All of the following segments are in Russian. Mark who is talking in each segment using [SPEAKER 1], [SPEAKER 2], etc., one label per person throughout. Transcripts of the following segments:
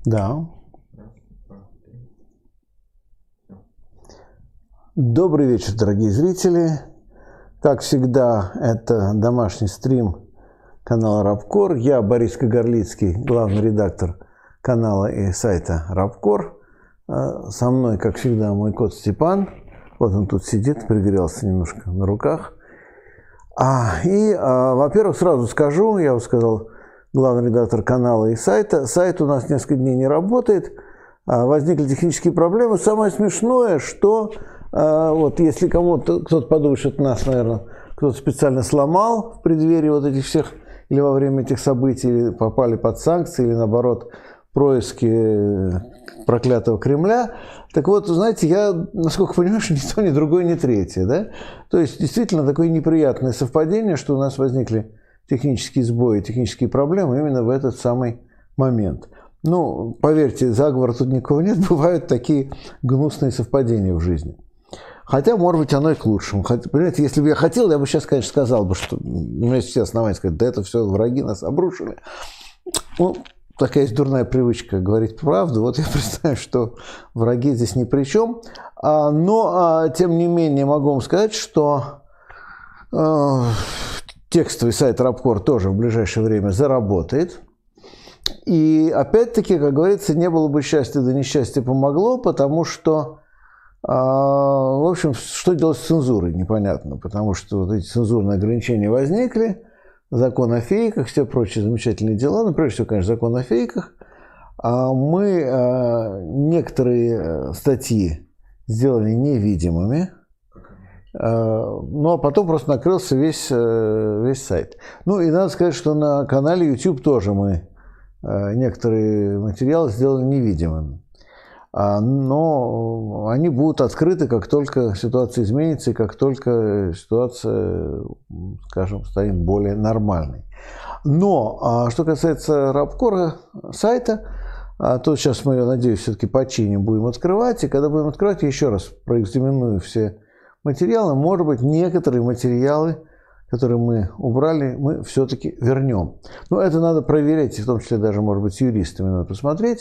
[SPEAKER 1] Да. Добрый вечер, дорогие зрители. Как всегда, это домашний стрим канала Рабкор. Я Борис Кагарлицкий, главный редактор канала и сайта Рабкор. Со мной, как всегда, мой кот Степан. Вот он тут сидит, пригрелся немножко на руках. Во-первых, сразу скажу, я уже сказал, главный редактор канала и сайта. Сайт у нас несколько дней не работает. Возникли технические проблемы. Самое смешное, что вот если кто-то подумает, что это нас, наверное, кто-то специально сломал в преддверии вот этих всех, или во время этих событий, или попали под санкции, или наоборот, происки проклятого Кремля. Так вот, знаете, я, насколько понимаю, что ни то, ни другое, ни третье. Да? То есть, действительно, такое неприятное совпадение, что у нас возникли технические сбои, технические проблемы именно в этот самый момент. Ну, поверьте, заговора тут никого нет, бывают такие гнусные совпадения в жизни. Хотя, может быть, оно и к лучшему. Понимаете, если бы я хотел, я бы сейчас, конечно, сказал бы, что у меня есть все основания сказать, да это все враги нас обрушили. Ну, такая есть дурная привычка говорить правду. Вот я представляю, что враги здесь ни при чем. Но, тем не менее, могу вам сказать, что текстовый сайт Рабкор тоже в ближайшее время заработает. И опять-таки, как говорится, не было бы счастья, да несчастье помогло, потому что, в общем, что делать с цензурой, непонятно. Потому что вот эти цензурные ограничения возникли, закон о фейках, все прочие замечательные дела. Ну, прежде всего, конечно, закон о фейках. Мы некоторые статьи сделали невидимыми. Ну, а потом просто накрылся весь сайт. Ну, и надо сказать, что на канале YouTube тоже мы некоторые материалы сделали невидимыми. Но они будут открыты, как только ситуация изменится и как только ситуация, скажем, станет более нормальной. Но, что касается Рабкора сайта, то сейчас мы, я надеюсь, все-таки починим, будем открывать. И когда будем открывать, я еще раз проэкзаменую все материалы. Может быть, некоторые материалы, которые мы убрали, мы все-таки вернем. Но это надо проверять, в том числе даже, может быть, с юристами надо посмотреть.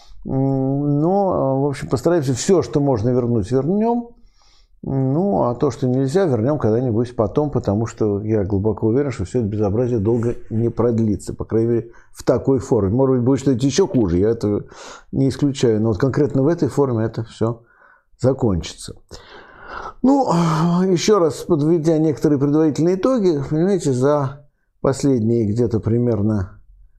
[SPEAKER 1] Но, в общем, постараемся все, что можно вернуть, вернем. Ну, а то, что нельзя, вернем когда-нибудь потом, потому что я глубоко уверен, что все это безобразие долго не продлится, по крайней мере, в такой форме. Может быть, будет что-то еще хуже, я этого не исключаю. Но вот конкретно в этой форме это все закончится. Ну, еще раз подведя некоторые предварительные итоги, понимаете, за последние где-то примерно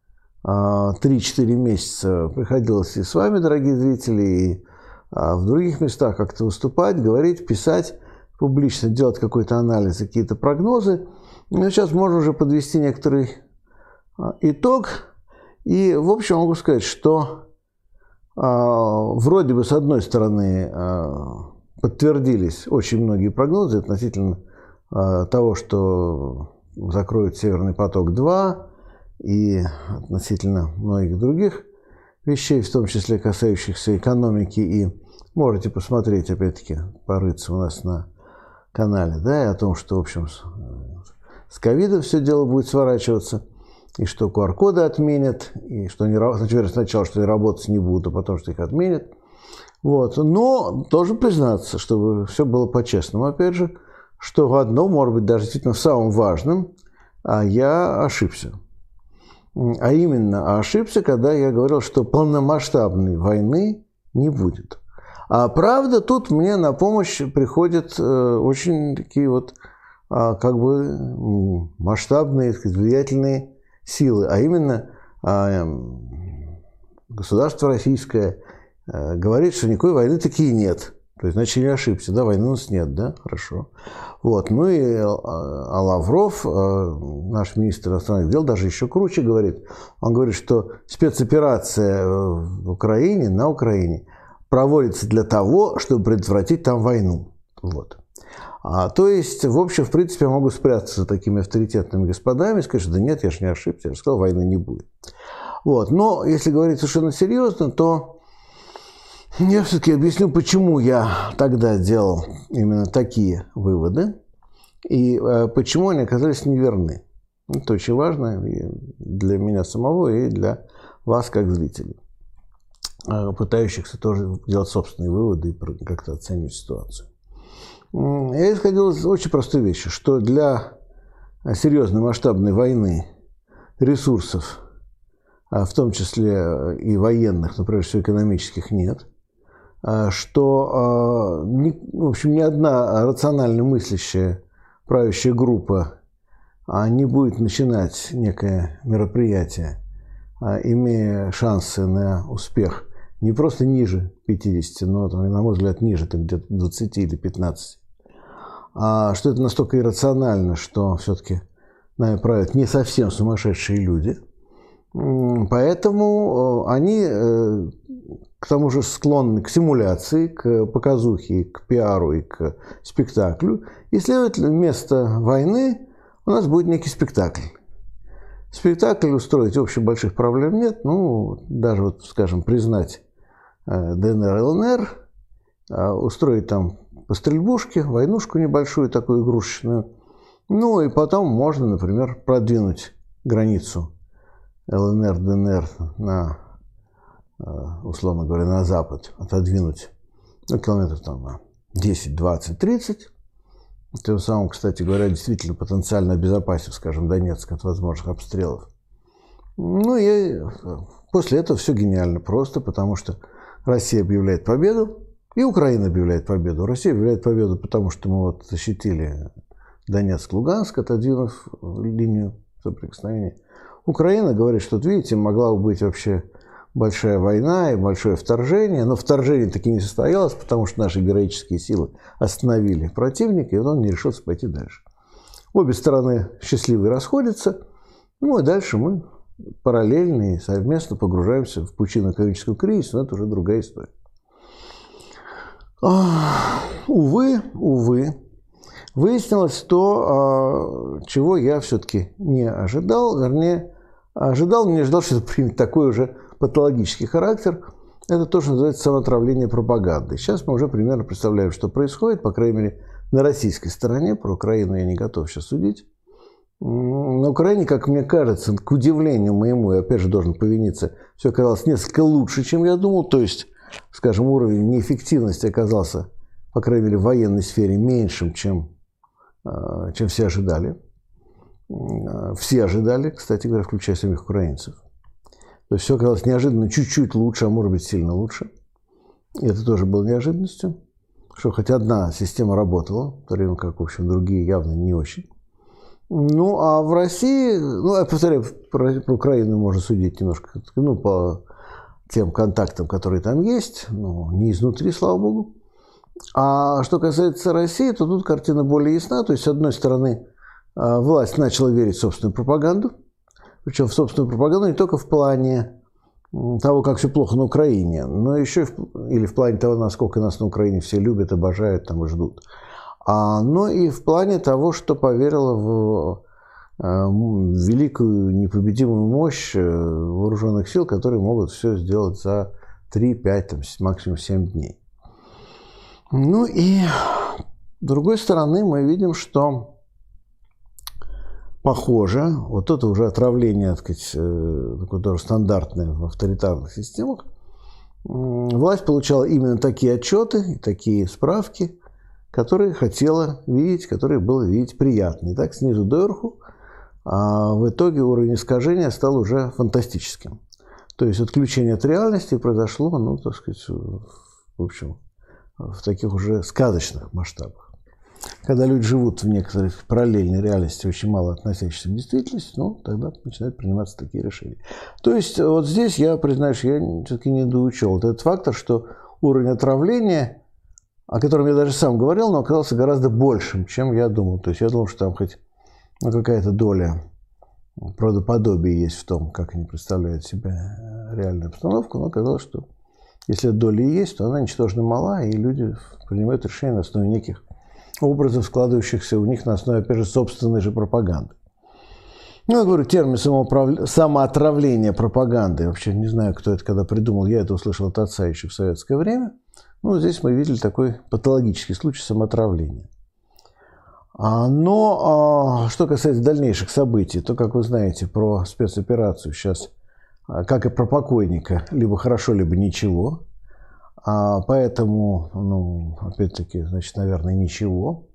[SPEAKER 1] 3-4 месяца приходилось и с вами, дорогие зрители, и в других местах как-то выступать, говорить, писать публично, делать какой-то анализ, какие-то прогнозы. Но сейчас можно уже подвести некоторый итог. И, в общем, могу сказать, что вроде бы, с одной стороны, подтвердились очень многие прогнозы относительно того, что закроют «Северный поток-2», и относительно многих других вещей, в том числе касающихся экономики. И можете посмотреть, опять-таки, порыться у нас на канале, да, и о том, что, в общем, с ковидом все дело будет сворачиваться, и что QR-коды отменят, и что они, сначала, что и работать не будут, а потом, что их отменят. Вот. Но должен признаться, чтобы все было по-честному, опять же, что в одном, может быть, даже действительно в самом важном, я ошибся. А именно, ошибся, когда я говорил, что полномасштабной войны не будет. А правда, тут мне на помощь приходят очень такие вот как бы масштабные, влиятельные силы. А именно, государство российское говорит, что никакой войны таки нет. То есть, значит, не ошибся, да, войны у нас нет, да, хорошо. Вот, ну и Лавров, наш министр иностранных дел, даже еще круче говорит. Он говорит, что спецоперация в Украине, на Украине, проводится для того, чтобы предотвратить там войну. Вот. То есть, в общем, в принципе, я могу спрятаться за такими авторитетными господами и сказать, что да нет, я же не ошибся, я же сказал, войны не будет. Вот. Но если говорить совершенно серьезно, то я все-таки объясню, почему я тогда делал именно такие выводы и почему они оказались неверны. Это очень важно и для меня самого, и для вас, как зрителей. пытающихся тоже делать собственные выводы и как-то оценивать ситуацию. Я исходил из очень простой вещи, что для серьезной масштабной войны ресурсов, в том числе и военных, но прежде всего экономических, нет. Что, в общем, ни одна рационально мыслящая правящая группа не будет начинать некое мероприятие, имея шансы на успех не просто ниже 50, но, на мой взгляд, ниже где-то 20 или 15. Что это настолько иррационально, что все-таки нами правят не совсем сумасшедшие люди. Поэтому они к тому же склонны к симуляции, к показухе, к пиару и к спектаклю. И, следовательно, вместо войны у нас будет некий спектакль. Спектакль устроить, в общем, больших проблем нет. Даже, вот, скажем, признать ДНР, ЛНР, устроить там по стрельбушке, войнушку небольшую, такую игрушечную. И потом можно, например, продвинуть границу ЛНР, ДНР на, условно говоря, на запад, отодвинуть километров там на 10, 20, 30. Тем самым, кстати говоря, действительно потенциально обезопасив, скажем, Донецк от возможных обстрелов. И после этого все гениально просто, потому что Россия объявляет победу, и Украина объявляет победу. Россия объявляет победу, потому что мы вот защитили Донецк, Луганск, отодвинув линию соприкосновения. Украина говорит, что, вот видите, могла бы быть вообще большая война и большое вторжение, но вторжение таки не состоялось, потому что наши героические силы остановили противника, и он не решился пойти дальше. Обе стороны счастливы расходятся, и дальше мы параллельно и совместно погружаемся в пучину экономического кризиса, но это уже другая история. Увы, выяснилось то, чего я все-таки не ожидал, вернее, ожидал, но не ожидал, что это примет такой уже патологический характер. Это то, что называется самоотравление пропагандой. Сейчас мы уже примерно представляем, что происходит, по крайней мере, на российской стороне. Про Украину я не готов сейчас судить. На Украине, как мне кажется, к удивлению моему, я опять же должен повиниться, все оказалось несколько лучше, чем я думал. То есть, скажем, уровень неэффективности оказался, по крайней мере, в военной сфере меньшим, чем все ожидали. Все ожидали, кстати говоря, включая самих украинцев. То есть все оказалось неожиданно чуть-чуть лучше, а может быть сильно лучше. И это тоже было неожиданностью, что хоть одна система работала, в то время как, в общем, другие явно не очень. А в России, я повторяю, про Украину можно судить немножко, по тем контактам, которые там есть, не изнутри, слава богу. А что касается России, то тут картина более ясна. То есть, с одной стороны, власть начала верить в собственную пропаганду, причем в собственную пропаганду не только в плане того, как все плохо на Украине, но еще или в плане того, насколько нас на Украине все любят, обожают там и ждут, но и в плане того, что поверила в великую непобедимую мощь вооруженных сил, которые могут все сделать за 3-5, максимум 7 дней. И с другой стороны, мы видим, что похоже, вот это уже отравление, так сказать, которое стандартное в авторитарных системах, власть получала именно такие отчеты и такие справки, которые хотела видеть, которые было видеть приятно. И так снизу доверху, в итоге уровень искажения стал уже фантастическим. То есть отключение от реальности произошло, так сказать, в общем, в таких уже сказочных масштабах. Когда люди живут в некоторой параллельной реальности, очень мало относящейся к действительности, тогда начинают приниматься такие решения. То есть вот здесь я признаюсь, я все-таки недоучел вот этот фактор, что уровень отравления, о котором я даже сам говорил, но оказался гораздо большим, чем я думал. То есть я думал, что там хоть какая-то доля правдоподобия есть в том, как они представляют себе реальную обстановку, но оказалось, что если эта доля и есть, то она ничтожно мала, и люди принимают решения на основе неких образов, складывающихся у них на основе, опять же, собственной же пропаганды. Я говорю, термин самоотравление пропаганды. Вообще не знаю, кто это когда придумал. Я это услышал от отца еще в советское время. Здесь мы видели такой патологический случай самоотравления. Но что касается дальнейших событий, то, как вы знаете, про спецоперацию сейчас как и про покойника, либо хорошо, либо ничего. Поэтому, ну, опять-таки, значит, наверное, ничего.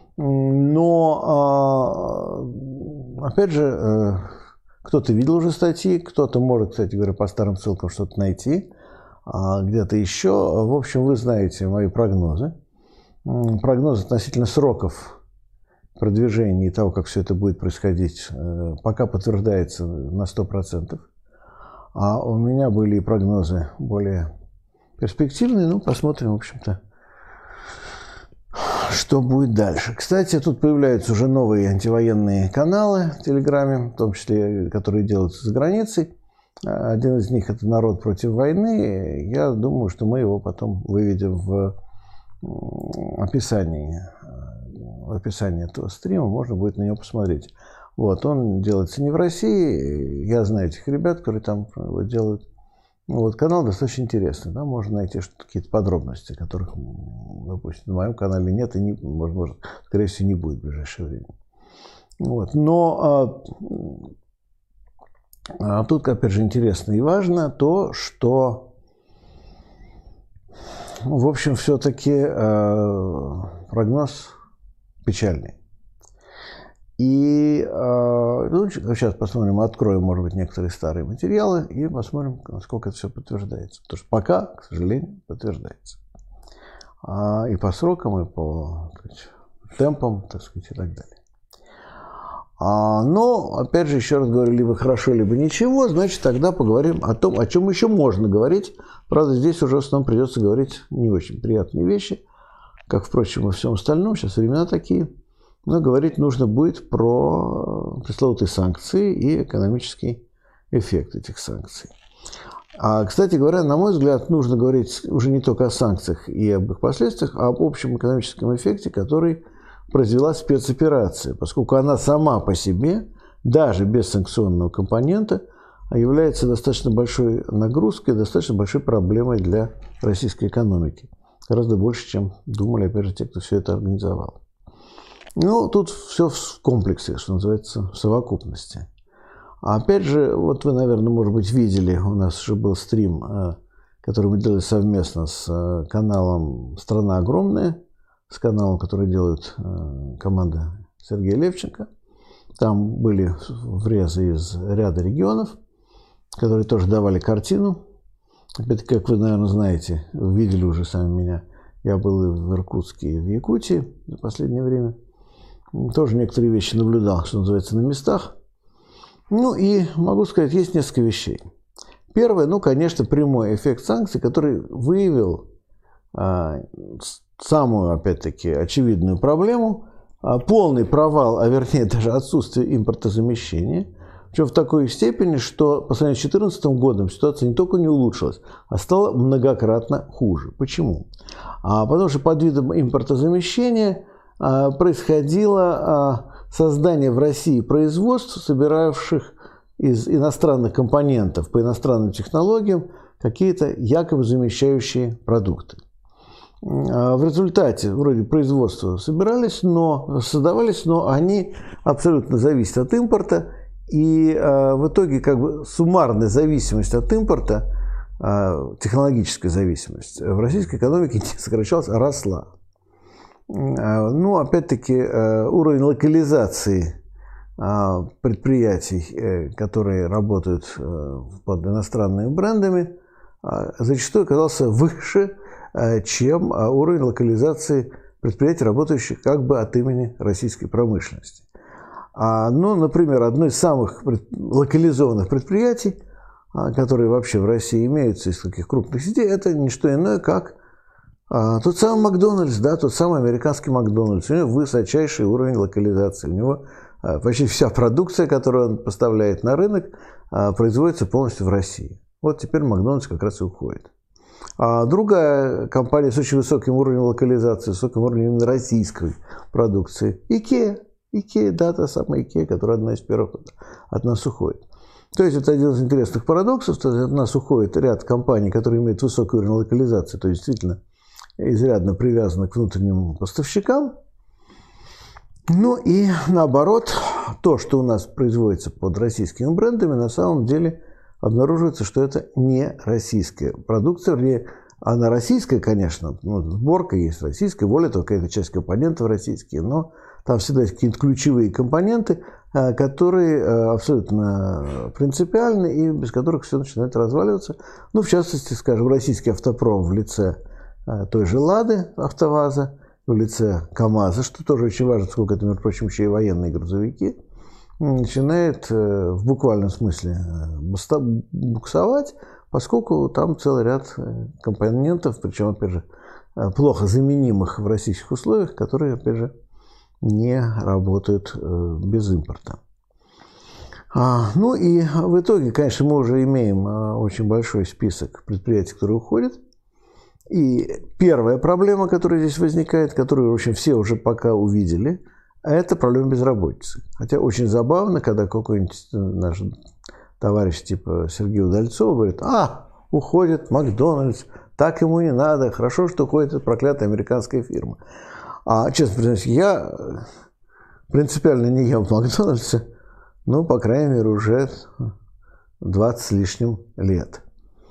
[SPEAKER 1] Но, опять же, кто-то видел уже статьи, кто-то может, кстати говоря, по старым ссылкам что-то найти, где-то еще. В общем, вы знаете мои прогнозы. Прогнозы относительно сроков продвижения и того, как все это будет происходить, пока подтверждается на 100%. А у меня были и прогнозы более перспективные. Ну, посмотрим, в общем-то, что будет дальше. Кстати, тут появляются уже новые антивоенные каналы в Телеграме, в том числе, которые делаются за границей. Один из них – это «Народ против войны». Я думаю, что мы его потом выведем в описании этого стрима. Можно будет на него посмотреть. Вот, он делается не в России. Я знаю этих ребят, которые там его делают. Вот, канал достаточно интересный. Там можно найти какие-то подробности, которых, допустим, на моем канале нет и, может, скорее всего, не будет в ближайшее время. Вот. Но тут, опять же, интересно и важно то, что, в общем, все-таки прогноз печальный. И ну, сейчас посмотрим, откроем, может быть, некоторые старые материалы и посмотрим, насколько это все подтверждается. Потому что пока, к сожалению, подтверждается. И по срокам, и по темпам, так сказать, и так далее. Но, опять же, еще раз говорю, либо хорошо, либо ничего, значит, тогда поговорим о том, о чем еще можно говорить. Правда, здесь уже в основном придется говорить не очень приятные вещи, как, впрочем, во всем остальном. Сейчас времена такие. Но говорить нужно будет про пресловутые санкции и экономический эффект этих санкций. Кстати говоря, на мой взгляд, нужно говорить уже не только о санкциях и об их последствиях, а об общем экономическом эффекте, который произвела спецоперация, поскольку она сама по себе, даже без санкционного компонента, является достаточно большой нагрузкой, достаточно большой проблемой для российской экономики. Гораздо больше, чем думали, опять же, те, кто все это организовал. Ну, тут все в комплексе, что называется, в совокупности. Опять же, вот вы, наверное, может быть, видели, у нас уже был стрим, который мы делали совместно с каналом «Страна огромная», с каналом, который делает команда Сергея Левченко. Там были врезы из ряда регионов, которые тоже давали картину. Опять-таки, как вы, наверное, знаете, видели уже сами меня, я был и в Иркутске, и в Якутии за последнее время. Тоже некоторые вещи наблюдал, что называется, на местах. Ну и могу сказать, есть несколько вещей. Первое, ну, конечно, прямой эффект санкций, который выявил самую, опять-таки, очевидную проблему, полный провал, а вернее даже отсутствие импортозамещения. Причем в такой степени, что по сравнению с 2014 годом ситуация не только не улучшилась, а стала многократно хуже. Почему? Потому что под видом импортозамещения происходило создание в России производств, собиравших из иностранных компонентов по иностранным технологиям какие-то якобы замещающие продукты. В результате вроде производства создавались, но они абсолютно зависят от импорта, и в итоге как бы суммарная зависимость от импорта, технологическая зависимость в российской экономике не сокращалась, а росла. Ну, опять-таки, уровень локализации предприятий, которые работают под иностранными брендами, зачастую оказался выше, чем уровень локализации предприятий, работающих как бы от имени российской промышленности. Ну, например, одно из самых локализованных предприятий, которые вообще в России имеются из таких крупных сетей, это не что иное, как тот самый Макдональдс, да, тот самый американский Макдональдс. У него высочайший уровень локализации. У него почти вся продукция, которую он поставляет на рынок, производится полностью в России. Вот теперь Макдональдс как раз и уходит. Другая компания с очень высоким уровнем локализации, высоким уровнем именно российской продукции – IKEA. IKEA, да, та самая IKEA, которая одна из первых от нас уходит. То есть это один из интересных парадоксов, что от нас уходит ряд компаний, которые имеют высокий уровень локализации, то есть действительно изрядно привязаны к внутренним поставщикам. Ну и наоборот, то, что у нас производится под российскими брендами, на самом деле обнаруживается, что это не российская продукция, вернее, она российская, конечно, сборка есть российская, более того, какая-то часть компонентов российские, но там всегда есть какие-то ключевые компоненты, которые абсолютно принципиальны и без которых все начинает разваливаться. Ну, в частности, скажем, российский автопром в лице той же «Лады», «АвтоВАЗа», в лице КАМАЗа, что тоже очень важно, сколько это, между прочим, еще и военные грузовики, начинает в буквальном смысле буксовать, поскольку там целый ряд компонентов, причем, опять же, плохо заменимых в российских условиях, которые, опять же, не работают без импорта. Ну и в итоге, конечно, мы уже имеем очень большой список предприятий, которые уходят. И первая проблема, которая здесь возникает, которую, в общем, все уже пока увидели, это проблема безработицы. Хотя очень забавно, когда какой-нибудь наш товарищ типа Сергея Удальцова говорит: уходит Макдональдс, так ему не надо, хорошо, что уходит эта проклятая американская фирма. Честно признаюсь, я принципиально не ем в Макдональдсе, по крайней мере, уже 20 с лишним лет.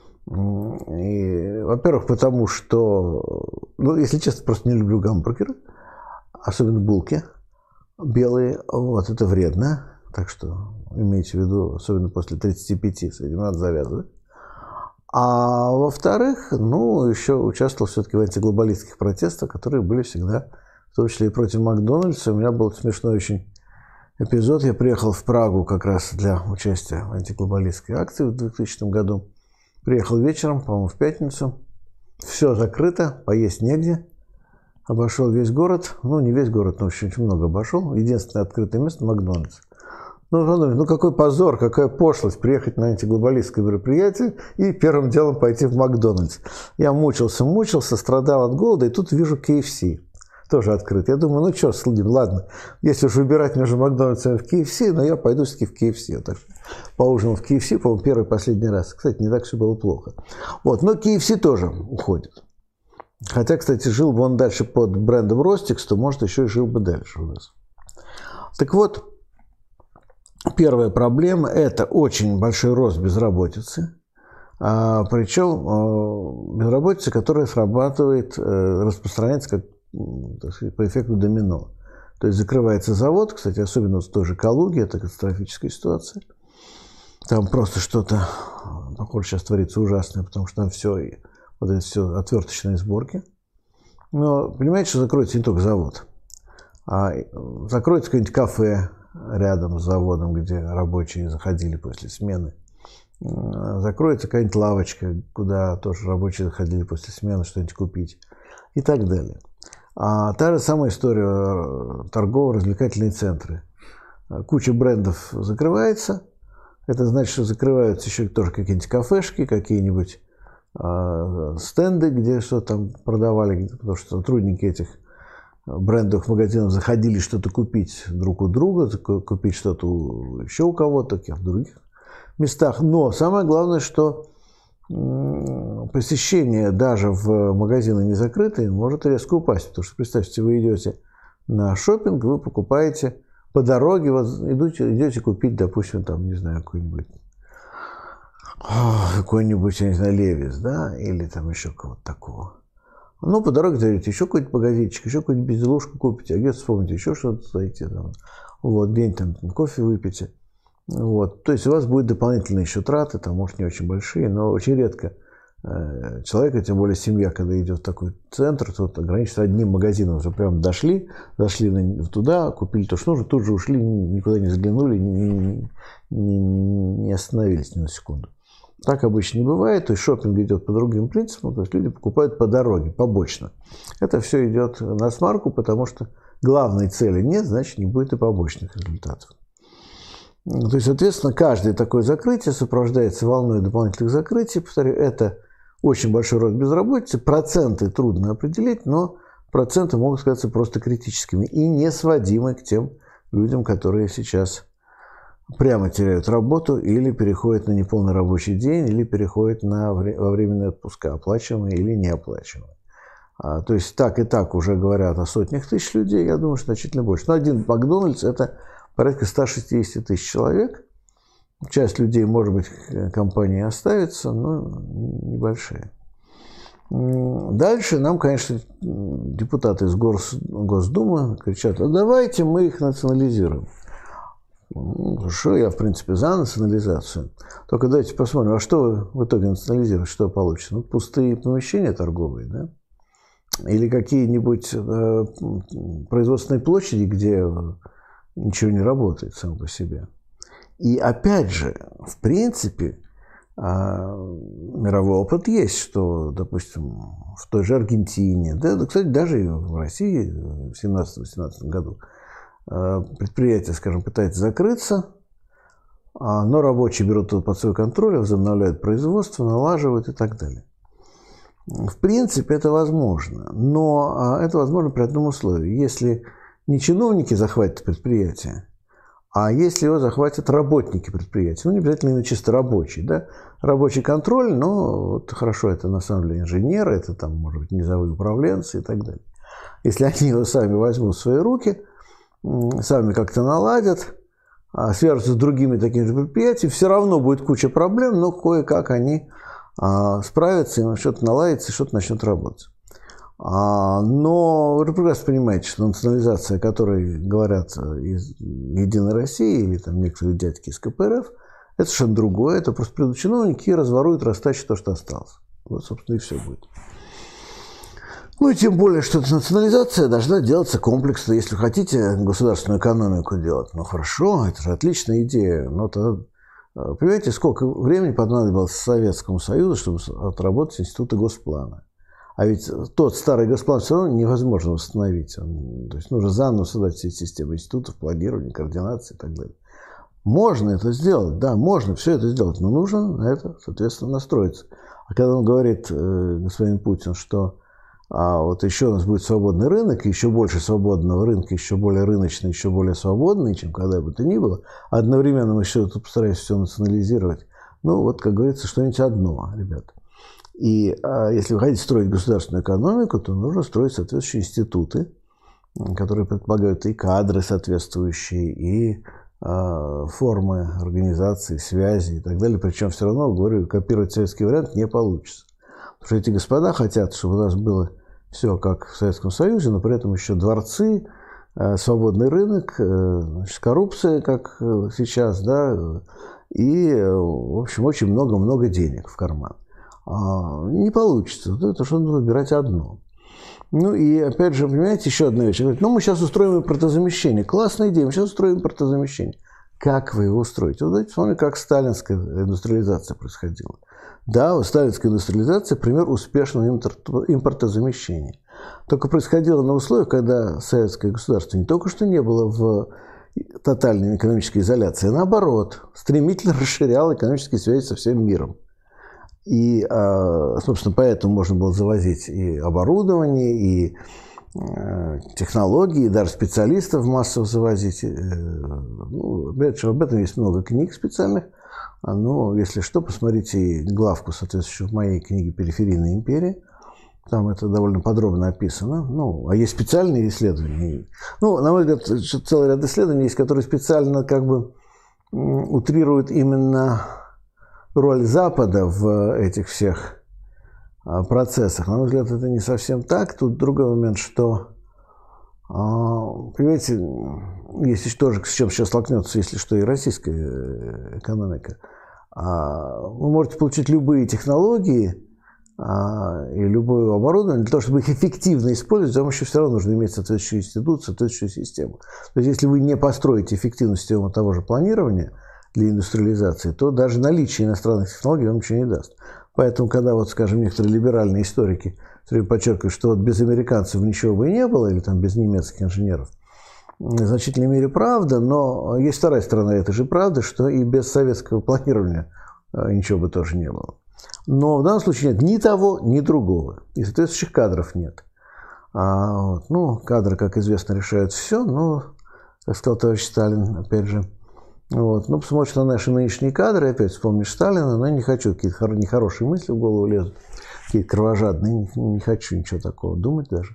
[SPEAKER 1] И, во-первых, потому что, если честно, просто не люблю гамбургеры, особенно булки белые, это вредно, так что имейте в виду, особенно после 35, с этим надо завязывать. А во-вторых, еще участвовал все-таки в антиглобалистских протестах, которые были всегда, в том числе и против Макдональдса. У меня был смешной очень эпизод. Я приехал в Прагу как раз для участия в антиглобалистской акции в 2000 году. Приехал вечером, по-моему, в пятницу. Все закрыто, поесть негде. Обошел весь город. Не весь город, но очень много обошел. Единственное открытое место – Макдональдс. Какой позор, какая пошлость приехать на антиглобалистское мероприятие и первым делом пойти в Макдональдс. Я мучился, страдал от голода, и тут вижу KFC. Тоже открыт. Я думаю, ладно, если уж выбирать между Макдональдсом и KFC, но я пойду все-таки в KFC. Так что поужинал в KFC, по-моему, первый и последний раз. Кстати, не так все было плохо. Но KFC тоже уходит. Хотя, кстати, жил бы он дальше под брендом Ростикс, то, может, еще и жил бы дальше у нас. Так вот, первая проблема – это очень большой рост безработицы. Причем безработица, которая срабатывает, распространяется как, так сказать, по эффекту домино. То есть закрывается завод, кстати, особенно в той же Калуге, это катастрофическая ситуация. Там просто что-то, похоже, сейчас творится ужасное, потому что там все отверточные сборки. Но понимаете, что закроется не только завод, а закроется какое-нибудь кафе рядом с заводом, где рабочие заходили после смены. Закроется какая-нибудь лавочка, куда тоже рабочие заходили после смены что-нибудь купить и так далее. Та же самая история, торгово-развлекательные центры. Куча брендов закрывается. Это значит, что закрываются еще тоже какие-нибудь кафешки, какие-нибудь стенды, где что-то там продавали, потому что сотрудники этих брендовых магазинов заходили что-то купить друг у друга, купить что-то еще у кого-то, в других местах. Но самое главное, что посещение даже в магазины не закрытые может резко упасть. Потому что, представьте, вы идете на шопинг, вы покупаете по дороге, идете купить, допустим, какой-нибудь, я не знаю, Левис, да, или там еще кого-то такого. По дороге зайдете еще какой-нибудь магазинчик, еще какую-нибудь безделушку купите, где-то вспомните, еще что-то зайти, где-нибудь там кофе выпьете. То есть у вас будет дополнительные еще траты, может, не очень большие, но очень редко человек, тем более семья, когда идет в такой центр, тут ограничится одним магазином, уже прям дошли туда, купили то, что нужно, тут же ушли, никуда не заглянули, не остановились ни на секунду. Так обычно не бывает, то есть шопинг идет по другим принципам, то есть люди покупают по дороге, побочно. Это все идет на смарку, потому что главной цели нет, значит, не будет и побочных результатов. То есть, соответственно, каждое такое закрытие сопровождается волной дополнительных закрытий. Повторю, это очень большой рост безработицы. Проценты трудно определить, но проценты могут сказаться просто критическими и не сводимы к тем людям, которые сейчас прямо теряют работу или переходят на неполный рабочий день, или переходят во временные отпуска, оплачиваемые или неоплачиваемые. То есть так и так уже говорят о сотнях тысяч людей, я думаю, что значительно больше. Но один Макдональдс – это порядка 160 тысяч человек. Часть людей, может быть, компании оставится, но небольшие. Дальше нам, конечно, депутаты из Госдумы кричат: а давайте мы их национализируем. Хорошо, я, в принципе, за национализацию. Только давайте посмотрим, а что вы в итоге национализируете, что получится? Ну, пустые помещения торговые, да? Или какие-нибудь производственные площади, где ничего не работает само по себе. И опять же, в принципе, мировой опыт есть, что, допустим, в той же Аргентине, да, кстати, даже и в России в 2017-2018 году предприятие, скажем, пытается закрыться, но рабочие берут это под свой контроль, возобновляют производство, налаживают и так далее. В принципе, это возможно, но это возможно при одном условии. Если не чиновники захватят предприятие, а если его захватят работники предприятия, ну, не обязательно именно чисто рабочий, да, рабочий контроль, но вот хорошо, это на самом деле инженеры, это там, может быть, низовые управленцы и так далее. Если они его сами возьмут в свои руки, сами как-то наладят, свяжутся с другими такими же предприятиями, все равно будет куча проблем, но кое-как они справятся, им что-то наладится, что-то начнет работать. Но вы прекрасно понимаете, что национализация, о которой говорят из «Единой России» или там некоторые дядьки из КПРФ, это совершенно другое. Это просто придут чиновники и разворуют, растащат то, что осталось. Вот, собственно, и все будет. Ну и тем более, что эта национализация должна делаться комплексно. Если вы хотите государственную экономику делать, ну хорошо, это же отличная идея. Но тогда, понимаете, сколько времени понадобилось Советскому Союзу, чтобы отработать институты госплана. А ведь тот старый госплан все равно невозможно восстановить. То есть нужно заново создать все системы институтов, планирования, координации и так далее. Можно это сделать, да, можно все это сделать, но нужно на это, соответственно, настроиться. А когда он говорит, господин Путин, что вот еще у нас будет свободный рынок, еще больше свободного рынка, еще более рыночный, еще более свободный, чем когда бы то ни было, одновременно мы еще тут постараемся все национализировать. Ну, вот, как говорится, что-нибудь одно, ребята. И если вы хотите строить государственную экономику, то нужно строить соответствующие институты, которые предполагают и кадры соответствующие, и формы организации, связи и так далее. Причем все равно, говорю, копировать советский вариант не получится. Потому что эти господа хотят, чтобы у нас было все как в Советском Союзе, но при этом еще дворцы, свободный рынок, значит, коррупция, как сейчас, да, и, в общем, очень много-много денег в карман. Не получится. Это что надо выбирать одно. Ну и опять же, понимаете, еще одна вещь. Говорит, ну мы сейчас устроим импортозамещение. Классная идея, мы сейчас устроим импортозамещение. Как вы его устроите? Вот давайте посмотрим, как сталинская индустриализация происходила. Да, у сталинской индустриализации пример успешного импортозамещения. Только происходило на условиях, когда советское государство не только что не было в тотальной экономической изоляции, а наоборот, стремительно расширяло экономические связи со всем миром. И, собственно, поэтому можно было завозить и оборудование, и технологии, и даже специалистов массово завозить. Ну, об этом есть много книг специальных. Ну, если что, посмотрите главку, соответствующую в моей книге «Периферийная империя». Там это довольно подробно описано. Ну, а есть специальные исследования. Ну, на мой взгляд, целый ряд исследований есть, которые специально как бы утрируют именно роль Запада в этих всех процессах. На мой взгляд, это не совсем так. Тут другой момент, что, понимаете, если тоже с чем сейчас столкнется, если что, и российская экономика, вы можете получить любые технологии и любое оборудование для того, чтобы их эффективно использовать, вам еще все равно нужно иметь соответствующий институт, соответствующую систему. То есть, если вы не построите эффективную систему того же планирования для индустриализации, то даже наличие иностранных технологий вам ничего не даст. Поэтому, когда, вот, скажем, некоторые либеральные историки все время подчеркивают, что вот без американцев ничего бы и не было, или там без немецких инженеров, в значительной мере правда, но есть вторая сторона этой же правды, что и без советского планирования ничего бы тоже не было. Но в данном случае нет ни того, ни другого. И соответствующих кадров нет. Ну, кадры, как известно, решают все, но, как сказал товарищ Сталин, опять же, вот. Ну, посмотришь на наши нынешние кадры, опять вспомнишь Сталина, но я не хочу, какие-то нехорошие мысли в голову лезут, какие-то кровожадные, не хочу ничего такого думать даже.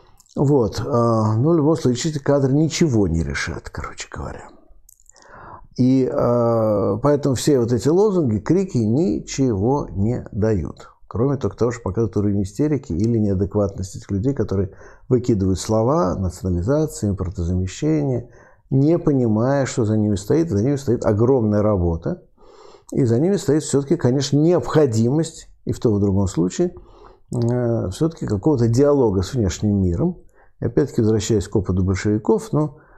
[SPEAKER 1] Вот. Но в любом случае эти кадры ничего не решат, короче говоря. И поэтому все вот эти лозунги, крики ничего не дают. Кроме только того, что показывают уровень истерики или неадекватности этих людей, которые выкидывают слова национализация, импортозамещение, не понимая, что за ними стоит. За ними стоит огромная работа. И за ними стоит все-таки, конечно, необходимость, и в том и в другом случае, все-таки какого-то диалога с внешним миром. И опять-таки, возвращаясь к опыту большевиков,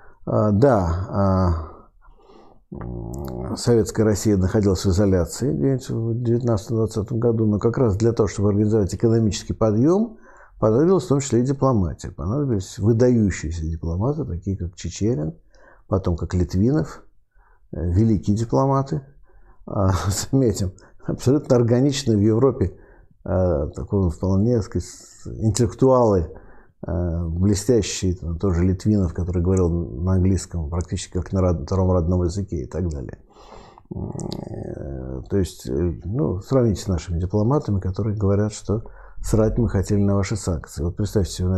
[SPEAKER 1] Советская Россия находилась в изоляции в 19-20 году, но как раз для того, чтобы организовать экономический подъем, понадобилась в том числе и дипломатия. Понадобились выдающиеся дипломаты, такие как Чичерин, потом как Литвинов, великие дипломаты. Заметим, абсолютно органично в Европе такого вполне, так сказать, интеллектуалы, блестящий, тоже Литвинов, который говорил на английском практически как на втором родном языке и так далее. То есть, сравните с нашими дипломатами, которые говорят, что срать мы хотели на ваши санкции. Вот представьте себе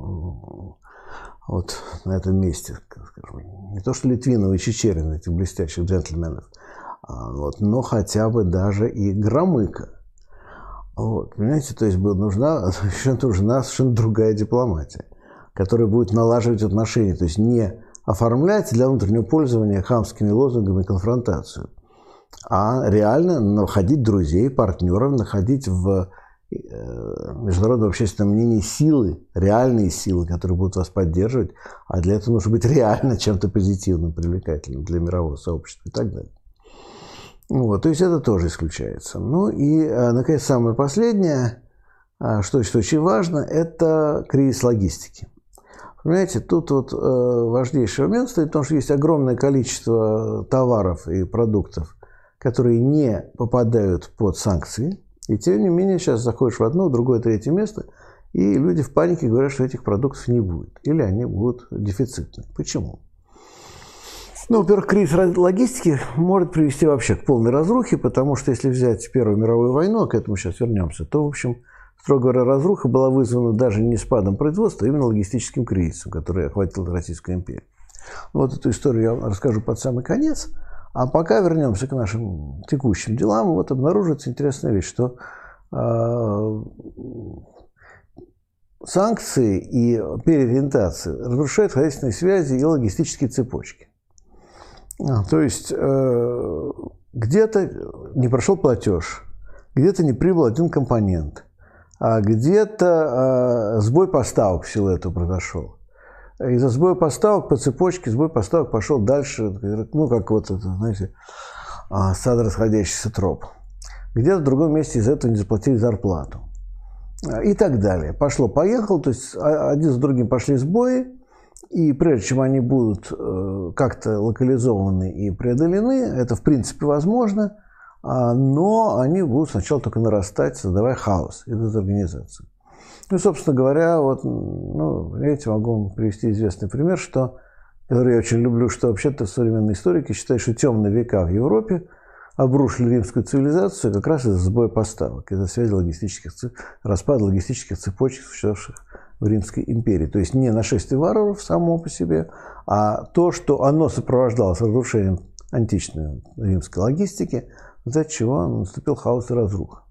[SPEAKER 1] на этом месте, скажем, не то что Литвинова и Чичерина, этих блестящих джентльменов, но хотя бы даже и Громыко. Понимаете, то есть нужна совершенно другая дипломатия, которая будет налаживать отношения, то есть не оформлять для внутреннего пользования хамскими лозунгами конфронтацию, а реально находить друзей, партнеров, находить в международном общественном мнении силы, реальные силы, которые будут вас поддерживать, а для этого нужно быть реально чем-то позитивным, привлекательным для мирового сообщества и так далее. То есть это тоже исключается. Наконец, самое последнее, что очень важно, это кризис логистики. Понимаете, тут важнейший момент стоит в том, что есть огромное количество товаров и продуктов, которые не попадают под санкции, и тем не менее сейчас заходишь в одно, другое, третье место, и люди в панике говорят, что этих продуктов не будет, или они будут дефицитны. Почему? Во-первых, кризис логистики может привести вообще к полной разрухе, потому что если взять Первую мировую войну, а к этому сейчас вернемся, то, в общем, строго говоря, разруха была вызвана даже не спадом производства, а именно логистическим кризисом, который охватил Российскую империю. Эту историю я вам расскажу под самый конец, а пока вернемся к нашим текущим делам. Обнаруживается интересная вещь, что санкции и переориентация разрушают хозяйственные связи и логистические цепочки. То есть где-то не прошел платеж, где-то не прибыл один компонент, а где-то сбой поставок в силу этого произошел. Из-за сбоя поставок по цепочке сбой поставок пошел дальше, сад расходящихся троп. Где-то в другом месте из-за этого не заплатили зарплату. И так далее. Пошло-поехало, то есть один за другим пошли сбои. И прежде чем они будут как-то локализованы и преодолены, это в принципе возможно, но они будут сначала только нарастать, создавая хаос и дезорганизацию. Собственно говоря, видите, могу вам привести известный пример, который я очень люблю, что вообще-то современные историки считают, что темные века в Европе обрушили римскую цивилизацию как раз из-за сбоя поставок, из-за связи распада логистических цепочек, существовавших в Римской империи. То есть не нашествие варваров само по себе, а то, что оно сопровождалось разрушением античной римской логистики, из-за чего наступил хаос и разруха.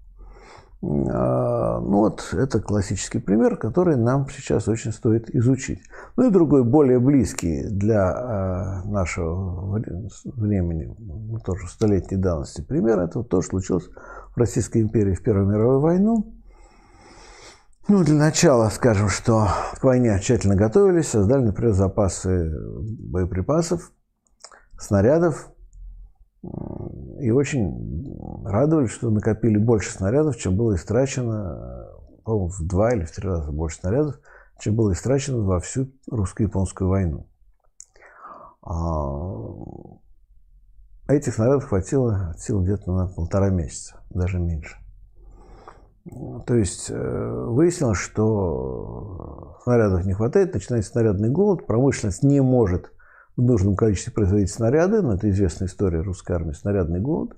[SPEAKER 1] Это классический пример, который нам сейчас очень стоит изучить. И другой, более близкий для нашего времени, тоже столетней давности пример, это то, что случилось в Российской империи в Первую мировую войну. Для начала скажем, что к войне тщательно готовились, создали, например, запасы боеприпасов, снарядов, и очень радовались, что накопили больше снарядов, чем было истрачено, по-моему, в 2 или в 3 раза больше снарядов, чем было истрачено во всю русско-японскую войну. Этих снарядов хватило от силы где-то на 1,5 месяца, даже меньше. То есть выяснилось, что снарядов не хватает, начинается снарядный голод, промышленность не может в нужном количестве производить снаряды, но это известная история русской армии, снарядный голод.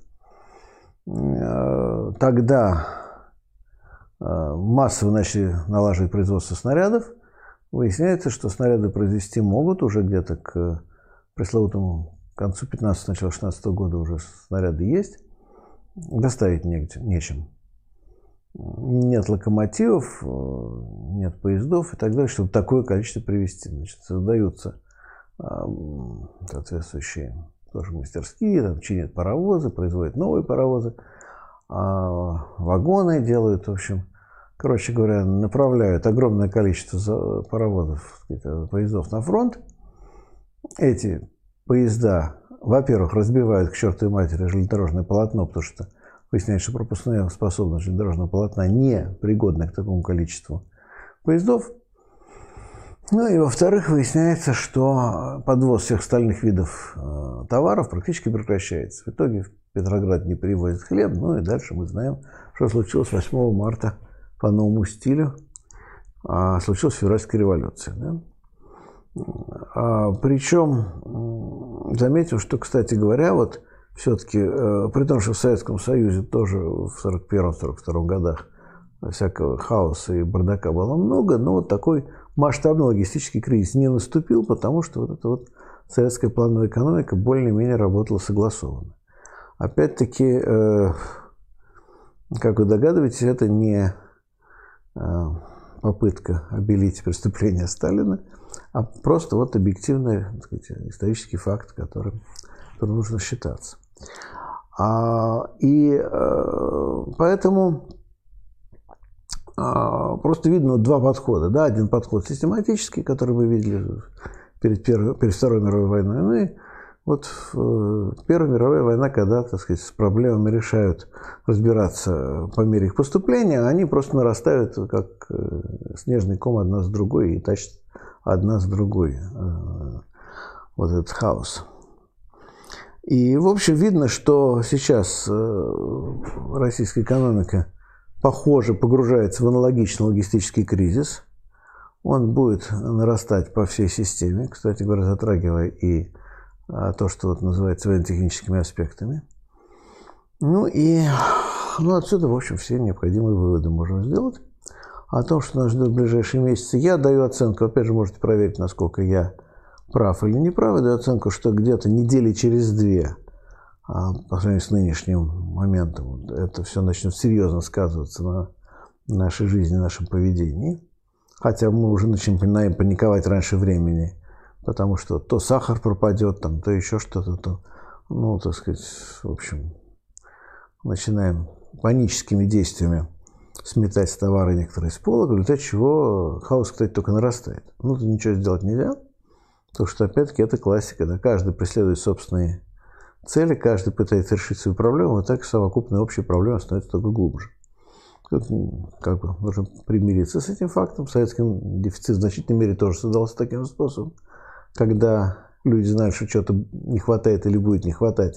[SPEAKER 1] Тогда массово начали налаживать производство снарядов. Выясняется, что снаряды произвести могут уже где-то к пресловутому к концу 15-го, начало 16-го года уже снаряды есть, доставить нечем. Нет локомотивов, нет поездов и так далее, чтобы такое количество привезти. Значит, создаются соответствующие тоже мастерские, там чинят паровозы, производят новые паровозы, вагоны делают, в общем. Короче говоря, направляют огромное количество паровозов, поездов на фронт. Эти поезда, во-первых, разбивают к чертовой матери железнодорожное полотно, потому что выясняется, что пропускная способность железнодорожного полотна не пригодна к такому количеству поездов. Ну и, во-вторых, выясняется, что подвоз всех остальных видов товаров практически прекращается. В итоге в Петроград не привозят хлеб, ну и дальше мы знаем, что случилось 8 марта по новому стилю, случилась февральская революция. Да? Причем, заметим, что, кстати говоря, вот все-таки, при том, что в Советском Союзе тоже в 1941-1942 годах всякого хаоса и бардака было много, но вот такой масштабный логистический кризис не наступил, потому что вот эта вот советская плановая экономика более-менее работала согласованно. Опять-таки, как вы догадываетесь, это не попытка обелить преступления Сталина, а просто вот объективный, так сказать, исторический факт, которым нужно считаться. Поэтому просто видно два подхода. Да? Один подход систематический, который вы видели перед Второй мировой войной. Ну и вот Первая мировая война, когда, так сказать, с проблемами решают разбираться по мере их поступления, они просто нарастают, как снежный ком, одна с другой, и тащат одна с другой вот этот хаос. И, в общем, видно, что сейчас российская экономика, похоже, погружается в аналогичный логистический кризис. Он будет нарастать по всей системе, кстати говоря, затрагивая и то, что вот называется военно-техническими аспектами. Ну и отсюда, в общем, все необходимые выводы можем сделать о том, что нас ждет в ближайшие месяцы. Я даю оценку, опять же, можете проверить, насколько я прав или не прав. Я даю оценку, что где-то недели через 2, по сравнению с нынешним моментом, это все начнет серьезно сказываться на нашей жизни, нашем поведении. Хотя мы уже начинаем паниковать раньше времени, потому что то сахар пропадет, то еще что-то, так сказать, в общем, начинаем паническими действиями сметать с товара некоторые с полок, в результате чего хаос, кстати, только нарастает. Тут ничего сделать нельзя, потому что, опять-таки, это классика, да, каждый преследует собственные цели, каждый пытается решить свою проблему, и так совокупная общая проблема становится только глубже. Тут, нужно примириться с этим фактом. Советский дефицит в значительной мере тоже создался таким способом, когда люди знают, что чего-то не хватает или будет не хватать,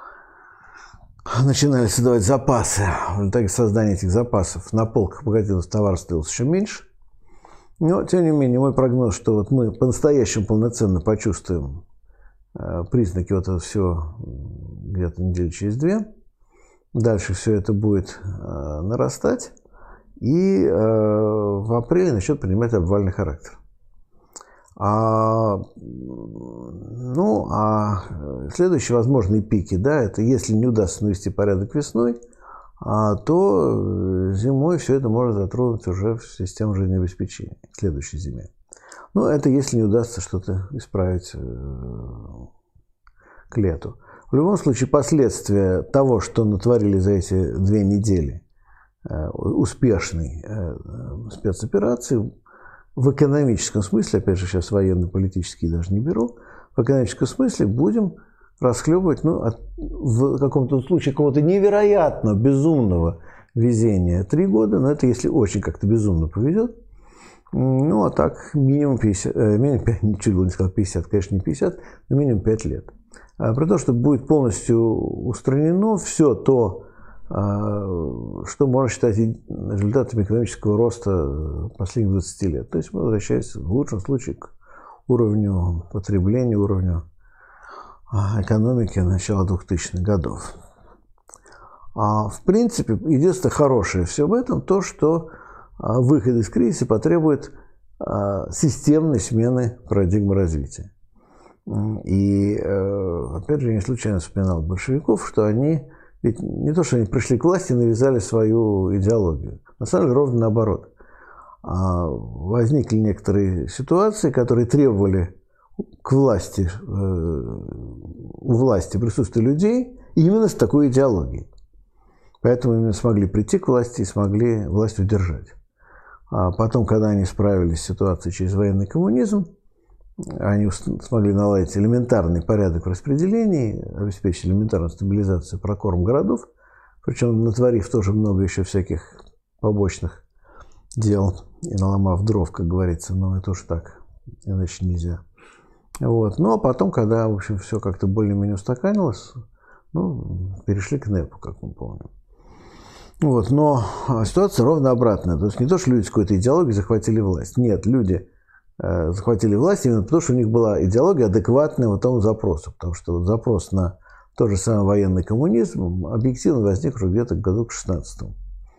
[SPEAKER 1] начинали создавать запасы. В результате создания этих запасов на полках магазинов товар становился еще меньше. Но, тем не менее, мой прогноз, что вот мы по-настоящему полноценно почувствуем признаки вот этого всего где-то недели через 2. Дальше все это будет нарастать. И в апреле начнет принимать обвальный характер. Следующие возможные пики, да, это если не удастся навести порядок весной, то зимой все это может затронуть уже в систему жизнеобеспечения, к следующей зиме. Это если не удастся что-то исправить к лету. В любом случае, последствия того, что натворили за эти 2 недели успешной спецоперации, в экономическом смысле, опять же, сейчас военно-политические даже не беру, в экономическом смысле будем расхлебывать, в каком-то случае какого-то невероятно безумного везения 3 года, но это если очень как-то безумно повезет. А так минимум 50, чуть было не сказал 50, конечно, не 50, но минимум 5 лет. При том, что будет полностью устранено все то, что можно считать результатами экономического роста последних 20 лет. То есть мы возвращаемся в лучшем случае к уровню потребления, уровню экономики начала 2000-х годов. В принципе, единственное хорошее все в этом то, что выход из кризиса потребует системной смены парадигмы развития. И, опять же, я не случайно вспоминал большевиков, что они, ведь не то, что они пришли к власти и навязали свою идеологию. На самом деле, ровно наоборот. Возникли некоторые ситуации, которые требовали к власти, у власти присутствия людей именно с такой идеологией. Поэтому именно смогли прийти к власти и смогли власть удержать. А потом, когда они справились с ситуацией через военный коммунизм, они смогли наладить элементарный порядок в распределении, обеспечить элементарную стабилизацию, прокорм городов, причем натворив тоже много еще всяких побочных дел и наломав дров, как говорится, но это уж так, иначе нельзя. Вот. Ну, а потом, когда, в общем, все как-то более-менее устаканилось, перешли к НЭПу, как мы помним. Вот. Но ситуация ровно обратная. То есть не то, что люди с какой-то идеологией захватили власть. Нет, люди захватили власть именно потому, что у них была идеология адекватная вот тому запросу. Потому что вот запрос на тот же самый военный коммунизм объективно возник уже где-то к году к 16-му.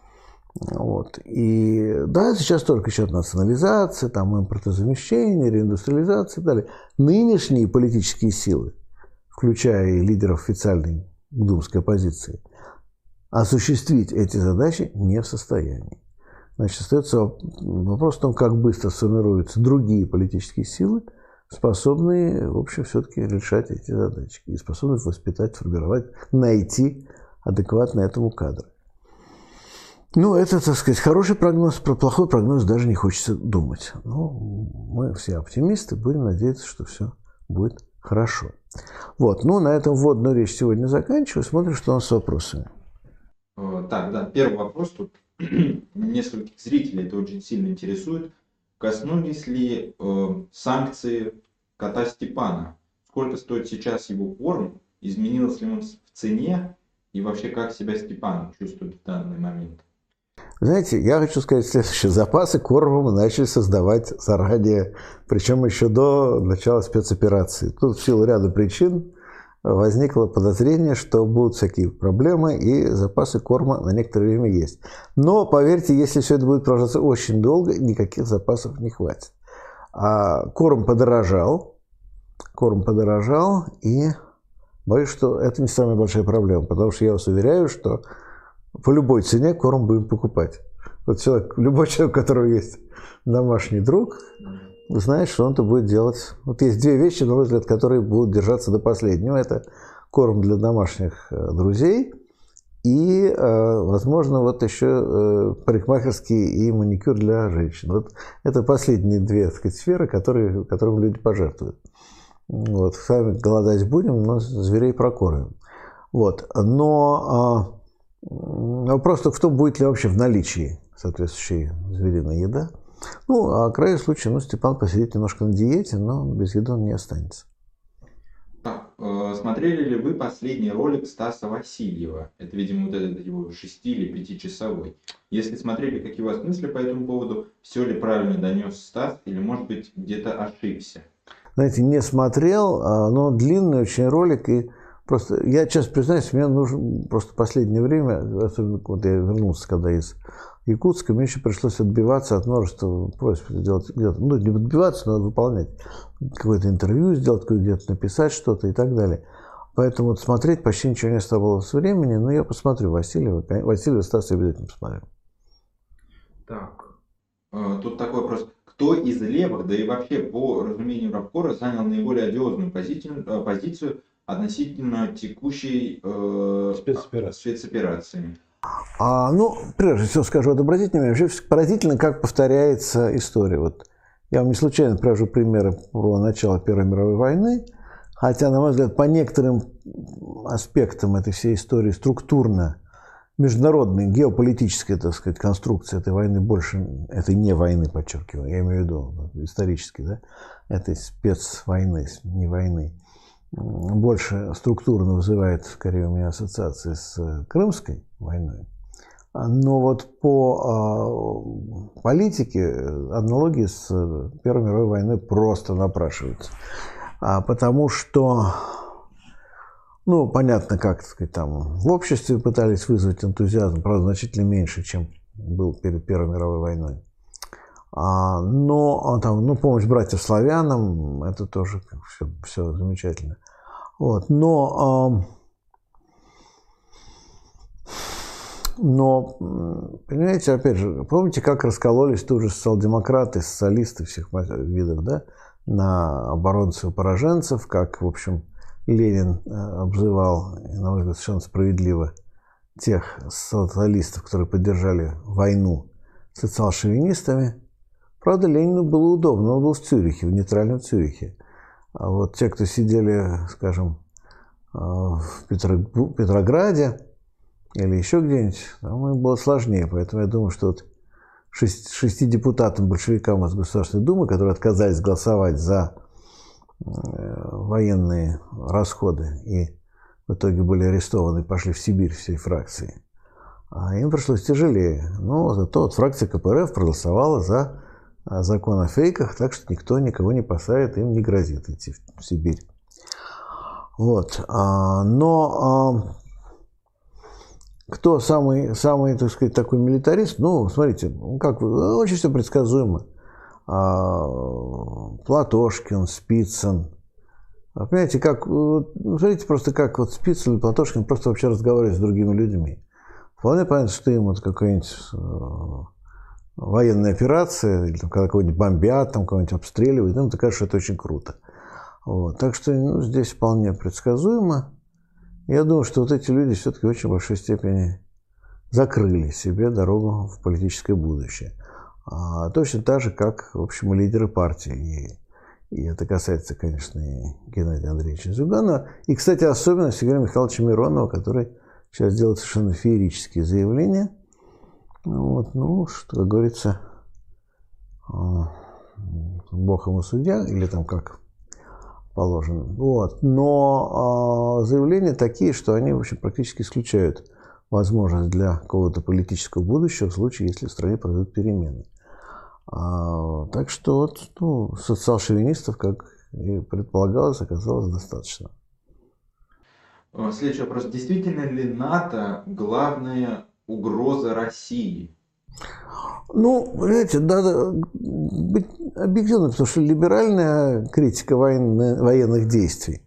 [SPEAKER 1] Вот. И да, сейчас только счет национализации, там импортозамещение, реиндустриализация и так далее. Нынешние политические силы, включая и лидеров официальной думской оппозиции, осуществить эти задачи не в состоянии. Значит, остается вопрос в том, как быстро сформируются другие политические силы, способные, в общем, все-таки решать эти задачи и способные воспитать, формировать, найти адекватно этому кадры. Ну, это, так сказать, хороший прогноз, про плохой прогноз даже не хочется думать. Но мы все оптимисты, будем надеяться, что все будет хорошо. Вот, ну, на этом вводную речь сегодня заканчиваю. Смотрим, что у нас с вопросами.
[SPEAKER 2] Так, да, первый вопрос тут нескольких зрителей это очень сильно интересует. Коснулись ли санкции кота Степана? Сколько стоит сейчас его корм? Изменился ли он в цене? И вообще, как себя Степан чувствует в данный момент?
[SPEAKER 1] Знаете, я хочу сказать следующее. Запасы корма мы начали создавать заранее, причем еще до начала спецоперации. Тут в силу ряда причин возникло подозрение, что будут всякие проблемы, и запасы корма на некоторое время есть. Но, поверьте, если все это будет продолжаться очень долго, никаких запасов не хватит. А корм подорожал, и боюсь, что это не самая большая проблема, потому что я вас уверяю, что по любой цене корм будем покупать. Вот любой человек, у которого есть домашний друг, знает, что он это будет делать. Вот есть две вещи, на мой взгляд, которые будут держаться до последнего. Это корм для домашних друзей и, возможно, вот еще парикмахерский и маникюр для женщин. Вот это последние две, так сказать, сферы, которым люди пожертвуют. Вот. Сами голодать будем, но зверей прокормим. Вот. Но вопрос только в том, будет ли вообще в наличии соответствующая звериная еда. Ну, а в крайнем случае, Степан посидит немножко на диете, но без еды он не останется.
[SPEAKER 2] Так, смотрели ли вы последний ролик Стаса Васильева? Это, видимо, вот этот его 6 или 5-часовой. Если смотрели, какие у вас мысли по этому поводу? Все ли правильно донес Стас или, может быть, где-то ошибся?
[SPEAKER 1] Знаете, не смотрел, но длинный очень ролик. И просто, я честно признаюсь, мне нужно просто последнее время, особенно вот я вернулся когда из Якутска, мне еще пришлось отбиваться от множества просьб сделать где-то, не отбиваться, но выполнять какое-то интервью, сделать где-то, написать что-то и так далее. Поэтому вот смотреть почти ничего не оставалось времени, но я посмотрю Васильева Стаса обязательно посмотрю.
[SPEAKER 2] Так, тут такой вопрос. Кто из левых, да и вообще по разумению Рабкора, занял наиболее одиозную позицию относительно текущей спецоперации?
[SPEAKER 1] Прежде всего скажу, обратите внимание, вообще поразительно, как повторяется история. Вот я вам не случайно привожу примеры про начало Первой мировой войны, хотя, на мой взгляд, по некоторым аспектам этой всей истории структурно международная геополитическая, так сказать, конструкция этой войны больше, этой не войны, подчеркиваю, я имею в виду исторически, да, этой спецвойны, не войны, больше структурно вызывает, скорее, у меня ассоциации с Крымской войной. Но вот по политике аналогии с Первой мировой войной просто напрашиваются. Потому что, понятно, как, так сказать, там в обществе пытались вызвать энтузиазм, правда, значительно меньше, чем был перед Первой мировой войной. Но там, ну, помощь братьям славянам, это тоже все замечательно. Вот. Но, понимаете, опять же, помните, как раскололись тут же социал-демократы, социалисты всех видов, да, на оборонцев и пораженцев, как, в общем, Ленин обзывал, на мой взгляд, совершенно справедливо, тех социалистов, которые поддержали войну с социал-шовинистами. Правда, Ленину было удобно, он был в Цюрихе, в нейтральном Цюрихе. А вот те, кто сидели, скажем, в Петрограде или еще где-нибудь, там им было сложнее. Поэтому я думаю, что вот 6 депутатам-большевикам из Государственной Думы, которые отказались голосовать за военные расходы и в итоге были арестованы и пошли в Сибирь всей фракции, им пришлось тяжелее. Но зато вот фракция КПРФ проголосовала за закон о фейках, так что никто никого не посадит, им не грозит идти в Сибирь. Вот. Но кто самый, так сказать, такой милитарист? Ну, смотрите, как очень все предсказуемо. Платошкин, Спицын. Понимаете, как, смотрите, просто как вот Спицын или Платошкин просто вообще разговаривают с другими людьми. Вполне понятно, что им вот какая-нибудь военная операция, или там, когда кого-нибудь бомбят, там кого-нибудь обстреливают, им кажется, что это очень круто. Вот. Так что здесь вполне предсказуемо. Я думаю, что вот эти люди все-таки в очень большой степени закрыли себе дорогу в политическое будущее. Точно так же, как, в общем, и лидеры партии. И это касается, конечно, и Геннадия Андреевича Зюганова. И, кстати, особенно Сергея Михайловича Миронова, который сейчас делает совершенно феерические заявления. Вот, ну, что, как говорится, Бог ему судья, или там как положено. Вот. Но заявления такие, что они, в общем, практически исключают возможность для какого-то политического будущего в случае, если в стране произойдут перемены. Так что вот, ну, социал-шовинистов, как и предполагалось, оказалось достаточно.
[SPEAKER 2] Следующий вопрос. Действительно ли НАТО главная угроза России?
[SPEAKER 1] Ну, понимаете, надо быть объективным, потому что либеральная критика военных действий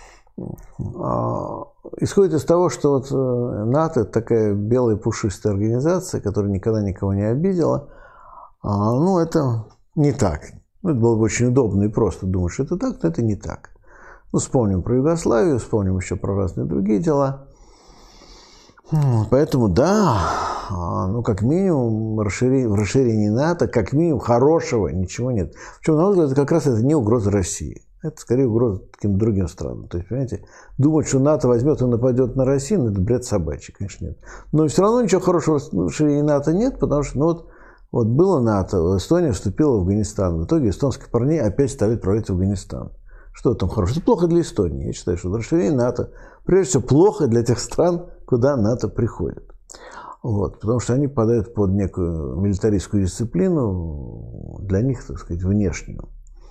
[SPEAKER 1] исходит из того, что вот НАТО – это такая белая пушистая организация, которая никогда никого не обидела. Ну, это не так. Ну, это было бы очень удобно и просто думать, что это так, но это не так. Ну, вспомним про Югославию, вспомним еще про разные другие дела. Поэтому, да, ну, как минимум, в расширении НАТО, как минимум, хорошего ничего нет. Причем, на мой взгляд, как раз это не угроза России. Это скорее угроза каким-то другим странам. То есть, понимаете, думать, что НАТО возьмет и нападет на Россию, ну, это бред собачий, конечно, нет. Но все равно ничего хорошего в расширении НАТО нет, потому что, ну, вот было НАТО, Эстония вступила в Афганистан. В итоге эстонских парней опять стали отправлять в Афганистан. Что там хорошего? Это плохо для Эстонии. Я считаю, что расширение НАТО, прежде всего, плохо для тех стран, куда НАТО приходит. Вот, потому что они попадают под некую милитаристскую дисциплину, для них, так сказать, внешнюю,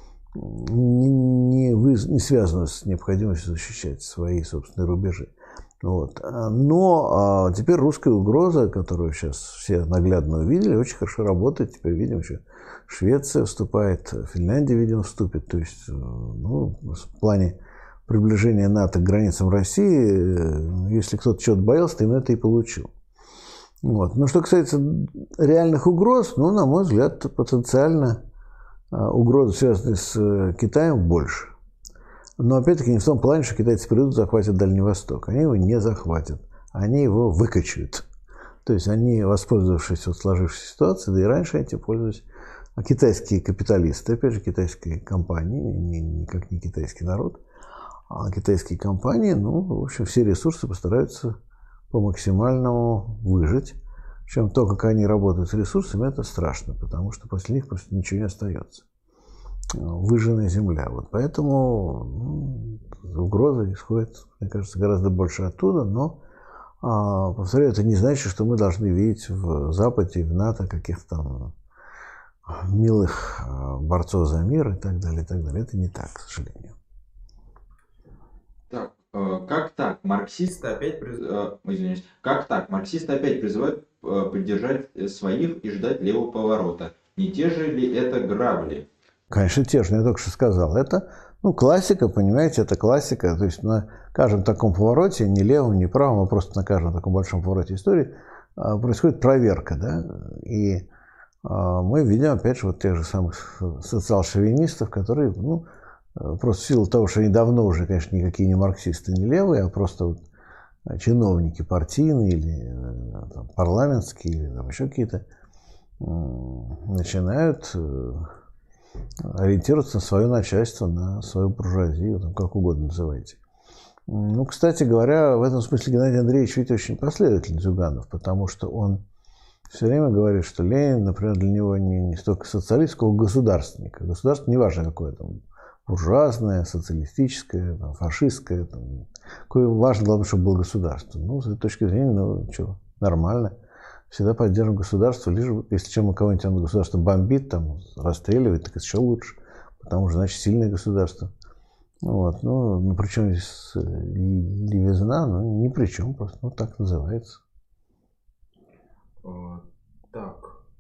[SPEAKER 1] не связанную с необходимостью защищать свои собственные рубежи. Вот. Но теперь русская угроза, которую сейчас все наглядно увидели, очень хорошо работает. Теперь видим, еще Швеция вступает, Финляндия, видимо, вступит. То есть, ну, в плане приближения НАТО к границам России, если кто-то чего-то боялся, то именно это и получил. Вот. Но что касается реальных угроз, ну, на мой взгляд, потенциально угрозы, связанные с Китаем, больше. Но опять-таки не в том плане, что китайцы придут и захватят Дальний Восток. Они его не захватят, они его выкачают. То есть они, воспользовавшись вот сложившейся ситуацией, да и раньше этим пользовались китайские капиталисты, опять же, китайские компании, никак не китайский народ, а китайские компании, ну, в общем, все ресурсы постараются по максимальному выжить. Причем то, как они работают с ресурсами, это страшно, потому что после них просто ничего не остается. Выжженная земля. Вот поэтому угроза исходит, мне кажется, гораздо больше оттуда, но, повторяю, это не значит, что мы должны видеть в Западе, в НАТО каких-то там милых борцов за мир и так далее, и так далее. Это не так, к сожалению.
[SPEAKER 2] Так, как так? Марксисты опять призывают поддержать своих и ждать левого поворота. Не те же ли это грабли?
[SPEAKER 1] Конечно, те же, я только что сказал. Это, классика, понимаете, это классика. То есть на каждом таком повороте, ни левом, ни правом, а просто на каждом таком большом повороте истории происходит проверка, да, и мы видим, опять же, вот тех же самых социал-шовинистов, которые, просто в силу того, что они давно уже, конечно, никакие не марксисты, не левые, а просто вот чиновники партийные или там, парламентские, или там, еще какие-то, начинают ориентироваться на свое начальство, на свою буржуазию, там, как угодно называйте. Кстати говоря, в этом смысле Геннадий Андреевич ведь очень последовательный, Зюганов, потому что он все время говорит, что Ленин, например, для него не столько социалист, сколько государственник. Государство неважно какое там, буржуазное, социалистическое, там, фашистское. Там, какое важно, главное, чтобы было государство. С этой точки зрения, нормально. Всегда поддерживаем государство, лишь если чем у кого-нибудь государство бомбит, там, расстреливает, так еще лучше. Потому что, значит, сильное государство. Причем здесь левизна, ни при чем, просто, так называется.
[SPEAKER 2] Так.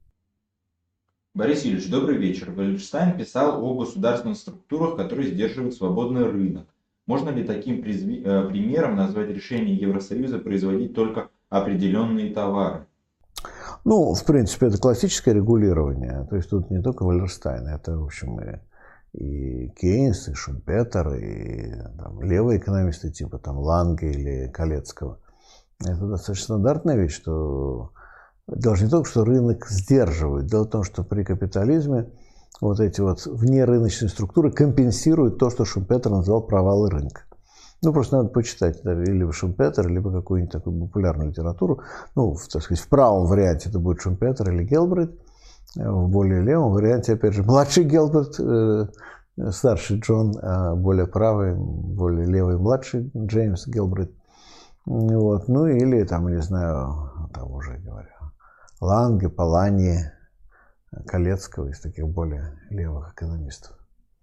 [SPEAKER 2] Борис Юрьевич, добрый вечер. Вальленштейн писал о государственных структурах, которые сдерживают свободный рынок. Можно ли таким примером назвать решение Евросоюза производить только определенные товары?
[SPEAKER 1] В принципе, это классическое регулирование. То есть тут не только Вальленштейн, это, в общем, и Кейнс, и Шумпетер, и там, левые экономисты типа там, Ланге или Колецкого. Это достаточно стандартная вещь, что дело не только, что рынок сдерживает. Дело в том, что при капитализме вот эти вот внерыночные структуры компенсируют то, что Шумпетер называл провалы рынка. Просто надо почитать либо Шумпетер, либо какую-нибудь такую популярную литературу. Так сказать, в правом варианте это будет Шумпетер или Гелбрейт. В более левом варианте, опять же, младший Гелбрейт, старший Джон, а более правый, более левый младший Джеймс Гелбрейт. Или, там, не знаю, там уже говорю, Ланге, Поланье, Колецкого, из таких более левых экономистов.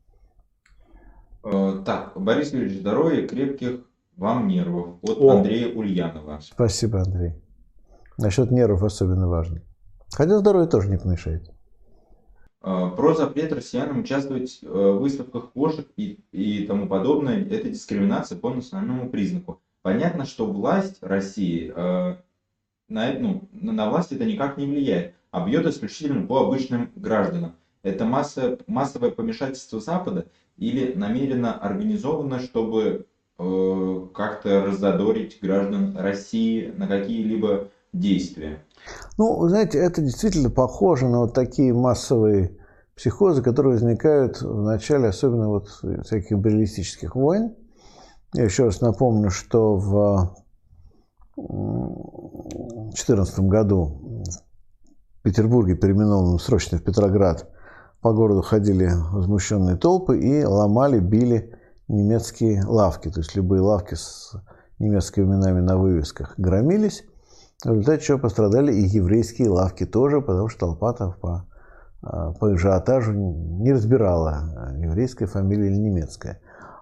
[SPEAKER 2] Так, Борис Юрьевич, здоровья, крепких вам нервов. От Андрея Ульянова.
[SPEAKER 1] Спасибо, Андрей. Насчет нервов особенно важно. Хотя здоровье тоже не помешает.
[SPEAKER 2] Про запрет россиянам участвовать в выставках кошек и тому подобное – это дискриминация по национальному признаку. Понятно, что власть России на власть это никак не влияет, а бьет исключительно по обычным гражданам. Это массовое помешательство Запада или намеренно организовано, чтобы как-то раззадорить граждан России на какие-либо действия?
[SPEAKER 1] Знаете, это действительно похоже на вот такие массовые психозы, которые возникают в начале, особенно всяких империалистических войн. Я еще раз напомню, что в 2014 году в Петербурге, переименованном срочно в Петроград, по городу ходили возмущенные толпы и ломали, били немецкие лавки. То есть любые лавки с немецкими именами на вывесках громились. В результате чего пострадали и еврейские лавки тоже, потому что толпа-то по ажиотажу не разбирала, еврейская фамилия или немецкая.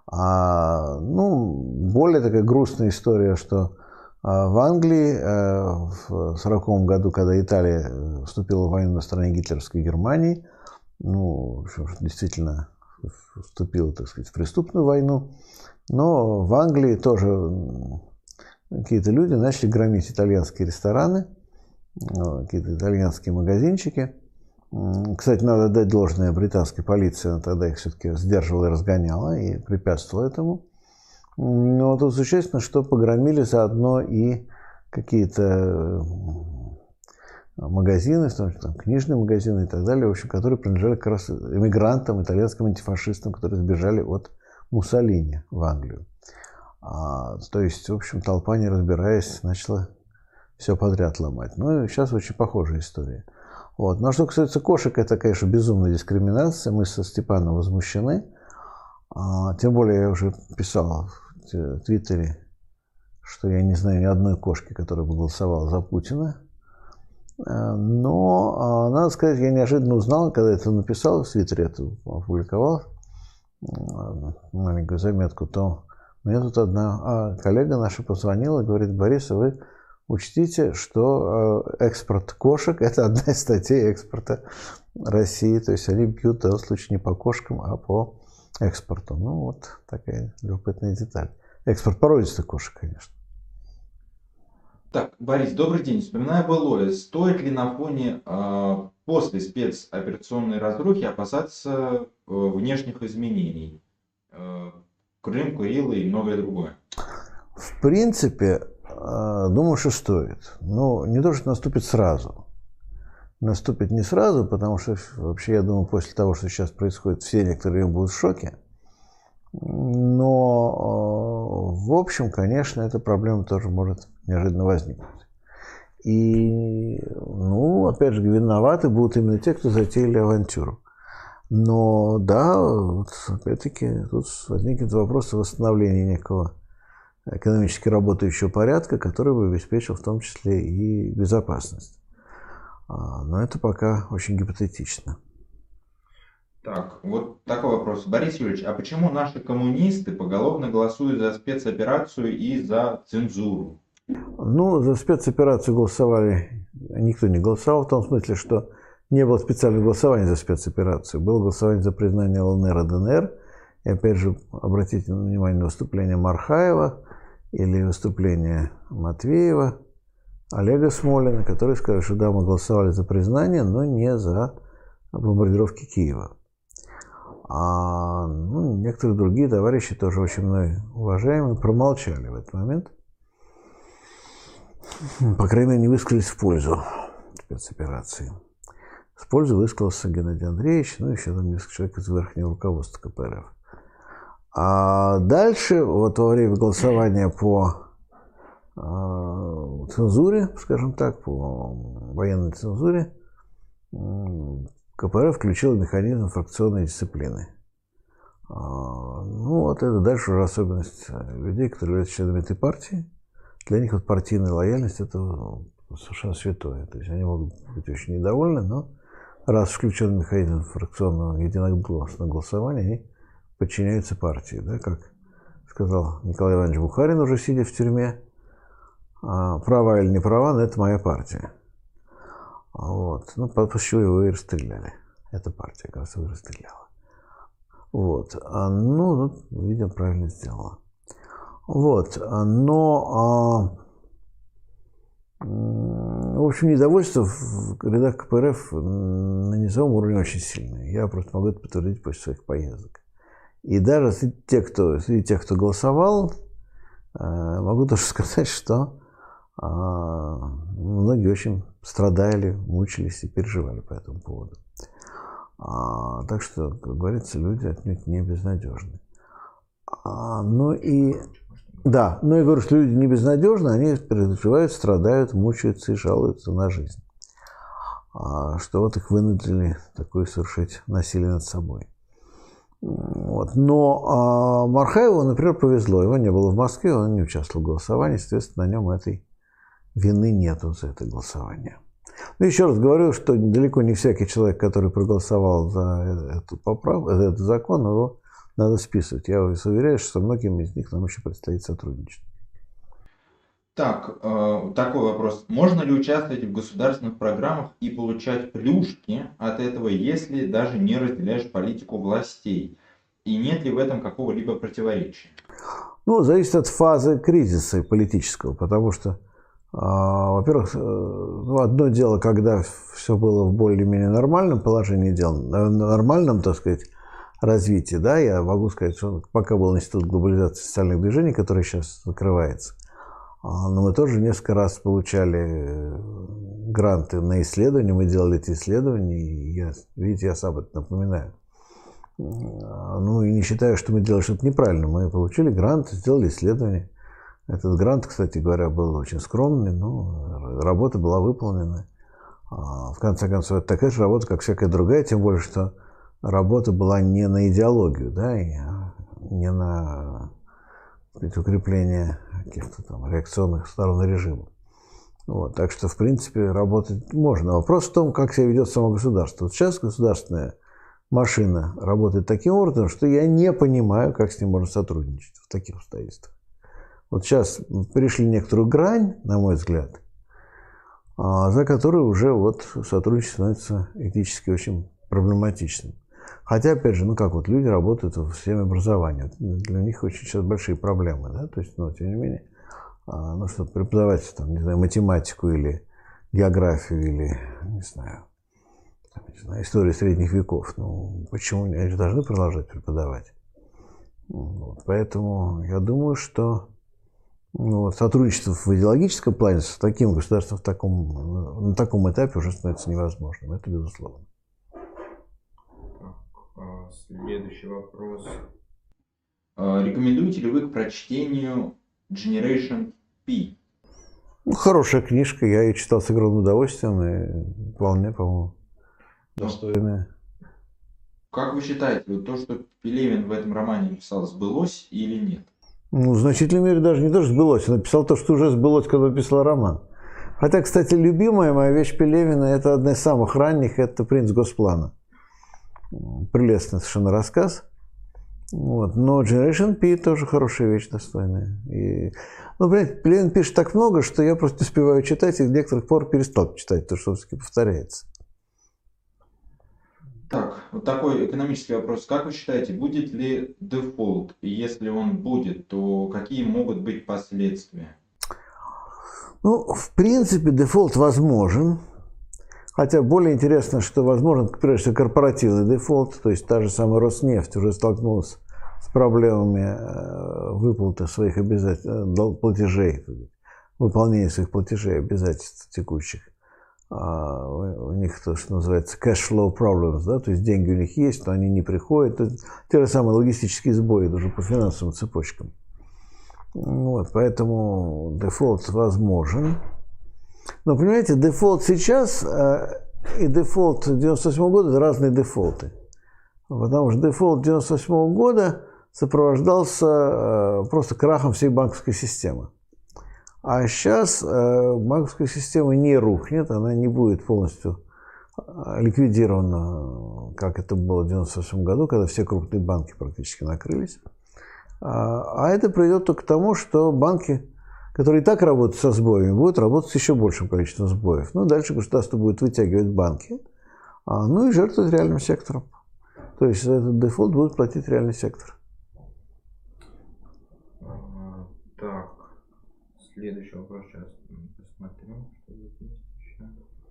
[SPEAKER 1] Более такая грустная история, что в Англии в 1940 году, когда Италия вступила в войну на стороне гитлеровской Германии, действительно вступила, так сказать, в преступную войну, но в Англии тоже какие-то люди начали громить итальянские рестораны, какие-то итальянские магазинчики. Кстати, надо дать должное британской полиции, она тогда их все-таки сдерживала и разгоняла, и препятствовала этому. Но тут существенно, что погромили заодно и какие-то магазины, там, книжные магазины и так далее, в общем, которые принадлежали как раз эмигрантам, итальянским антифашистам, которые сбежали от Муссолини в Англию. То есть, в общем, толпа, не разбираясь, начала все подряд ломать. И сейчас очень похожая история. Но что касается кошек, это, конечно, безумная дискриминация. Мы со Степаном возмущены. Тем более, я уже писал в Твиттере, что я не знаю ни одной кошки, которая бы голосовала за Путина. Но, надо сказать, я неожиданно узнал, когда это написал, в Твиттере это опубликовал, маленькую заметку, то мне тут одна коллега наша позвонила и говорит: Борис, вы учтите, что экспорт кошек – это одна из статей экспорта России. То есть они бьют в данном случае не по кошкам, а по экспорту. Ну, вот такая любопытная деталь. Экспорт породистых кошек, конечно.
[SPEAKER 2] Так, Борис, добрый день. Вспоминая былое, стоит ли на фоне после спецоперационной разрухи опасаться внешних изменений? Крым, Курилы и многое другое.
[SPEAKER 1] В принципе, думаю, что стоит. Но не то, что наступит сразу. Наступит не сразу, потому что вообще, я думаю, после того, что сейчас происходит, все некоторые будут в шоке. Но, в общем, конечно, эта проблема тоже может неожиданно возникнуть. И, ну, опять же, виноваты будут именно те, кто затеяли авантюру. Но, да, вот, опять-таки, тут возникнет вопрос о восстановлении некого экономически работающего порядка, который бы обеспечил в том числе и безопасность. Но это пока очень гипотетично.
[SPEAKER 2] Так, вот такой вопрос. Борис Юрьевич, а почему наши коммунисты поголовно голосуют за спецоперацию и за цензуру?
[SPEAKER 1] Ну, за спецоперацию голосовали, никто не голосовал, в том смысле, что не было специального голосования за спецоперацию. Было голосование за признание ЛНР и ДНР. И опять же, обратите внимание на выступление Мархаева или выступление Матвеева, Олега Смолина, которые сказали, что да, мы голосовали за признание, но не за бомбардировки Киева. А некоторые другие товарищи, тоже очень мной уважаемые, промолчали в этот момент. По крайней мере, не высказались в пользу спецоперации. В пользу высказался Геннадий Андреевич, ну, еще там несколько человек из верхнего руководства КПРФ. А дальше, вот во время голосования по цензуре, скажем так, по военной цензуре, КПРФ включил механизм фракционной дисциплины. Ну, вот это дальше уже особенность людей, которые являются членами этой партии. Для них вот партийная лояльность – это совершенно святое. То есть они могут быть очень недовольны, но раз включен механизм фракционного единогласного голосования, они подчиняются партии. Да? Как сказал Николай Иванович Бухарин, уже сидя в тюрьме, права или не права, но это моя партия. Вот. Ну, после чего его и расстреляли. Эта партия, как раз, его расстреляла. Вот. Ну, видимо, правильно сделала. Вот. Но, в общем, недовольство в рядах КПРФ на низовом уровне очень сильное. Я просто могу это подтвердить после своих поездок. И даже среди тех, кто голосовал, могу тоже сказать, что многие очень страдали, мучились и переживали по этому поводу. Так что, как говорится, люди отнюдь не безнадежны. Ну и говорю, что люди не безнадежны, они переживают, страдают, мучаются и жалуются на жизнь. Что вот их вынудили такое совершить насилие над собой. Вот. Но Мархаеву, например, повезло. Его не было в Москве, он не участвовал в голосовании, соответственно, на нем этой вины нету за это голосование. Но еще раз говорю, что далеко не всякий человек, который проголосовал за эту поправку, за этот закон, его надо списывать. Я вас уверяю, что со многими из них нам еще предстоит сотрудничать.
[SPEAKER 2] Так, такой вопрос. Можно ли участвовать в государственных программах и получать плюшки от этого, если даже не разделяешь политику властей? И нет ли в этом какого-либо противоречия? Ну,
[SPEAKER 1] зависит от фазы кризиса политического, потому что, во-первых, одно дело, когда все было в более-менее нормальном положении дел, нормальном, так сказать, развитии, да, я могу сказать, что пока был Институт глобализации социальных движений, который сейчас закрывается, но мы тоже несколько раз получали гранты на исследования, мы делали эти исследования, и видите, я сам это напоминаю. Ну и не считаю, что мы делали что-то неправильно, мы получили грант, сделали исследование. Этот грант, кстати говоря, был очень скромный, но работа была выполнена. В конце концов, это такая же работа, как всякая другая, тем более, что работа была не на идеологию, да, и не на укрепление каких-то там реакционных сторон режима. Вот, так что, в принципе, работать можно. Вопрос в том, как себя ведет само государство. Вот сейчас государственная машина работает таким образом, что я не понимаю, как с ним можно сотрудничать в таких обстоятельствах. Вот сейчас пришли некоторую грань, на мой взгляд, за которую уже вот сотрудничество становится этически очень проблематичным. Хотя, опять же, ну как вот люди работают в системе образования, для них очень сейчас большие проблемы, да, то есть, но тем не менее, ну что преподавать там, не знаю, математику или географию или, не знаю, историю средних веков, ну почему они же должны продолжать преподавать? Вот, поэтому я думаю, что вот, сотрудничество в идеологическом плане с таким государством на таком этапе уже становится невозможным, это безусловно.
[SPEAKER 2] Следующий вопрос. Рекомендуете ли вы к прочтению Generation P?
[SPEAKER 1] Ну, хорошая книжка, я ее читал с огромным удовольствием и вполне, по-моему, достойная.
[SPEAKER 2] Как вы считаете, то, что Пелевин в этом романе писал, сбылось или нет?
[SPEAKER 1] Ну, в значительной мере даже не то, что сбылось, он написал то, что уже сбылось, когда писал роман. Хотя, кстати, любимая моя вещь Пелевина, это одна из самых ранних, это «Принц Госплана». Прелестный совершенно рассказ. Вот. Но Generation P тоже хорошая вещь, достойная. И, ну, понимаете, Пелевин пишет так много, что я просто не успеваю читать, и с некоторых пор перестал читать, то, что все-таки повторяется.
[SPEAKER 2] Так, вот такой экономический вопрос. Как вы считаете, будет ли дефолт? И если он будет, то какие могут быть последствия?
[SPEAKER 1] Ну, в принципе, дефолт возможен. Хотя более интересно, что возможен, прежде всего, корпоративный дефолт, то есть та же самая Роснефть уже столкнулась с проблемами выплаты своих платежей, выполнения своих платежей, обязательств текущих. У них то, что называется cash flow problems, да, то есть деньги у них есть, но они не приходят. Это те же самые логистические сбои даже по финансовым цепочкам. Вот, поэтому дефолт возможен. Но, понимаете, дефолт сейчас и дефолт 1998 года – это разные дефолты. Потому что дефолт 1998 года сопровождался просто крахом всей банковской системы. А сейчас банковская система не рухнет, она не будет полностью ликвидирована, как это было в 1998 году, когда все крупные банки практически накрылись. А это приведет только к тому, что банки, которые и так работают со сбоями, будут работать с еще большим количеством сбоев. Ну, дальше государство будет вытягивать банки, ну и жертвовать реальным сектором. То есть этот дефолт будет платить реальный сектор.
[SPEAKER 2] Так, следующий вопрос сейчас посмотрю, что здесь есть еще.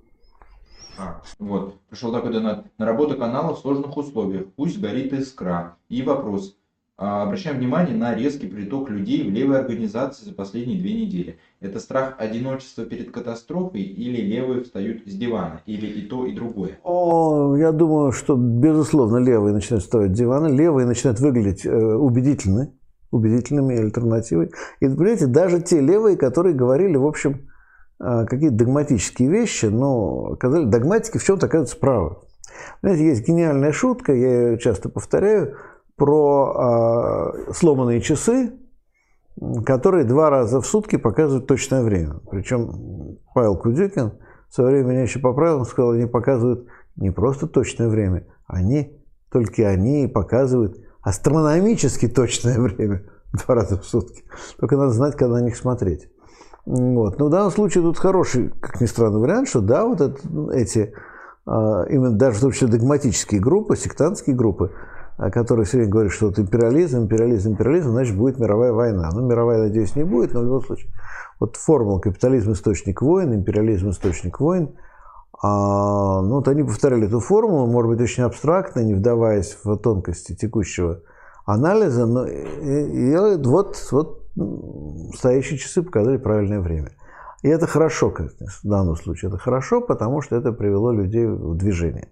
[SPEAKER 2] Вот, пришел такой донат. На работу канала в сложных условиях, пусть горит искра. И вопрос. Обращаем внимание на резкий приток людей в левой организации за последние 2 недели. Это страх одиночества перед катастрофой или левые встают с дивана? Или и то, и другое?
[SPEAKER 1] Я думаю, что, безусловно, левые начинают вставать с дивана, левые начинают выглядеть убедительными альтернативой. И, понимаете, даже те левые, которые говорили, в общем, какие-то догматические вещи, но догматики в чем-то оказываются правы. Знаете, есть гениальная шутка, я ее часто повторяю, про сломанные часы, которые 2 раза в сутки показывают точное время. Причем Павел Кудюкин в свое время меня еще поправил, он сказал, они показывают не просто точное время, только они показывают астрономически точное время 2 раза в сутки. Только надо знать, когда на них смотреть. Вот. Но в данном случае тут хороший, как ни странно, вариант, что да, вот эти, именно даже в том числе догматические группы, сектантские группы, которые все время говорят, что вот империализм, значит, будет мировая война. Ну, мировая, надеюсь, не будет, но в любом случае. Вот формула капитализм – источник войн, империализм – источник войн. Ну, вот они повторяли эту формулу, может быть, очень абстрактно, не вдаваясь в тонкости текущего анализа, но и вот стоящие часы показали правильное время. И это хорошо, в данном случае. Это хорошо, потому что это привело людей в движение.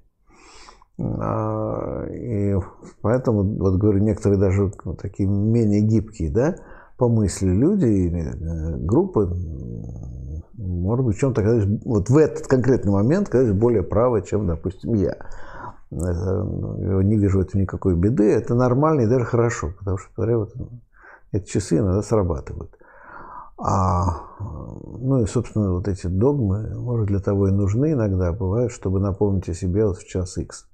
[SPEAKER 1] И поэтому, вот говорю, некоторые даже такие менее гибкие, да, по мысли люди или группы, может быть, в чем-то, вот в этот конкретный момент, конечно, более правы, чем, допустим, я. Не вижу в этом никакой беды, это нормально и даже хорошо, потому что, говоря, вот, эти часы иногда срабатывают. Ну и, собственно, вот эти догмы, может, для того и нужны иногда, бывают, чтобы напомнить о себе вот в час X.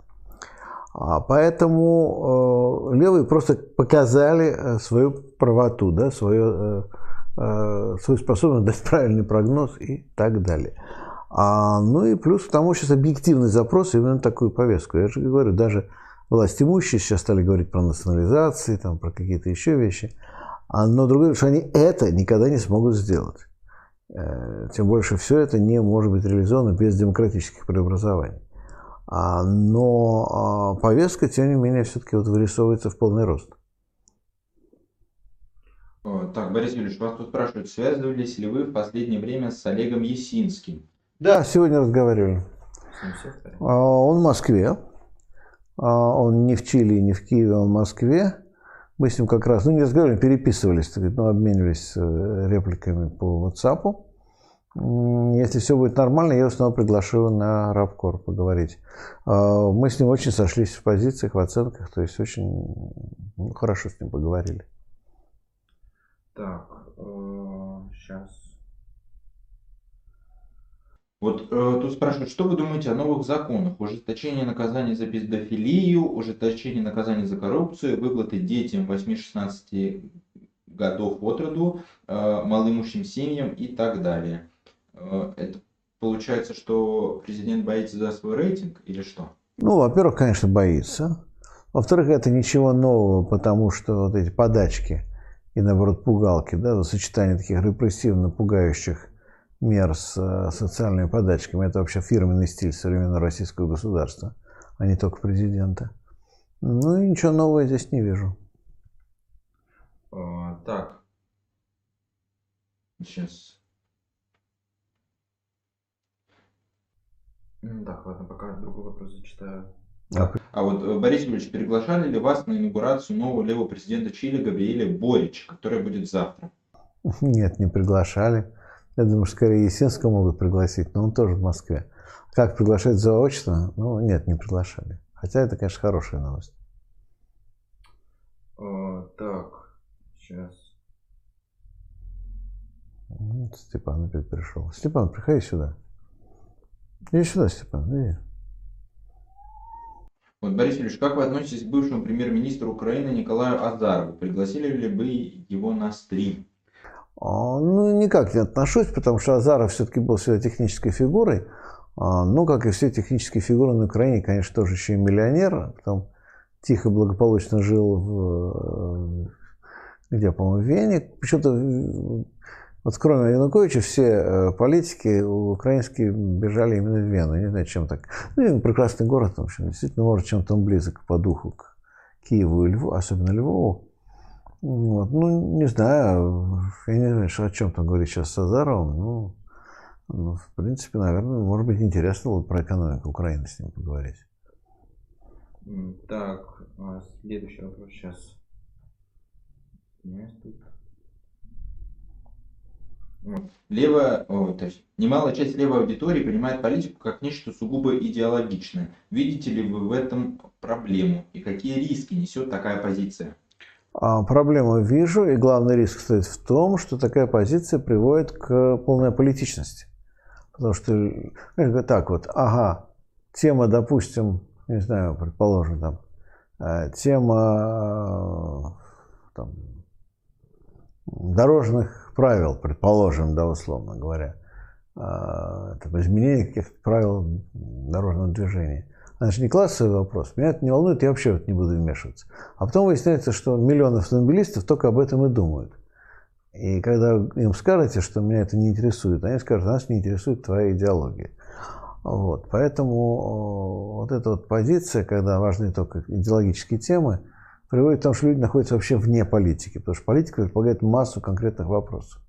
[SPEAKER 1] Поэтому левые просто показали свою правоту, да, свое свою способность дать правильный прогноз и так далее. Ну и плюс к тому сейчас объективный запрос именно на такую повестку. Я же говорю, даже власть имущие сейчас стали говорить про национализации, там, про какие-то еще вещи. Но другое, что они это никогда не смогут сделать. Тем больше все это не может быть реализовано без демократических преобразований. Но повестка, тем не менее, все-таки вот вырисовывается в полный рост.
[SPEAKER 2] Так, Борис Юрьевич, вас тут спрашивают, связывались ли вы в последнее время с Олегом Ясинским?
[SPEAKER 1] Да, сегодня разговаривали. Он в Москве. Он не в Чили, не в Киеве, он в Москве. Мы с ним как раз, не разговаривали, переписывались, обменивались репликами по WhatsApp. Если все будет нормально, я его снова приглашу на Рабкор поговорить. Мы с ним очень сошлись в позициях, в оценках, то есть очень хорошо с ним поговорили.
[SPEAKER 2] Так, сейчас. Вот тут спрашивают, что вы думаете о новых законах? Ужесточение наказаний за педофилию, ужесточение наказаний за коррупцию, выплаты детям 8-16 годов от роду, малоимущим семьям и так далее. Это получается, что президент боится за свой рейтинг или что?
[SPEAKER 1] Во-первых, конечно, боится. Во-вторых, это ничего нового, потому что вот эти подачки и, наоборот, пугалки, да, сочетание таких репрессивно-пугающих мер с социальными подачками, это вообще фирменный стиль современного российского государства, а не только президента. И ничего нового я здесь не вижу.
[SPEAKER 2] Так. Сейчас. Так, ладно, пока другой вопрос зачитаю. Вот, Борис Юрьевич, приглашали ли вас на инаугурацию нового левого президента Чили Габриэля Борича, которая будет завтра?
[SPEAKER 1] Нет, не приглашали. Я думаю, что скорее Ясинского могут пригласить, но он тоже в Москве. Как приглашать заочно? Нет, не приглашали. Хотя это, конечно, хорошая новость.
[SPEAKER 2] Так, сейчас.
[SPEAKER 1] Степан опять пришел. Степан, приходи сюда. Иди сюда, Степан, иди.
[SPEAKER 2] Вот, Борис Юрьевич, как вы относитесь к бывшему премьер-министру Украины Николаю Азарову? Пригласили ли вы его на стрим?
[SPEAKER 1] Никак не отношусь, потому что Азаров все-таки был всегда технической фигурой. Как и все технические фигуры на Украине, конечно, тоже еще и миллионер. Потом тихо, благополучно жил где, по-моему, в Вене. Почему-то, вот кроме Януковича, все политики украинские бежали именно в Вену. Не знаю, чем так. Прекрасный город, в общем, действительно, может, чем-то он близок по духу к Киеву и Львову, особенно Львову. Не знаю, я не знаю, о чем там говорить сейчас с Азаровым. В принципе, наверное, может быть, интересно было про экономику Украины с ним поговорить.
[SPEAKER 2] Так, следующий вопрос сейчас. Немалая часть левой аудитории понимает политику как нечто сугубо идеологичное. Видите ли вы в этом проблему? И какие риски несет такая позиция?
[SPEAKER 1] Проблему вижу, и главный риск стоит в том, что такая позиция приводит к полной аполитичности. Потому что, тема, допустим, не знаю, предположим, тема дорожных правил, предположим, условно говоря, изменение каких-то правил дорожного движения. Это же не классовый вопрос. Меня это не волнует, я вообще не буду вмешиваться. А потом выясняется, что миллионы автомобилистов только об этом и думают. И когда им скажете, что меня это не интересует, они скажут, нас не интересует твоя идеология. Поэтому вот эта вот позиция, когда важны только идеологические темы, приводит к тому, что люди находятся вообще вне политики. Потому что политика предполагает массу конкретных вопросов.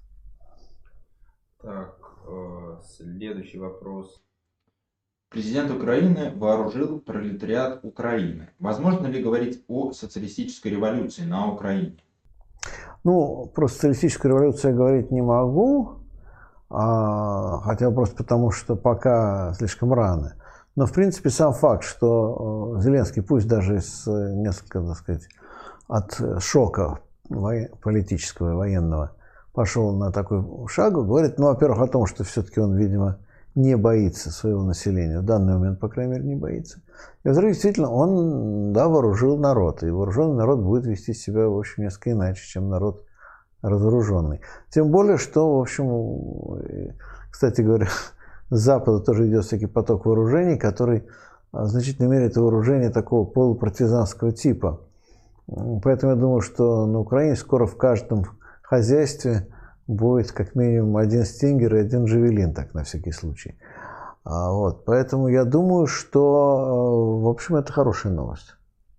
[SPEAKER 2] Так, следующий вопрос. Президент Украины вооружил пролетариат Украины. Возможно ли говорить о социалистической революции на Украине?
[SPEAKER 1] Про социалистическую революцию я говорить не могу, хотя просто потому, что пока слишком рано. Но, в принципе, сам факт, что Зеленский, пусть даже несколько, от шока политического и военного, пошел на такой шаг, говорит, во-первых, о том, что все-таки он, видимо, не боится своего населения. В данный момент, по крайней мере, не боится. И, во-вторых, действительно, он, вооружил народ. И вооруженный народ будет вести себя, в общем, несколько иначе, чем народ разоруженный. Тем более, что, в общем, кстати говоря, с Запада тоже идет всякий поток вооружений, который в значительной мере это вооружение такого полупартизанского типа. Поэтому я думаю, что на Украине скоро в каждом хозяйстве будет как минимум один «Стингер» и один «Джавелин», так на всякий случай. Вот. Поэтому я думаю, что, в общем, это хорошая новость.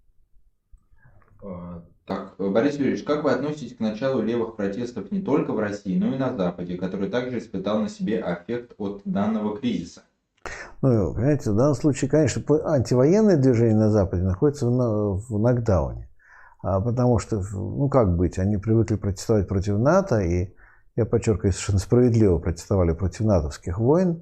[SPEAKER 2] Так, Борис Юрьевич, как вы относитесь к началу левых протестов не только в России, но и на Западе, который также испытал на себе эффект от данного кризиса?
[SPEAKER 1] Ну, понимаете, в данном случае, конечно, антивоенное движение на Западе находится в нокдауне. Потому что, ну как быть, они привыкли протестовать против НАТО, и, я подчеркиваю, совершенно справедливо протестовали против натовских войн,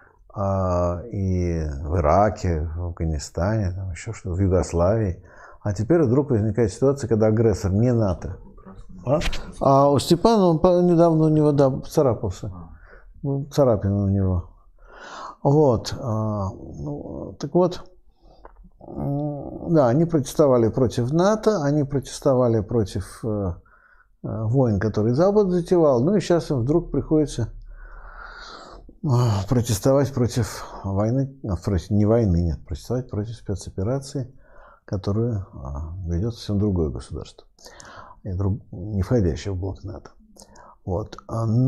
[SPEAKER 1] и в Ираке, в Афганистане, там еще что-то, в Югославии. А теперь вдруг возникает ситуация, когда агрессор не НАТО. А у Степана, он недавно у него, да, царапался. Царапина у него. Вот. Ну, так вот, да, они протестовали против НАТО, они протестовали против войн, которые Запад затевал. Ну и сейчас им вдруг приходится протестовать против войны, не войны, нет, протестовать против спецоперации, которую ведет совсем другое государство, не входящее в блок НАТО. Вот.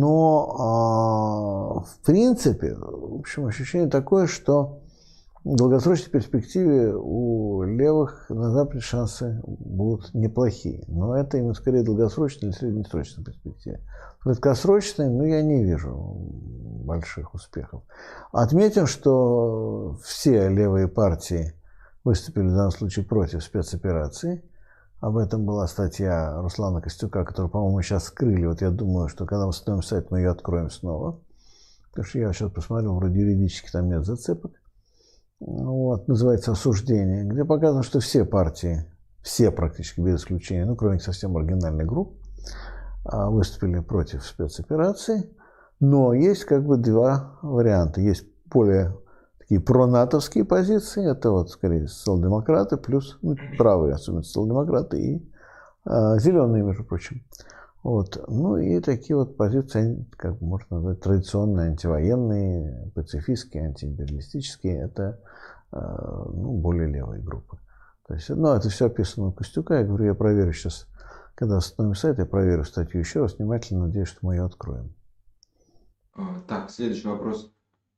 [SPEAKER 1] Но, в принципе, в общем, ощущение такое, что в долгосрочной перспективе у левых на Западе шансы будут неплохие. Но это именно скорее долгосрочной или среднесрочной перспективе. В краткосрочной, ну, я не вижу больших успехов. Отметим, что все левые партии выступили в данном случае против спецоперации. Об этом была статья Руслана Костюка, которую, по-моему, сейчас скрыли. Вот я думаю, что когда мы установим сайт, мы ее откроем снова. Потому что я сейчас посмотрел, вроде юридически там нет зацепок. Вот, называется «Осуждение», где показано, что все партии, все практически без исключения, ну, кроме совсем маргинальных групп, выступили против спецоперации. Но есть как бы два варианта. Есть более такие пронатовские позиции, это вот скорее социал-демократы, плюс правые, особенно социал-демократы, и зеленые, между прочим. Вот. Ну и такие вот позиции, как можно назвать, традиционные, антивоенные, пацифистские, антиимпериалистические, это более левые группы. То есть, ну, это все описано у Костюка. Я говорю, я проверю сейчас, когда установим сайт, я проверю статью еще раз, внимательно, надеюсь, что мы ее откроем.
[SPEAKER 2] Так, следующий вопрос.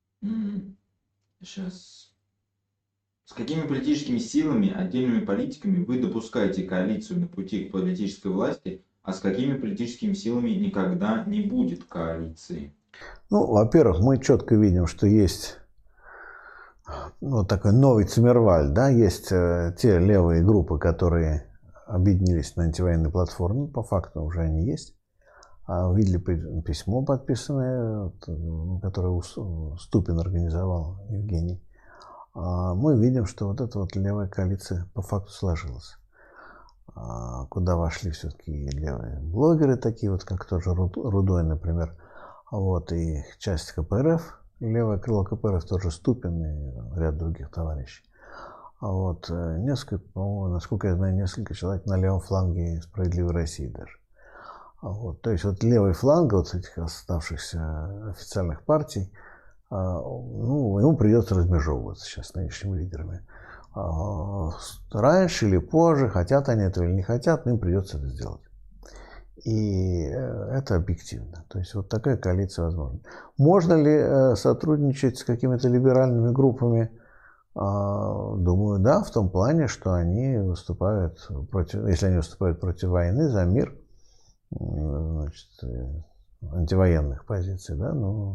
[SPEAKER 2] Сейчас. С какими политическими силами, отдельными политиками вы допускаете коалицию на пути к политической власти, а с какими политическими силами никогда не будет коалиции?
[SPEAKER 1] Ну, во-первых, мы четко видим, что есть вот такой новый Циммервальд, да, есть те левые группы, которые объединились на антивоенной платформе, по факту уже они есть. Видели письмо подписанное, которое Ступин организовал, Евгений. Мы видим, что вот эта вот левая коалиция по факту сложилась. Куда вошли все-таки левые блогеры, такие вот, как тот же Рудой, например, вот, и часть КПРФ, левое крыло КПРФ, тот же Ступин и ряд других товарищей. Вот, несколько, по-моему, насколько я знаю, несколько человек на левом фланге «Справедливой России» даже. Вот, то есть вот левый фланг вот этих оставшихся официальных партий, ну, ему придется размежевываться сейчас с нынешними лидерами. Раньше или позже, хотят они этого или не хотят, но им придется это сделать. И это объективно. То есть вот такая коалиция возможна. Можно ли сотрудничать с какими-то либеральными группами? Думаю, да, в том плане, что они выступают против, если они выступают против войны, за мир, значит, антивоенных позиций, да, ну,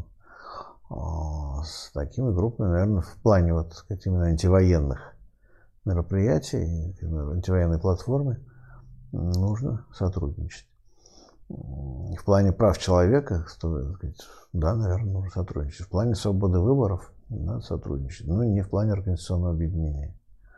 [SPEAKER 1] с такими группами, наверное, в плане вот именно антивоенных мероприятий, антивоенной платформы нужно сотрудничать. В плане прав человека, да, наверное, нужно сотрудничать. В плане свободы выборов надо сотрудничать, но не в плане организационного объединения.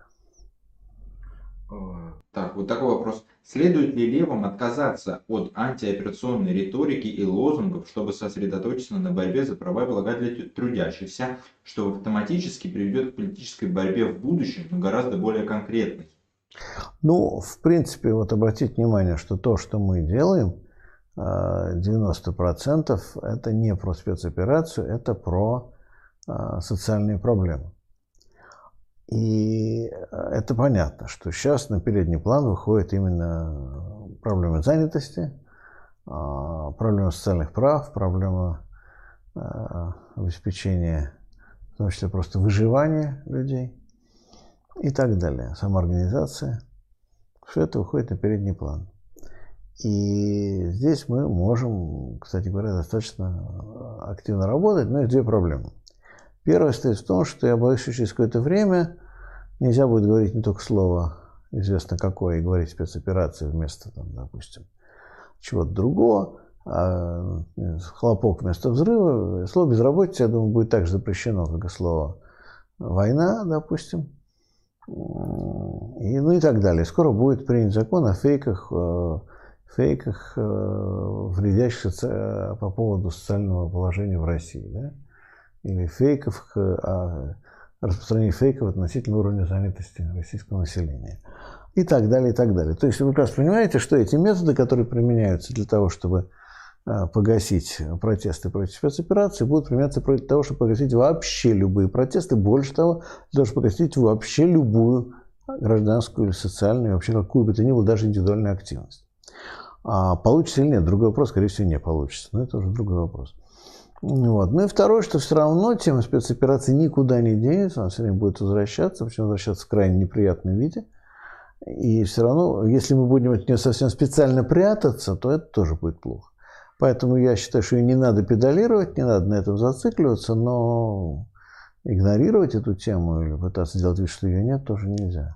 [SPEAKER 2] Так, вот такой вопрос. Следует ли левым отказаться от антиоперационной риторики и лозунгов, чтобы сосредоточиться на борьбе за права и блага для трудящихся, что автоматически приведет к политической борьбе в будущем, но гораздо более конкретной?
[SPEAKER 1] Ну, в принципе, вот обратите внимание, что то, что мы делаем, 90% это не про спецоперацию, это про социальные проблемы. И это понятно, что сейчас на передний план выходит именно проблема занятости, проблема социальных прав, проблема обеспечения, в том числе просто выживания людей и так далее, самоорганизация. Все это выходит на передний план. И здесь мы можем, кстати говоря, достаточно активно работать, но есть две проблемы. Первая стоит в том, что я боюсь, что через какое-то время нельзя будет говорить не только слово известно какое, и говорить спецоперации вместо, там, допустим, чего-то другого, а хлопок вместо взрыва. Слово безработица, я думаю, будет так же запрещено, как и слово война, допустим, и, ну и так далее. Скоро будет принят закон о фейках, вредящих по поводу социального положения в России, да? Или фейков, распространение фейков относительно уровня занятости российского населения. И так далее, и так далее. То есть вы как раз понимаете, что эти методы, которые применяются для того, чтобы погасить протесты против спецоперации, будут применяться для того, чтобы погасить вообще любые протесты. Больше того, для того, чтобы погасить вообще любую гражданскую или социальную, вообще какую бы то ни было, даже индивидуальную активность. А получится или нет, другой вопрос, скорее всего, не получится. Но это уже другой вопрос. Вот. Ну и второе, что все равно тема спецоперации никуда не денется, она все время будет возвращаться, причем возвращаться в крайне неприятном виде. И все равно, если мы будем от нее совсем специально прятаться, то это тоже будет плохо. Поэтому я считаю, что ее не надо педалировать, не надо на этом зацикливаться, но игнорировать эту тему или пытаться сделать вид, что ее нет, тоже нельзя.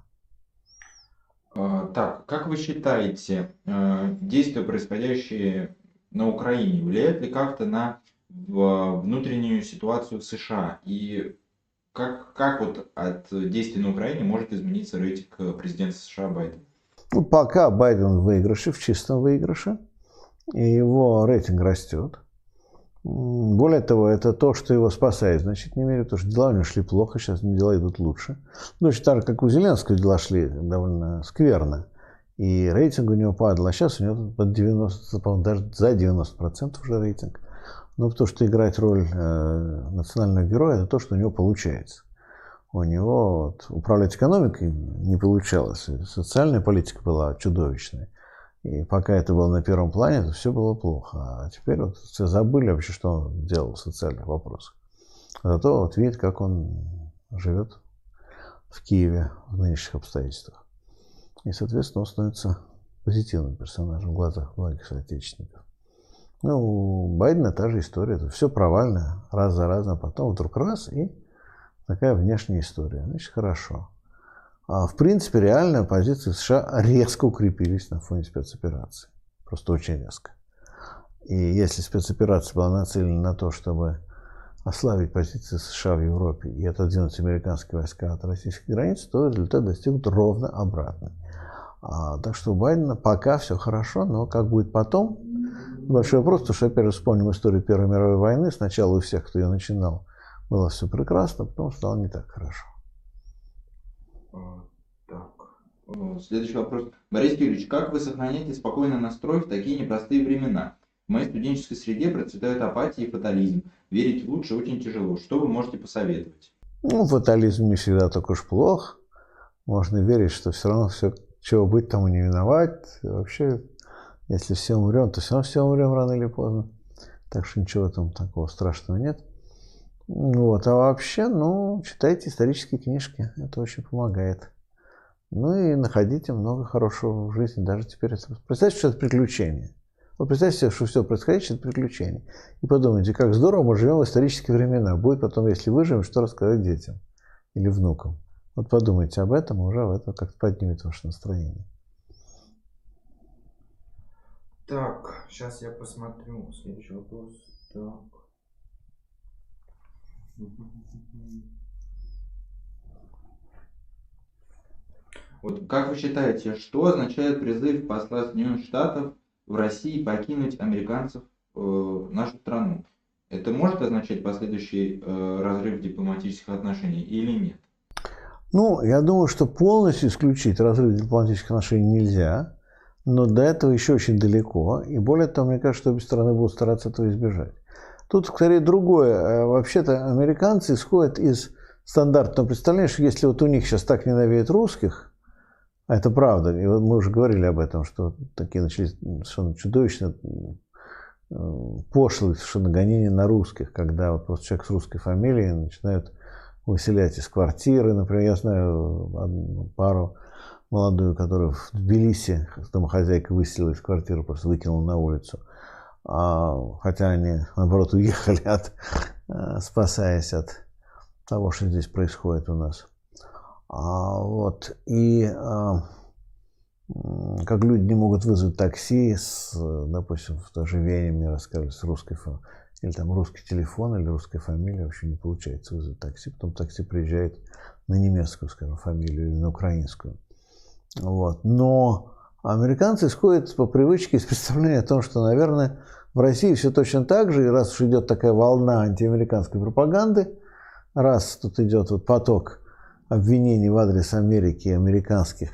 [SPEAKER 2] Так, как вы считаете, действия, происходящие на Украине, влияют ли как-то на внутреннюю ситуацию в США? И как вот от действий на Украине может измениться рейтинг президента США Байдена?
[SPEAKER 1] Ну, пока Байден в выигрыше, в чистом выигрыше, и его рейтинг растет. Более того, это то, что его спасает в значительной мере, потому что дела у него шли плохо, сейчас дела идут лучше. Ну, точно так же, как у Зеленского дела шли довольно скверно, и рейтинг у него падал, а сейчас у него под 90, по-моему, даже за 90% уже рейтинг. Ну, потому что играть роль национального героя – это то, что у него получается. У него вот, управлять экономикой не получалось, социальная политика была чудовищной. И пока это было на первом плане, то все было плохо. А теперь вот все забыли вообще, что он делал в социальных вопросах. Зато вот видит, как он живет в Киеве в нынешних обстоятельствах. И, соответственно, он становится позитивным персонажем в глазах многих соотечественников. Ну, у Байдена та же история. Это все провально, раз за разом, а потом вдруг раз, и такая внешняя история. Значит, хорошо. А в принципе, реально позиции США резко укрепились на фоне спецоперации. Просто очень резко. И если спецоперация была нацелена на то, чтобы ослабить позиции США в Европе и отодвинуть американские войска от российских границ, то результат достигнут ровно обратный. Так что у Байдена пока все хорошо, но как будет потом? Большой вопрос, потому что, опять же, вспомним историю Первой мировой войны. Сначала у всех, кто ее начинал, было все прекрасно, потом стало не так хорошо.
[SPEAKER 2] Так, следующий вопрос. Борис Юрьевич, как вы сохраняете спокойный настрой в такие непростые времена? В моей студенческой среде процветают апатия и фатализм. Верить в лучшее очень тяжело. Что вы можете посоветовать? Ну,
[SPEAKER 1] фатализм не всегда так уж плох. Можно верить, что все равно все, чего быть, тому не виноват. Вообще, если все умрем, то все равно все умрем рано или поздно. Так что ничего там такого страшного нет. Вот. А вообще, ну, читайте исторические книжки. Это очень помогает. Ну и находите много хорошего в жизни. Даже теперь. Представьте, что это приключение. Вот представьте себе, что все происходящее – это приключение. И подумайте, как здорово мы живем в исторические времена. Будет потом, если выживем, что рассказать детям или внукам. Вот подумайте об этом, и уже это как-то поднимет ваше настроение.
[SPEAKER 2] Так, сейчас я посмотрю. Следующий вопрос. Так. Вот как вы считаете, что означает призыв посла Соединенных Штатов в России покинуть американцев нашу страну? Это может означать последующий разрыв дипломатических отношений или нет?
[SPEAKER 1] Ну, я думаю, что полностью исключить разрыв дипломатических отношений нельзя. но до этого еще очень далеко. И более того, мне кажется, что обе стороны будут стараться этого избежать. Тут, скорее, другое. Вообще-то американцы исходят из стандартного представления, что если вот у них сейчас так ненавидят русских, а это правда, и вот мы уже говорили об этом, что такие начались совершенно чудовищно пошлые совершенно гонения на русских, когда вот просто человек с русской фамилией начинают выселять из квартиры. Например, я знаю одну пару молодую, которую в Тбилиси домохозяйка выселила из квартиры, просто выкинула на улицу. Хотя они, наоборот, уехали, спасаясь от того, что здесь происходит у нас. Вот. И как люди не могут вызвать такси, допустим, в то же Вене мне рассказывали, с русской фамилией, или там русский телефон, или русская фамилия, вообще не получается вызвать такси. Потом такси приезжает на немецкую, скажем, фамилию или на украинскую. Вот. Но американцы исходят по привычке из представления о том, что, наверное, в России все точно так же, и раз уж идет такая волна антиамериканской пропаганды, раз тут идет вот поток обвинений в адрес Америки и американских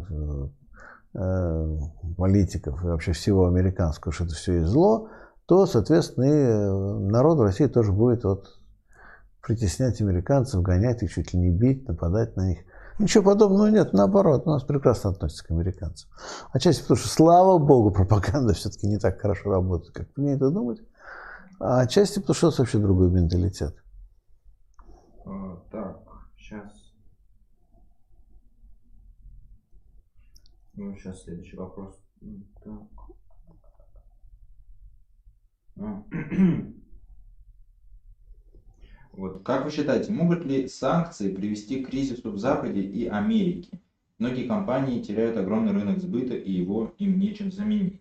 [SPEAKER 1] политиков и вообще всего американского, что это все есть зло, то, соответственно, и народ в России тоже будет вот притеснять американцев, гонять их, чуть ли не бить, нападать на них. Ничего подобного нет, наоборот, у нас прекрасно относятся к американцам. Отчасти потому, что, слава богу, пропаганда все-таки не так хорошо работает, как принято думать, а отчасти потому, что это вообще другой менталитет.
[SPEAKER 2] Так, сейчас. Ну, сейчас следующий вопрос. Так. Вот. Как вы считаете, могут ли санкции привести к кризису в Западе и Америке? Многие компании теряют огромный рынок сбыта, и его им нечем заменить.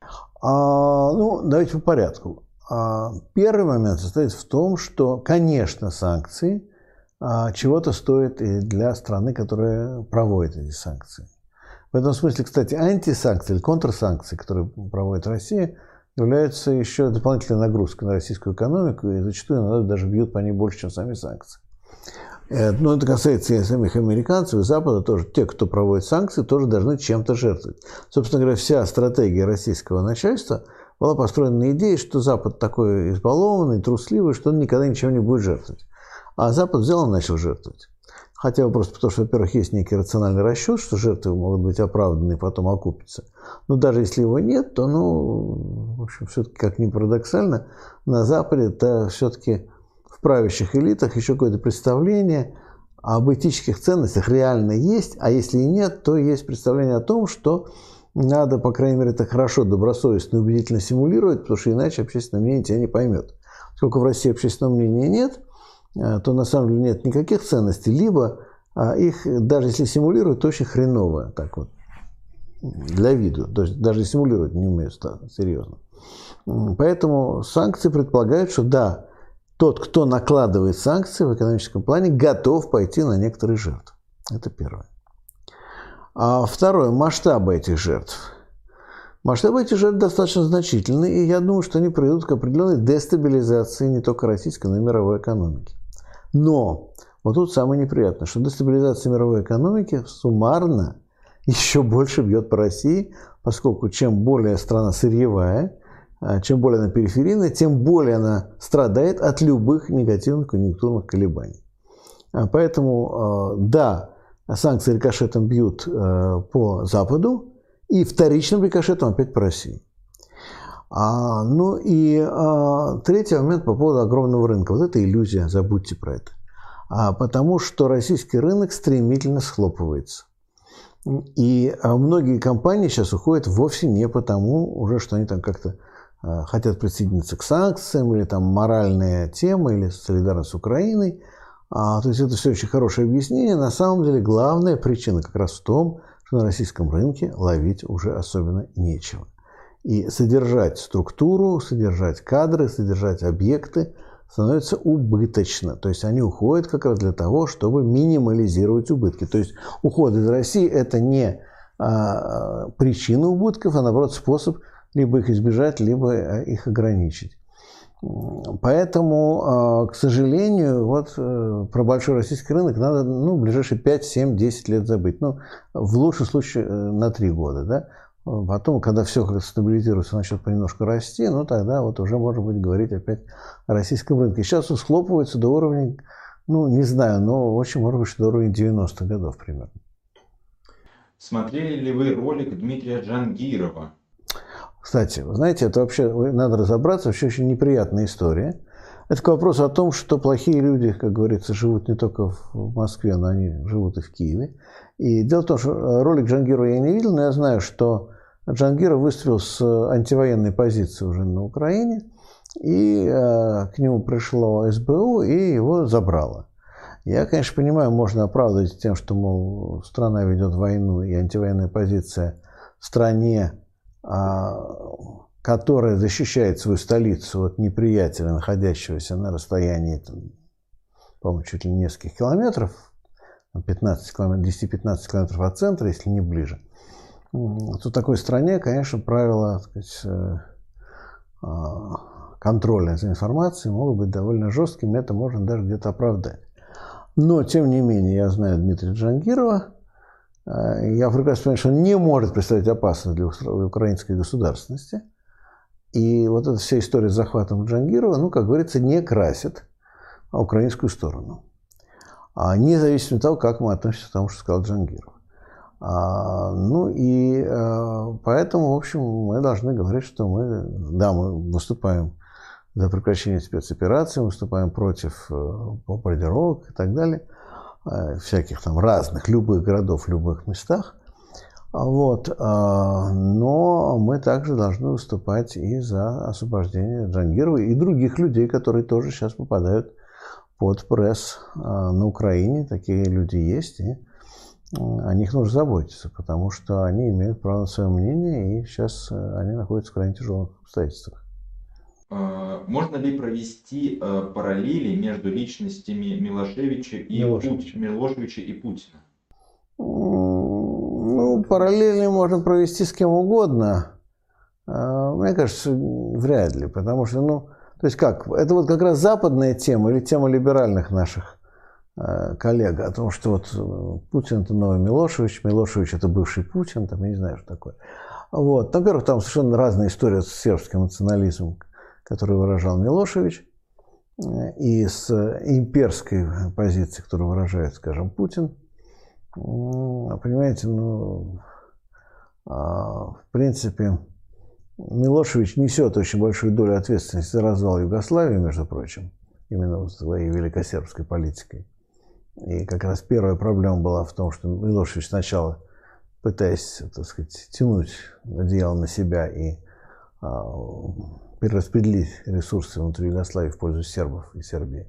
[SPEAKER 1] Ну, давайте по порядку. Первый момент состоит в том, что, конечно, санкции чего-то стоят и для страны, которая проводит эти санкции. В этом смысле, кстати, антисанкции или контрсанкции, которые проводит Россия, являются еще дополнительной нагрузкой на российскую экономику, и зачастую иногда даже бьют по ней больше, чем сами санкции. Но это касается и самих американцев, и Запада тоже. Те, кто проводит санкции, тоже должны чем-то жертвовать. Собственно говоря, вся стратегия российского начальства была построена на идее, что Запад такой избалованный, трусливый, что он никогда ничем не будет жертвовать. А Запад взял и начал жертвовать. Хотя бы просто потому, что, во-первых, есть некий рациональный расчет, что жертвы могут быть оправданы и потом окупятся. Но даже если его нет, то, в общем, все-таки, как ни парадоксально, на Западе-то все-таки в правящих элитах еще какое-то представление об этических ценностях реально есть, а если и нет, то есть представление о том, что надо, по крайней мере, это хорошо, добросовестно и убедительно симулировать, потому что иначе общественное мнение тебя не поймет. Поскольку в России общественного мнения нет, то на самом деле нет никаких ценностей, либо их, даже если симулируют, то очень хреново, так вот, для виду. То есть даже симулировать не умеют серьезно. Поэтому санкции предполагают, что да, тот, кто накладывает санкции в экономическом плане, готов пойти на некоторые жертвы. Это первое. А второе, масштабы этих жертв. Масштабы этих жертв достаточно значительны, и я думаю, что они приведут к определенной дестабилизации не только российской, но и мировой экономики. Но вот тут самое неприятное, что дестабилизация мировой экономики суммарно еще больше бьет по России, поскольку чем более страна сырьевая, чем более она периферийная, тем более она страдает от любых негативных конъюнктурных колебаний. Поэтому, да, санкции рикошетом бьют по Западу, и вторичным рикошетом опять по России. Ну и третий момент по поводу огромного рынка. Вот это иллюзия, забудьте про это. Потому что российский рынок стремительно схлопывается. И многие компании сейчас уходят вовсе не потому, уже, что они там как-то хотят присоединиться к санкциям, или там моральная тема, или солидарность с Украиной. То есть это все очень хорошее объяснение. На самом деле главная причина как раз в том, что на российском рынке ловить уже особенно нечего. И содержать структуру, содержать кадры, содержать объекты становится убыточно. То есть они уходят как раз для того, чтобы минимализировать убытки. То есть уход из России – это не причина убытков, а наоборот способ либо их избежать, либо их ограничить. Поэтому, к сожалению, вот про большой российский рынок надо в ближайшие 5, 7, 10 лет забыть. В лучшем случае на 3 года. Да? Потом, когда все как-то стабилизируется, начнет понемножку расти, ну тогда вот уже можно будет говорить опять о российском рынке. Сейчас он схлопывается до уровня, ну не знаю, но очень может быть, что до уровня 90-х годов примерно.
[SPEAKER 2] Смотрели ли вы ролик Дмитрия Джангирова?
[SPEAKER 1] Кстати, вы знаете, это вообще надо разобраться, вообще очень неприятная история. Это к вопросу о том, что плохие люди, как говорится, живут не только в Москве, но они живут и в Киеве. И дело в том, что ролик Джангирова я не видел, но я знаю, что Джангиров выступил с антивоенной позиции уже на Украине, и к нему пришло СБУ и его забрало. Я, конечно, понимаю, можно оправдывать тем, что, мол, страна ведет войну, и антивоенная позиция в стране, которая защищает свою столицу от неприятеля, находящегося на расстоянии, по-моему, чуть ли не нескольких километров, 10-15 километров от центра, если не ближе. То в такой стране, конечно, правила, так сказать, контроля за информацией могут быть довольно жесткими, это можно даже где-то оправдать. Но, тем не менее, я знаю Дмитрия Джангирова, я прекрасно понимаю, что он не может представлять опасность для украинской государственности. И вот эта вся история с захватом Джангирова, ну, как говорится, не красит украинскую сторону. Независимо от того, как мы относимся к тому, что сказал Джангиров. Ну и поэтому, в общем, мы должны говорить, что мы выступаем за прекращение спецопераций, мы выступаем против бомбардировок и так далее, всяких там разных, любых городов, в любых местах. Вот. Но мы также должны выступать и за освобождение Джангирова и других людей, которые тоже сейчас попадают под пресс на Украине. Такие люди есть, и о них нужно заботиться, потому что они имеют право на свое мнение, и сейчас они находятся в крайне тяжелых обстоятельствах.
[SPEAKER 2] Можно ли провести параллели между личностями Милошевича и Путина?
[SPEAKER 1] Ну, параллели можно провести с кем угодно. Мне кажется, вряд ли, потому что, то есть как, это вот как раз западная тема или тема либеральных наших коллег о том, что вот Путин – это новый Милошевич, Милошевич – это бывший Путин, там, я не знаю, что такое. Вот. Во-первых, там совершенно разная история с сербским национализмом, который выражал Милошевич, и с имперской позицией, которую выражает, скажем, Путин. Понимаете, в принципе, Милошевич несет очень большую долю ответственности за развал Югославии, между прочим, именно своей великосербской политикой. И как раз первая проблема была в том, что Милошевич сначала, пытаясь, так сказать, тянуть одеяло на себя и перераспределить ресурсы внутри Югославии в пользу сербов и Сербии,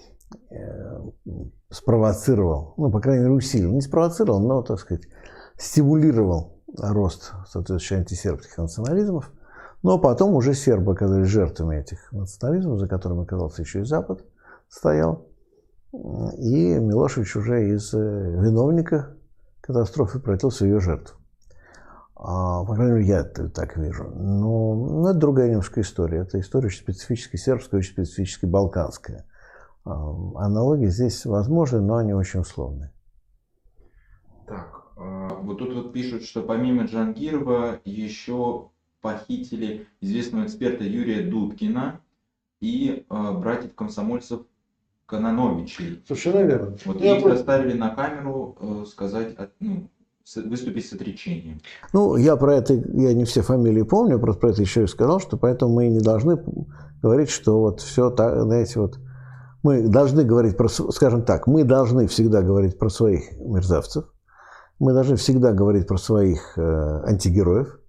[SPEAKER 1] спровоцировал, по крайней мере, усилил, не спровоцировал, но, так сказать, стимулировал рост соответствующих антисербских национализмов. Но потом уже сербы оказались жертвами этих национализмов, за которыми оказался еще и Запад стоял. И Милошевич уже из виновника катастрофы превратился в ее жертву. По крайней мере, я это так вижу. Но это другая немножко история. Это история очень специфически сербская, очень специфически балканская. Аналогии здесь возможны, но они очень условные.
[SPEAKER 2] Так, вот тут вот пишут, что помимо Джангирова еще похитили известного эксперта Юрия Дудкина и братьев-комсомольцев Кононовичей.
[SPEAKER 1] Совершенно верно.
[SPEAKER 2] Вот их доставили на камеру выступить с отречением.
[SPEAKER 1] Я про это, я не все фамилии помню, просто про это еще и сказал, что поэтому мы не должны говорить, что вот все так, знаете, вот мы должны говорить про, скажем так, мы должны всегда говорить про своих мерзавцев, мы должны всегда говорить про своих антигероев,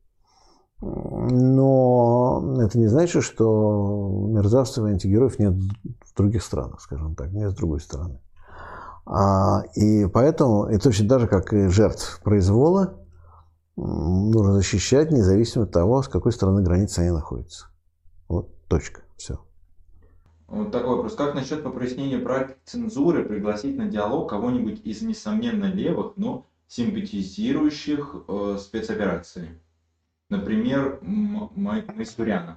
[SPEAKER 1] но это не значит, что мерзавцев и антигероев нет в других странах, скажем так, нет с другой стороны. И поэтому, и точно так же, как и жертв произвола, нужно защищать, независимо от того, с какой стороны границы они находятся. Вот, точка, все.
[SPEAKER 2] Вот такой вопрос. Как насчет по прояснению практик цензуры пригласить на диалог кого-нибудь из несомненно левых, но симпатизирующих спецоперации? Например, Майсуряна.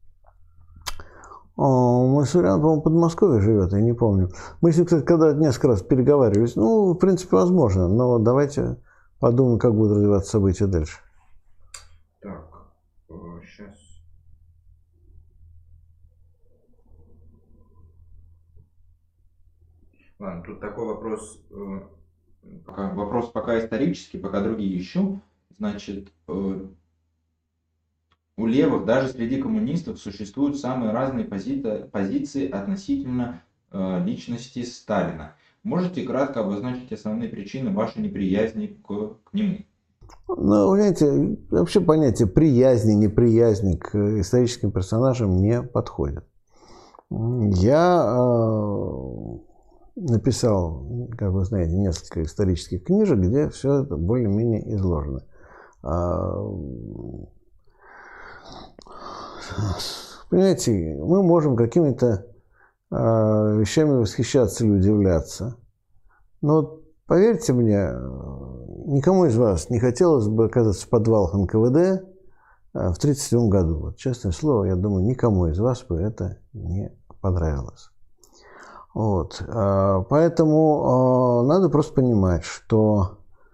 [SPEAKER 1] Майсурян, по-моему, в Подмосковье живет, я не помню. Мы с ним, кстати, когда несколько раз переговаривались, в принципе, возможно, но давайте подумаем, как будут развиваться события дальше.
[SPEAKER 2] Сейчас. Ладно, тут такой вопрос. Вопрос пока исторический, пока другие ищу. Значит, у левых, даже среди коммунистов, существуют самые разные позиции относительно личности Сталина. Можете кратко обозначить основные причины вашей неприязни к нему?
[SPEAKER 1] Ну, знаете, вообще понятие приязни, неприязни к историческим персонажам не подходит. Я написал, как вы знаете, несколько исторических книжек, где все это более-менее изложено. Понимаете, мы можем какими-то вещами восхищаться или удивляться. Но поверьте мне, никому из вас не хотелось бы оказаться в подвалах НКВД в 1937 году. Вот, честное слово, я думаю, никому из вас бы это не понравилось. Вот. Поэтому надо просто понимать, что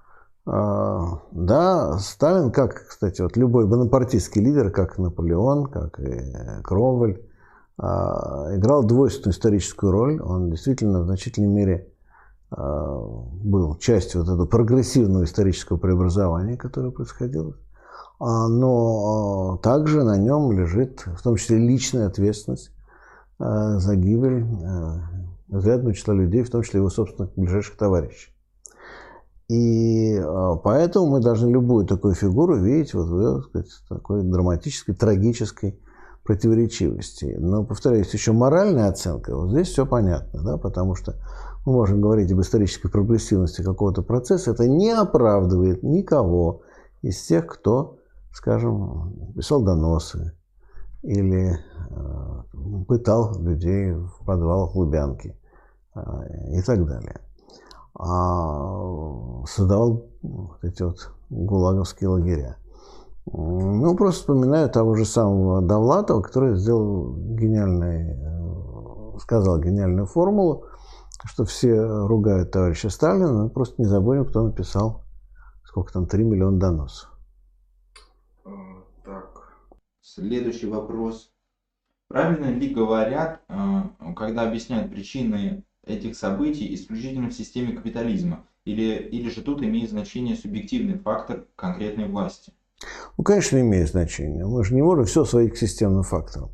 [SPEAKER 1] да, Сталин, как, кстати, вот любой бонапартийский лидер, как Наполеон, как и Кромвель, играл двойственную историческую роль. Он действительно в значительной мере был частью вот этого прогрессивного исторического преобразования, которое происходило. Но также на нем лежит, в том числе, личная ответственность за гибель изрядного числа людей, в том числе его собственных ближайших товарищей. И поэтому мы должны любую такую фигуру видеть вот в ее, так сказать, такой драматической, трагической противоречивости. Но, повторяюсь, еще моральная оценка, вот здесь все понятно, да, потому что мы можем говорить об исторической прогрессивности какого-то процесса, это не оправдывает никого из тех, кто, скажем, писал доносы или пытал людей в подвалах Лубянки и так далее. Создавал вот эти вот гулаговские лагеря. Ну, просто вспоминаю того же самого Довлатова, который сказал гениальную формулу, что все ругают товарища Сталина, но просто не забудем, кто написал, сколько там, 3 миллиона доносов.
[SPEAKER 2] Так, следующий вопрос. Правильно ли говорят, когда объясняют причины этих событий исключительно в системе капитализма? Или же тут имеет значение субъективный фактор конкретной власти?
[SPEAKER 1] Ну, конечно, имеет значение. Мы же не можем все сводить к системным факторам.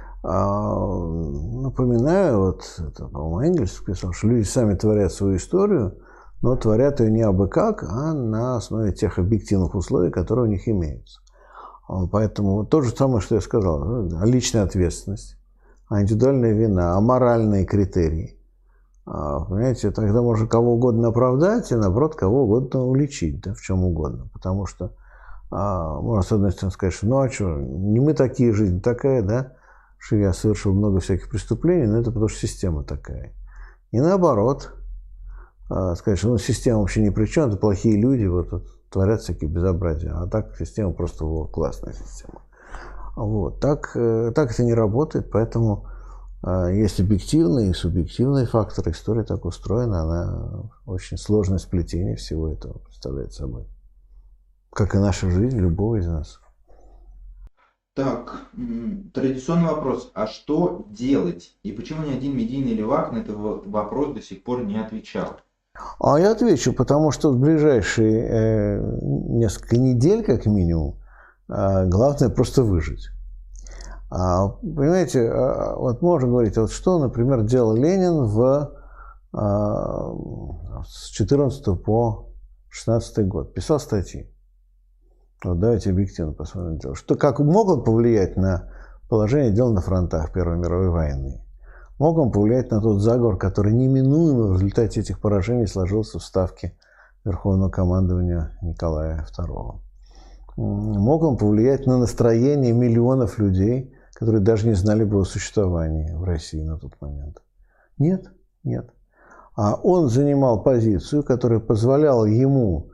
[SPEAKER 1] Напоминаю, вот это, по-моему, Энгельс писал, что люди сами творят свою историю, но творят ее не абы как, а на основе тех объективных условий, которые у них имеются. Поэтому то же самое, что я сказал, личная ответственность, индивидуальная вина, аморальные критерии. Понимаете, тогда можно кого угодно оправдать и, наоборот, кого угодно уличить, да, в чем угодно. Потому что можно, с одной стороны, сказать, что ну а что, не мы такие, жизнь такая, да, что я совершил много всяких преступлений, но это потому что система такая. И наоборот, сказать, что ну, система вообще ни при чем, это плохие люди, вот творят всякие безобразия. А так система просто классная система. Вот. Так это не работает, поэтому есть объективные и субъективные факторы. История так устроена, она очень сложное сплетение всего этого представляет собой. Как и наша жизнь любого из нас.
[SPEAKER 2] Так, традиционный вопрос. А что делать? И почему ни один медийный левак на этот вопрос до сих пор не отвечал?
[SPEAKER 1] А я отвечу, потому что в ближайшие несколько недель, как минимум, главное просто выжить. Понимаете, вот можно говорить, вот что, например, делал Ленин с 14 по 16 год. Писал статьи. Вот давайте объективно посмотрим дело. Как мог он повлиять на положение дел на фронтах Первой мировой войны? Мог он повлиять на тот заговор, который неминуемо в результате этих поражений сложился в Ставке Верховного командования Николая II? Мог он повлиять на настроение миллионов людей, которые даже не знали бы о существовании в России на тот момент? Нет, нет. А он занимал позицию, которая позволяла ему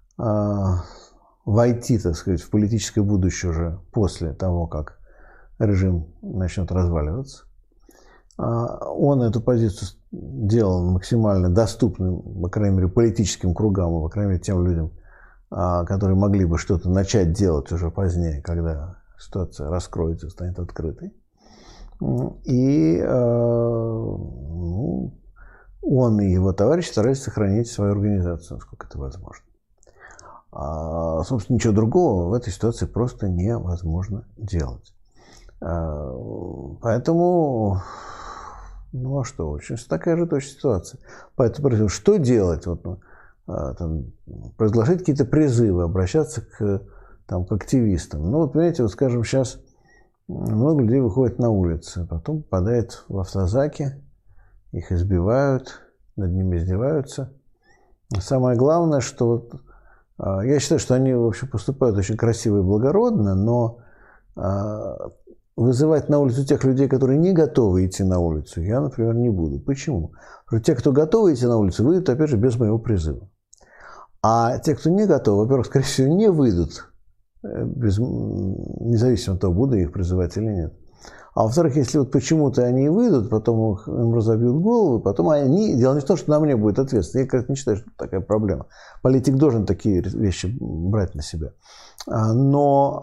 [SPEAKER 1] войти, так сказать, в политическое будущее уже после того, как режим начнет разваливаться. Он эту позицию делал максимально доступным, по крайней мере, политическим кругам, по крайней мере, тем людям, которые могли бы что-то начать делать уже позднее, когда ситуация раскроется, станет открытой. И ну, он и его товарищи стараются сохранить свою организацию, насколько это возможно. Собственно, ничего другого в этой ситуации просто невозможно делать. Поэтому, ну а что, очень такая же точная ситуация. Поэтому что делать? Вот, там, предложить какие-то призывы, обращаться к активистам. Ну вот, понимаете, вот, скажем, сейчас много людей выходит на улицы, потом попадает в автозаки, их избивают, над ними издеваются. Самое главное, что вот, я считаю, что они, в общем, поступают очень красиво и благородно, но вызывать на улицу тех людей, которые не готовы идти на улицу, я, например, не буду. Почему? Потому что те, кто готовы идти на улицу, выйдут, опять же, без моего призыва. А те, кто не готовы, во-первых, скорее всего, не выйдут, независимо от того, буду я их призывать или нет. А во-вторых, если вот почему-то они выйдут, потом им разобьют голову, потом они... Дело не в том, что на мне будет ответственность. Я как-то не считаю, что это такая проблема. Политик должен такие вещи брать на себя. Но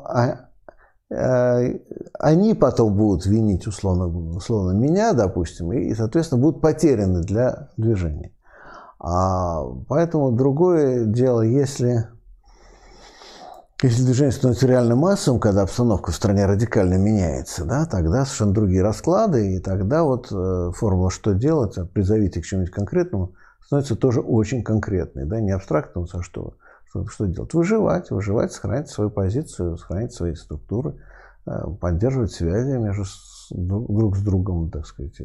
[SPEAKER 1] они потом будут винить условно меня, допустим, и, соответственно, будут потеряны для движения. Поэтому другое дело, если движение становится реально массовым, когда обстановка в стране радикально меняется, да, тогда совершенно другие расклады, и тогда вот формула «что делать», призовите к чему-нибудь конкретному, становится тоже очень конкретной, да, не абстрактным, а что делать? Выживать, сохранять свою позицию, сохранять свои структуры, поддерживать связи друг с другом, так сказать.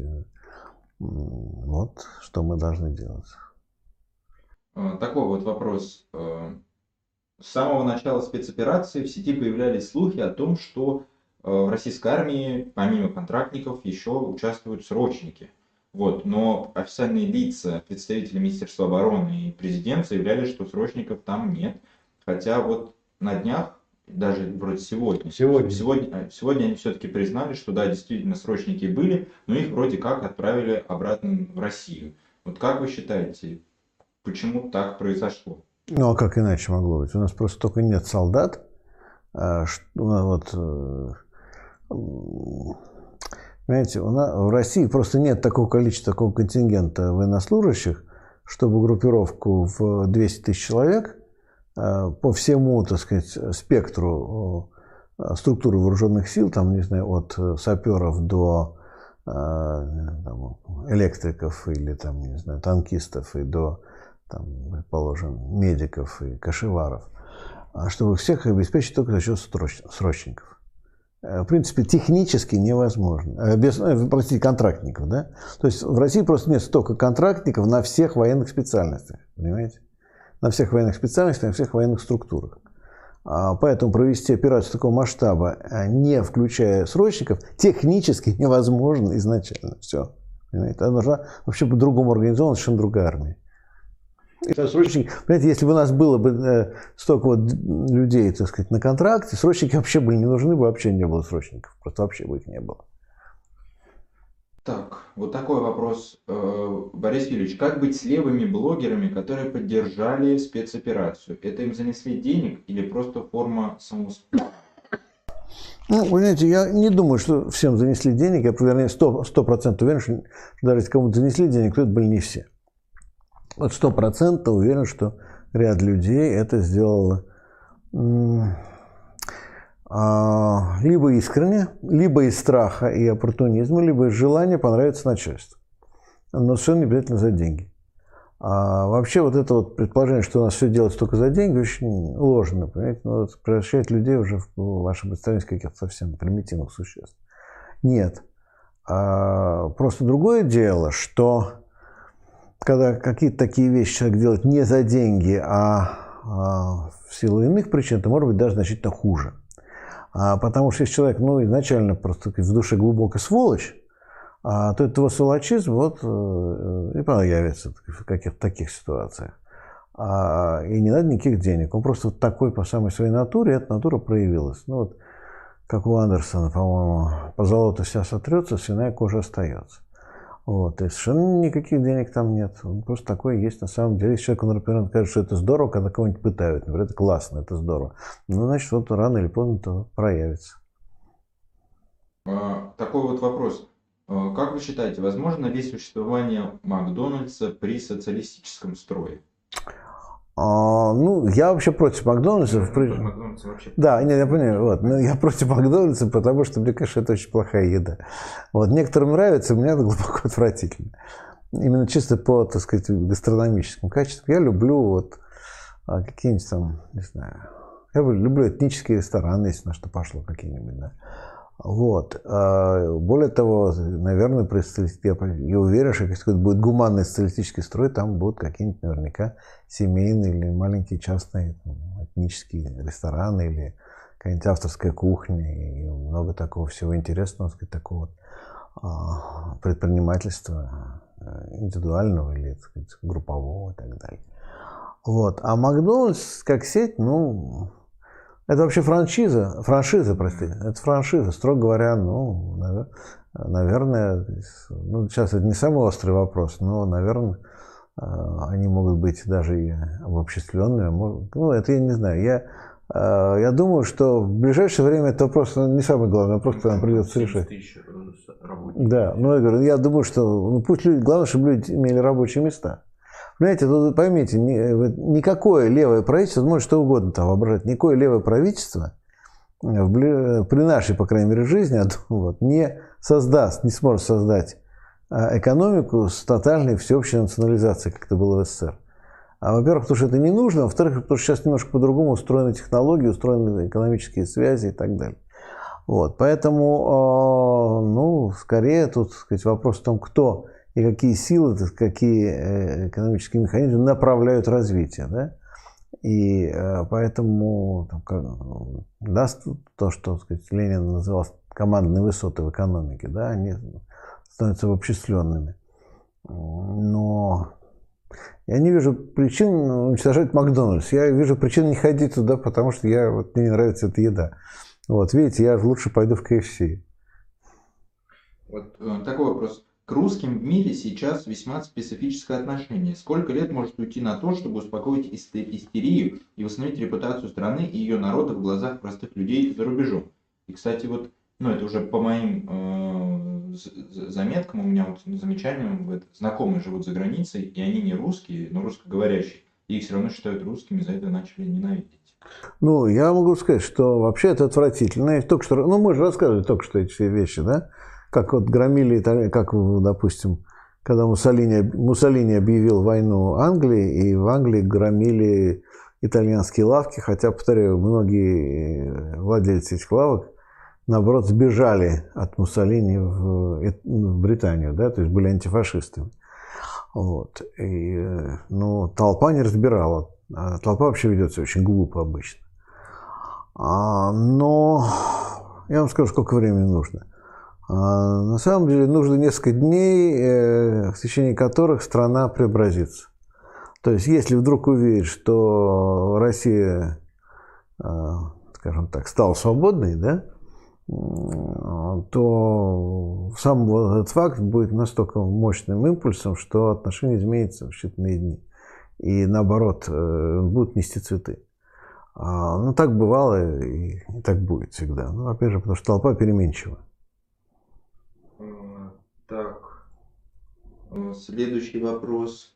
[SPEAKER 1] Вот что мы должны делать.
[SPEAKER 2] Такой вот вопрос. С самого начала спецоперации в сети появлялись слухи о том, что в российской армии помимо контрактников еще участвуют срочники. Вот. Но официальные лица, представители Министерства обороны и президент заявляли, что срочников там нет. Хотя вот на днях, даже вроде сегодня они все-таки признали, что да, действительно срочники были, но их вроде как отправили обратно в Россию. Вот как вы считаете, почему так произошло?
[SPEAKER 1] Ну, а как иначе могло быть? У нас просто только нет солдат. Понимаете, в России просто нет такого количества, такого контингента военнослужащих, чтобы группировку в 200 тысяч человек по всему, так сказать, спектру структуры вооруженных сил, там, не знаю, от саперов до электриков или, там, не знаю, танкистов и до, там, предположим, медиков и кошеваров, чтобы всех обеспечить только за счет срочников. В принципе, технически невозможно. Простите, контрактников, да? То есть в России просто нет столько контрактников на всех военных специальностях, понимаете? На всех военных специальностях, на всех военных структурах. Поэтому провести операцию такого масштаба, не включая срочников, технически невозможно изначально. Все. Понимаете? Она нужна вообще по-другому организована, совершенно другая армия. Срочники, понимаете, если бы у нас было бы столько вот людей, так сказать, на контракте, срочники вообще были не нужны, вообще не было срочников. Просто вообще бы их не было.
[SPEAKER 2] Так, вот такой вопрос. Борис Юрьевич, как быть с левыми блогерами, которые поддержали спецоперацию? Это им занесли денег или просто форма самоуспеха?
[SPEAKER 1] Ну, понимаете, я не думаю, что всем занесли денег. Я, вернее, 100% уверен, что даже если кому-то занесли денег, то это были не все. Вот 100% уверен, что ряд людей это сделало либо искренне, либо из страха и оппортунизма, либо из желания понравиться начальству. Но совершенно не обязательно за деньги. Вообще вот это вот предположение, что у нас все делается только за деньги, очень ложно, понимаете? Ну, вот превращает людей уже в ваше представление каких-то совсем примитивных существ. Нет. Просто другое дело, что когда какие-то такие вещи человек делает не за деньги, а в силу иных причин, то может быть даже значительно хуже. Потому что если человек, ну, изначально просто в душе глубоко сволочь, то этот его сволочизм вот и появится в каких-то таких ситуациях. И не надо никаких денег. Он просто вот такой по самой своей натуре, и эта натура проявилась. Ну, вот, как у Андерсона, по-моему, позолота вся сотрется, свиная кожа остается. Вот, и совершенно никаких денег там нет. Он просто такой есть на самом деле. Если человек, например, скажет, что это здорово, когда кого-нибудь пытают, например, это классно, это здорово. Ну, значит, вот рано или поздно это проявится.
[SPEAKER 2] Такой вот вопрос. Как вы считаете, возможно ли существование Макдональдса при социалистическом строе?
[SPEAKER 1] Ну, я вообще против Макдональдса.
[SPEAKER 2] Макдональдс вообще...
[SPEAKER 1] Да, не, я понимаю. Вот. Но я против Макдональдса, потому что, мне кажется, это очень плохая еда. Вот. Некоторым нравится, мне это глубоко отвратительно. Именно чисто по, так сказать, гастрономическим качествам. Я люблю вот какие-нибудь там, не знаю, я люблю этнические рестораны, если на что пошло какие-нибудь, да. Вот. Более того, наверное, я уверен, что если какой-то будет гуманный социалистический строй, там будут какие-нибудь наверняка семейные или маленькие частные этнические рестораны или какая-нибудь авторская кухня и много такого всего интересного, так сказать, такого предпринимательства индивидуального или, так сказать, группового и так далее. Вот. А Макдональдс как сеть, ну, это вообще франшиза, простите, это франшиза, строго говоря, ну, наверное, ну, сейчас это не самый острый вопрос, но, наверное, они могут быть даже и обобществленными, ну, это я не знаю, я думаю, что в ближайшее время это просто не самый главный вопрос, который нам придется решить. Да, ну, я думаю, что ну, пусть люди, главное, чтобы люди имели рабочие места. Понимаете, тут поймите, никакое левое правительство, может что угодно там воображать, никакое левое правительство при нашей, по крайней мере, жизни вот, не сможет создать экономику с тотальной всеобщей национализацией, как это было в СССР. Во-первых, потому что это не нужно, во-вторых, потому что сейчас немножко по-другому устроены технологии, устроены экономические связи и так далее. Вот, поэтому, ну, скорее тут, так сказать, вопрос в том, кто и какие силы, какие экономические механизмы направляют развитие. Да? И поэтому даст то, что, так сказать, Ленин называл командные высоты в экономике, да, они становятся обобществленными. Но я не вижу причин уничтожать Макдональдс. Я вижу причин не ходить туда, потому что мне не нравится эта еда. Вот, видите, я лучше пойду в KFC.
[SPEAKER 2] Вот такой вопрос. К русским в мире сейчас весьма специфическое отношение. Сколько лет может уйти на то, чтобы успокоить истерию и восстановить репутацию страны и ее народа в глазах простых людей за рубежом? И, кстати, вот, ну, это уже по моим заметкам, у меня вот замечанием, знакомые живут за границей, и они не русские, но русскоговорящие. И их все равно считают русскими, за это начали ненавидеть.
[SPEAKER 1] Ну, я могу сказать, что вообще это отвратительно. Мы же рассказывали только что эти все вещи, да? Как вот громили, как, допустим, когда Муссолини объявил войну Англии, и в Англии громили итальянские лавки, хотя, повторяю, многие владельцы этих лавок, наоборот, сбежали от Муссолини в Британию, да, то есть были антифашистами. Вот. И, ну, толпа не разбирала. Толпа вообще ведет себя очень глупо обычно. Но я вам скажу, сколько времени нужно. На самом деле нужно несколько дней, в течение которых страна преобразится. То есть, если вдруг увидеть, что Россия, скажем так, стала свободной, да, то сам этот факт будет настолько мощным импульсом, что отношения изменятся в считанные дни. И наоборот, будут нести цветы. Ну, так бывало и так будет всегда. Ну, опять же, потому что толпа переменчива.
[SPEAKER 2] Так, следующий вопрос.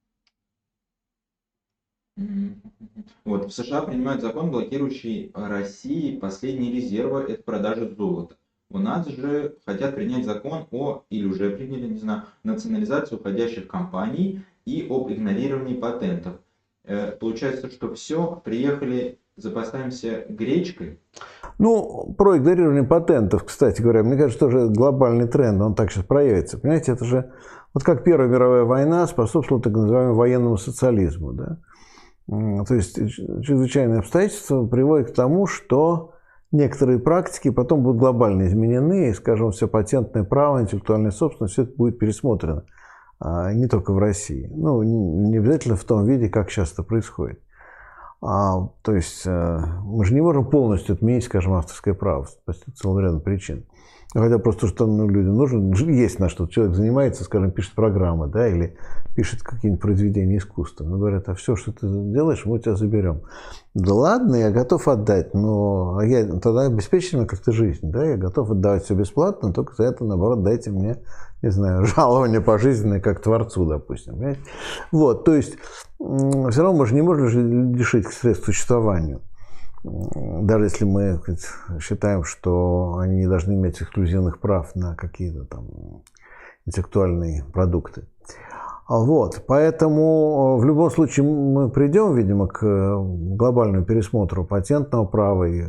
[SPEAKER 2] Вот, в США принимают закон, блокирующий России последние резервы от продажи золота. У нас же хотят принять закон или уже приняли, не знаю, национализацию уходящих компаний и об игнорировании патентов. Получается, что все, приехали, запасаемся гречкой.
[SPEAKER 1] Ну, про игнорирование патентов, кстати говоря, мне кажется, тоже глобальный тренд, он так сейчас проявится. Понимаете, это же, вот как Первая мировая война способствовала так называемому военному социализму, да? То есть чрезвычайные обстоятельства приводят к тому, что некоторые практики потом будут глобально изменены, и, скажем, все патентное право, интеллектуальная собственность, все это будет пересмотрено, не только в России. Ну, не обязательно в том виде, как сейчас это происходит. То есть мы же не можем полностью отменить, скажем, авторское право по целому ряду причин. Хотя просто что людям нужно, есть на что. Человек занимается, скажем, пишет программы, да, или пишет какие-нибудь произведения искусства. Но говорят, а все, что ты делаешь, мы у тебя заберем. Да ладно, я готов отдать, но тогда обеспечьте мне как-то жизнь, да, я готов отдавать все бесплатно, только за это, наоборот, дайте мне, не знаю, жалование пожизненное как творцу, допустим. Понимаете? Вот, то есть, все равно мы же не можем лишить средств к существованию. Даже если мы считаем, что они не должны иметь эксклюзивных прав на какие-то там интеллектуальные продукты. Вот, поэтому в любом случае мы придем, видимо, к глобальному пересмотру патентного права и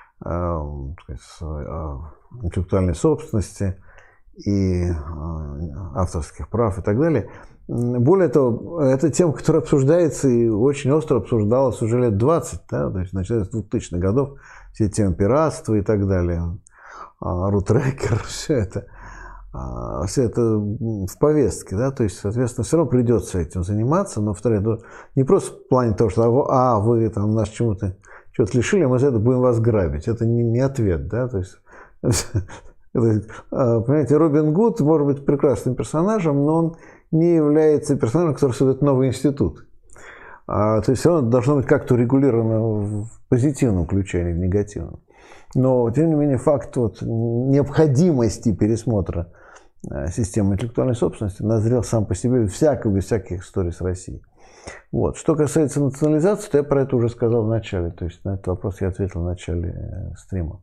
[SPEAKER 1] интеллектуальной собственности и авторских прав и так далее. Более того, это тема, которая обсуждается и очень остро обсуждалась уже лет 20, да, то есть начиная с 2000-х годов, все темы пиратства и так далее, рутрекер, все это в повестке, да, то есть, соответственно, все равно придется этим заниматься, но, повторяю, не просто в плане того, что вы там нас чего-то лишили, мы за это будем вас грабить. Это не ответ, да, то есть, понимаете, Робин Гуд может быть прекрасным персонажем, но он не является персонажем, который создает новый институт. То есть все равно должно быть как-то урегулировано в позитивном ключе, а не в негативном. Но, тем не менее, факт необходимости пересмотра системы интеллектуальной собственности назрел сам по себе без всяких историй с Россией. Вот. Что касается национализации, то я про это уже сказал в начале. То есть на этот вопрос я ответил в начале стрима.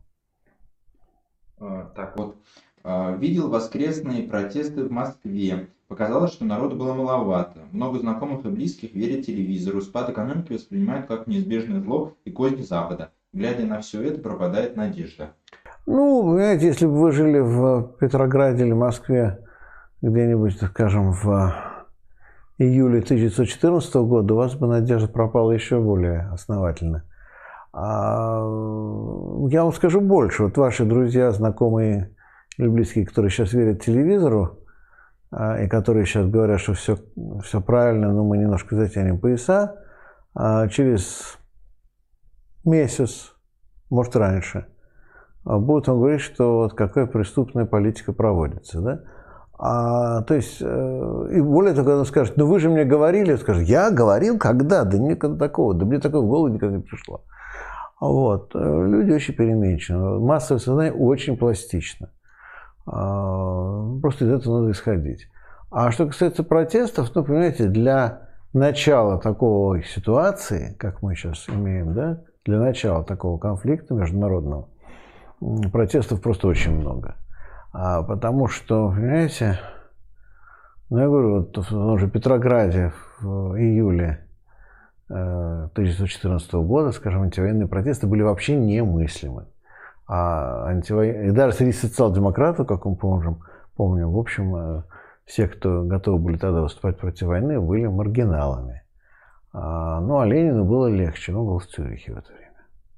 [SPEAKER 2] Так вот, видел воскресные протесты в Москве. Показалось, что народу было маловато. Много знакомых и близких верят телевизору. Спад экономики воспринимают как неизбежное зло и козни Запада. Глядя на все это, пропадает надежда.
[SPEAKER 1] Ну, понимаете, если бы вы жили в Петрограде или Москве где-нибудь, скажем, в июле 1914 года, у вас бы надежда пропала еще более основательно. Я вам скажу больше. Вот ваши друзья, знакомые или близкие, которые сейчас верят телевизору, и которые сейчас говорят, что все правильно, но мы немножко затянем пояса, через месяц, может раньше, будут вам говорить, что вот какая преступная политика проводится. Да? То есть, и более того, когда он скажет, ну вы же мне говорили, скажет, я говорил, когда? Да никогда такого, да мне такое в голову никогда не пришло. Вот. Люди очень переменчивы, массовое сознание очень пластично. Просто из этого надо исходить. А что касается протестов, ну, понимаете, для начала такой ситуации, как мы сейчас имеем, да, для начала такого конфликта международного, протестов просто очень много. Потому что, понимаете, ну, я говорю, вот в том же Петрограде в июле 1914 года, скажем, антивоенные протесты были вообще немыслимы. И даже среди социал-демократов, как мы помним, в общем, все, кто готовы были тогда выступать против войны, были маргиналами. Ну, а Ленину было легче, он был в Цюрихе в это время.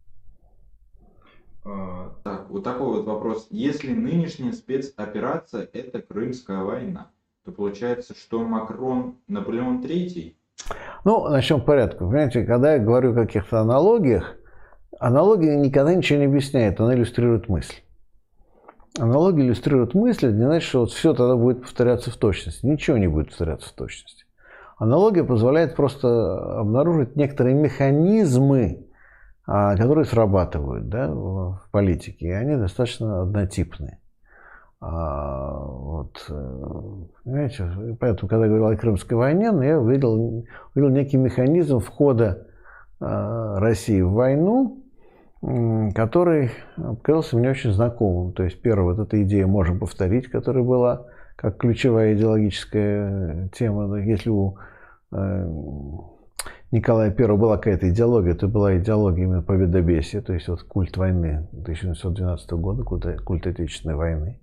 [SPEAKER 2] Так, вот такой вот вопрос. Если нынешняя спецоперация – это Крымская война, то получается, что Макрон Наполеон III?
[SPEAKER 1] Ну, начнем по порядку. Понимаете, когда я говорю о каких-то аналогиях, аналогия никогда ничего не объясняет, она иллюстрирует мысль. Аналогия иллюстрирует мысль, это не значит, что вот все тогда будет повторяться в точности. Ничего не будет повторяться в точности. Аналогия позволяет просто обнаружить некоторые механизмы, которые срабатывают, да, в политике, и они достаточно однотипные. Вот, понимаете, поэтому, когда я говорил о Крымской войне, я увидел некий механизм входа России в войну, который показался мне очень знакомым. То есть, первое, вот эта идея «можем повторить», которая была как ключевая идеологическая тема. Если у Николая I была какая-то идеология, то была идеология именно победобесия, то есть вот культ войны 1912 года, культ Отечественной войны.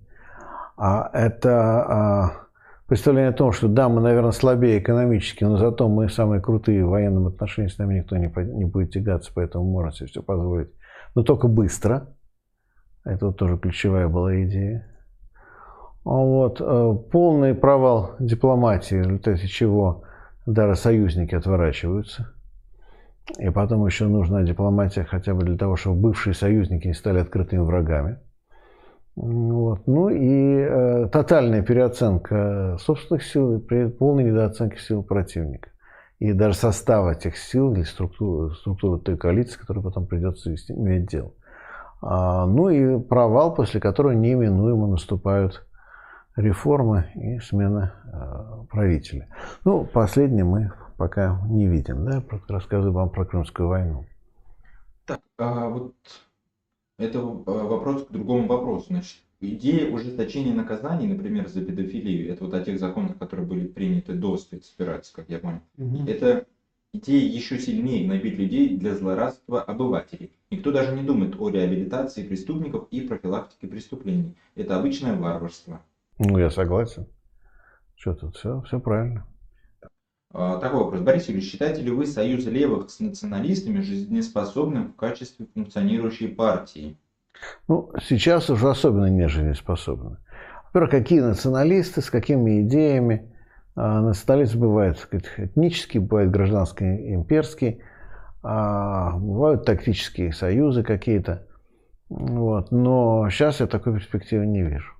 [SPEAKER 1] Это представление о том, что да, мы, наверное, слабее экономически, но зато мы самые крутые в военном отношении, с нами никто не будет тягаться, поэтому можно себе все позволить. Но только быстро. Это вот тоже ключевая была идея. Вот. Полный провал дипломатии, в результате чего даже союзники отворачиваются. И потом еще нужна дипломатия хотя бы для того, чтобы бывшие союзники не стали открытыми врагами. Вот. Ну и тотальная переоценка собственных сил и полная недооценка сил противника. и даже состава этих сил или структуры той коалиции, которой потом придется иметь дело. Ну и провал, после которого неминуемо наступают реформы и смена правителя. Ну, последнее мы пока не видим. Да? Рассказываю вам про Крымскую войну.
[SPEAKER 2] Так, вот это вопрос к другому вопросу. Значит, идея ужесточения наказаний, например, за педофилию, это вот о тех законах, которые были приняты до спецоперации, как я понял, это идея еще сильнее гнобить людей для злорадства обывателей. Никто даже не думает о реабилитации преступников и профилактике преступлений. Это обычное варварство.
[SPEAKER 1] Ну, я согласен. Что тут? Все правильно.
[SPEAKER 2] Такой вопрос. Борис Юрьевич, считаете ли вы союз левых с националистами жизнеспособным в качестве функционирующей партии?
[SPEAKER 1] Ну, сейчас уже особенно не жизнеспособны. Во-первых, какие националисты, с какими идеями? Националист бывает, так сказать, этнический, бывает гражданский, имперский, бывают тактические союзы какие-то. Вот. Но сейчас я такой перспективы не вижу.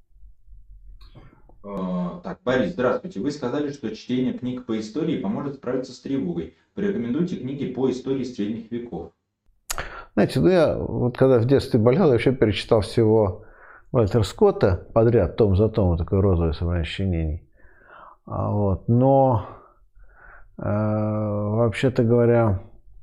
[SPEAKER 2] Так, Борис, здравствуйте. Вы сказали, что чтение книг по истории поможет справиться с тревогой. Порекомендуйте книги по истории средних веков.
[SPEAKER 1] Знаете, ну я вот когда в детстве болел, я вообще перечитал всего Вальтера Скотта подряд, том за том, такое розовое собрание сочинений. Вот. Но, вообще-то говоря,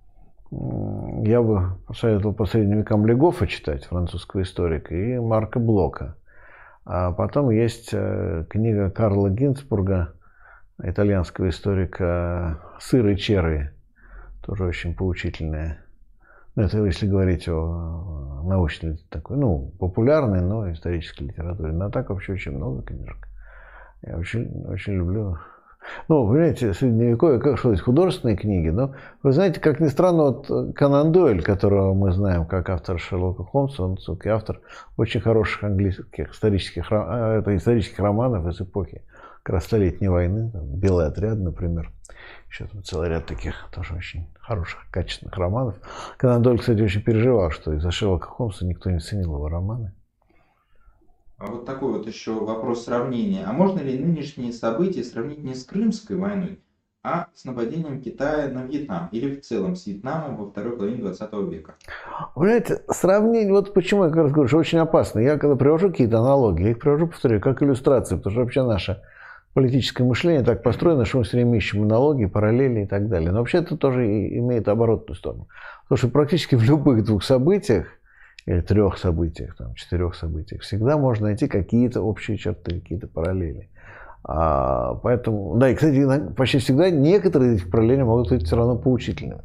[SPEAKER 1] я бы посоветовал по средним векам Легофа читать, французского историка, и Марка Блока. А потом есть книга Карла Гинцбурга, итальянского историка «Сыр и черви», тоже очень поучительная. Это если говорить о научной такой, ну, популярной, но исторической литературе. Но так вообще очень много книжек. Я очень люблю. Ну, понимаете, средневековье, как сказать, художественные книги. Но вы знаете, как ни странно, вот Конан Дойль, которого мы знаем как автор Шерлока Холмса, он все-таки автор очень хороших английских исторических романов из эпохи как раз Столетней войны. Там, «Белый отряд», например. Еще там целый ряд таких тоже очень хороших, качественных романов. Конан Дойль, кстати, очень переживал, что из-за Шерлока Холмса никто не ценил его романы.
[SPEAKER 2] А вот такой вот еще вопрос сравнения. А можно ли нынешние события сравнить не с Крымской войной, а с нападением Китая на Вьетнам или в целом с Вьетнамом во второй половине 20 века?
[SPEAKER 1] Вы знаете, сравнение, вот почему я как раз говорю, что очень опасно. Я когда привожу какие-то аналогии, я их привожу, повторяю, как иллюстрации, потому что вообще наше политическое мышление так построено, что мы все время ищем аналогии, параллели и так далее. Но вообще это тоже имеет оборотную сторону. Потому что практически в любых двух событиях, или трех событиях, там, 4 событиях, всегда можно найти какие-то общие черты, какие-то параллели. Поэтому, да, и, кстати, почти всегда некоторые из этих параллелей могут быть все равно поучительными.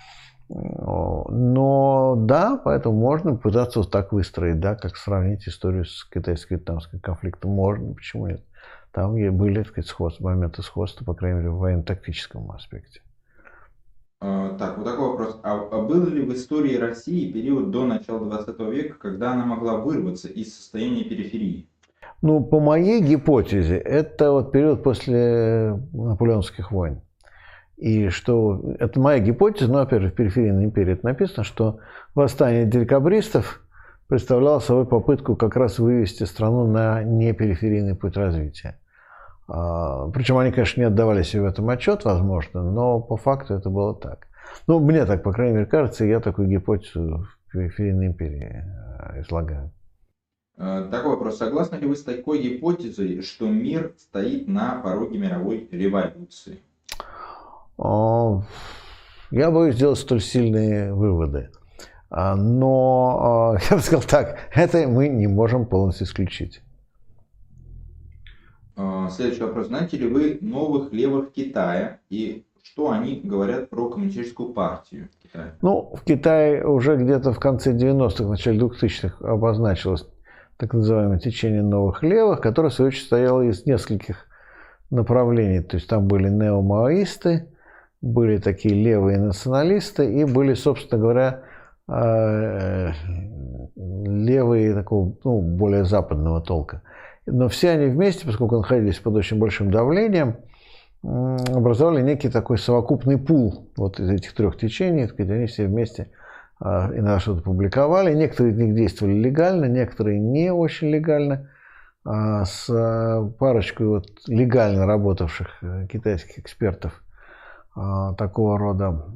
[SPEAKER 1] Но да, поэтому можно пытаться вот так выстроить, да, как сравнить историю с китайско-вьетнамским конфликтом. Можно, почему нет? Там были, так сказать, моменты сходства, по крайней мере, в военно-тактическом аспекте.
[SPEAKER 2] Так, вот такой вопрос. А был ли в истории России период до начала 20 века, когда она могла вырваться из состояния периферии?
[SPEAKER 1] Ну, по моей гипотезе, это вот период после наполеонских войн. И что, это моя гипотеза, но, опять же, в «Периферийной империи» это написано, что восстание декабристов представляло собой попытку как раз вывести страну на непериферийный путь развития. Причем они, конечно, не отдавали себе в этом отчет, возможно, но по факту это было так. Ну, мне так, по крайней мере, кажется, я такую гипотезу в «Периферийной империи» излагаю.
[SPEAKER 2] Такой вопрос. Согласны ли вы с такой гипотезой, что мир стоит на пороге мировой революции?
[SPEAKER 1] Я боюсь делать столь сильные выводы. Но, я бы сказал так, это мы не можем полностью исключить.
[SPEAKER 2] Следующий вопрос. Знаете ли вы новых левых Китая и что они говорят про коммунистическую партию Китая?
[SPEAKER 1] Ну, в Китае уже где-то в конце 90-х, начале 2000-х обозначилось так называемое течение новых левых, которое, в свою очередь, состояло из нескольких направлений. То есть там были неомаоисты, были такие левые националисты и были, собственно говоря, левые такого, ну, более западного толка. Но все они вместе, поскольку находились под очень большим давлением, образовали некий такой совокупный пул вот из этих трех течений. Они все вместе иногда что-то публиковали. Некоторые из них действовали легально, некоторые не очень легально. С парочкой вот легально работавших китайских экспертов такого рода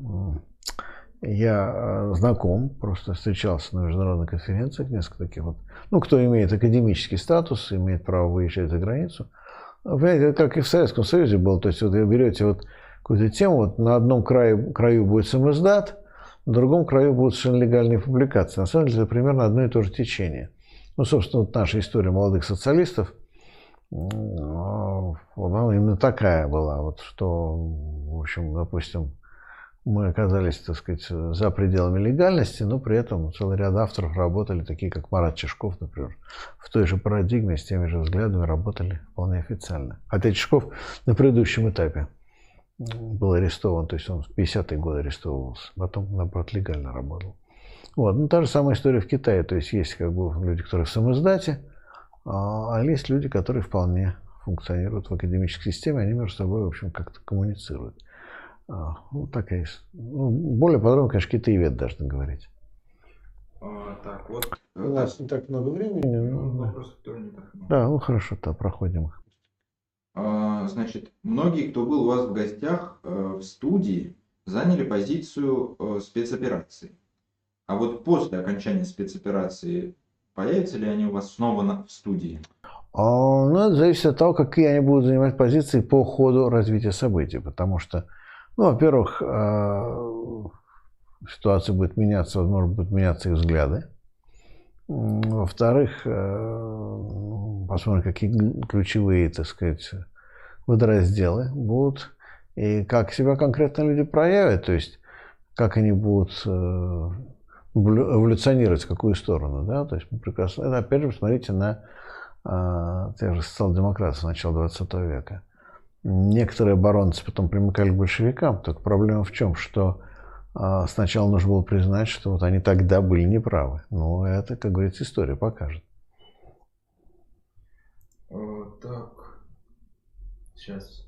[SPEAKER 1] я знаком, просто встречался на международных конференциях, несколько таких вот. Ну, кто имеет академический статус, имеет право выезжать за границу. Понимаете, как и в Советском Союзе было, то есть вот вы берете вот какую-то тему, вот на одном краю будет самиздат, на другом краю будут совершенно легальные публикации. На самом деле это примерно одно и то же течение. Ну, собственно, вот наша история молодых социалистов, она именно такая была, вот, что, в общем, допустим, мы оказались, так сказать, за пределами легальности, но при этом целый ряд авторов работали, такие как Марат Чижков, например, в той же парадигме, с теми же взглядами работали вполне официально. Хотя Чижков на предыдущем этапе был арестован, то есть он в 50-е годы арестовывался, потом, наоборот, легально работал. Вот. Ну, та же самая история в Китае, то есть есть как бы люди, которые в самиздате, а есть люди, которые вполне функционируют в академической системе, они между собой, в общем, как-то коммуницируют. Вот такая, ну, более подробно, конечно, китаевед должны говорить.
[SPEAKER 2] Так, вот.
[SPEAKER 1] У нас не так много времени.
[SPEAKER 2] Вопросов тоже не так много.
[SPEAKER 1] Да, ну хорошо, то проходим их.
[SPEAKER 2] Значит, многие, кто был у вас в гостях в студии, заняли позицию спецоперации. А вот после окончания спецоперации появятся ли они у вас снова в студии?
[SPEAKER 1] Ну, это зависит от того, какие они будут занимать позиции по ходу развития событий. Потому что, ну, во-первых, ситуация будет меняться, возможно, будут меняться их взгляды. Во-вторых, посмотрим, какие ключевые, так сказать, водоразделы будут и как себя конкретно люди проявят, то есть как они будут эволюционировать, в какую сторону, да, то есть мы прекрасно, это, опять же, посмотрите на тех же социал-демократов с начала 20 века. Некоторые оборонцы потом примыкали к большевикам, только проблема в чем, что сначала нужно было признать, что вот они тогда были неправы. Но это, как говорится, история покажет.
[SPEAKER 2] Так, сейчас.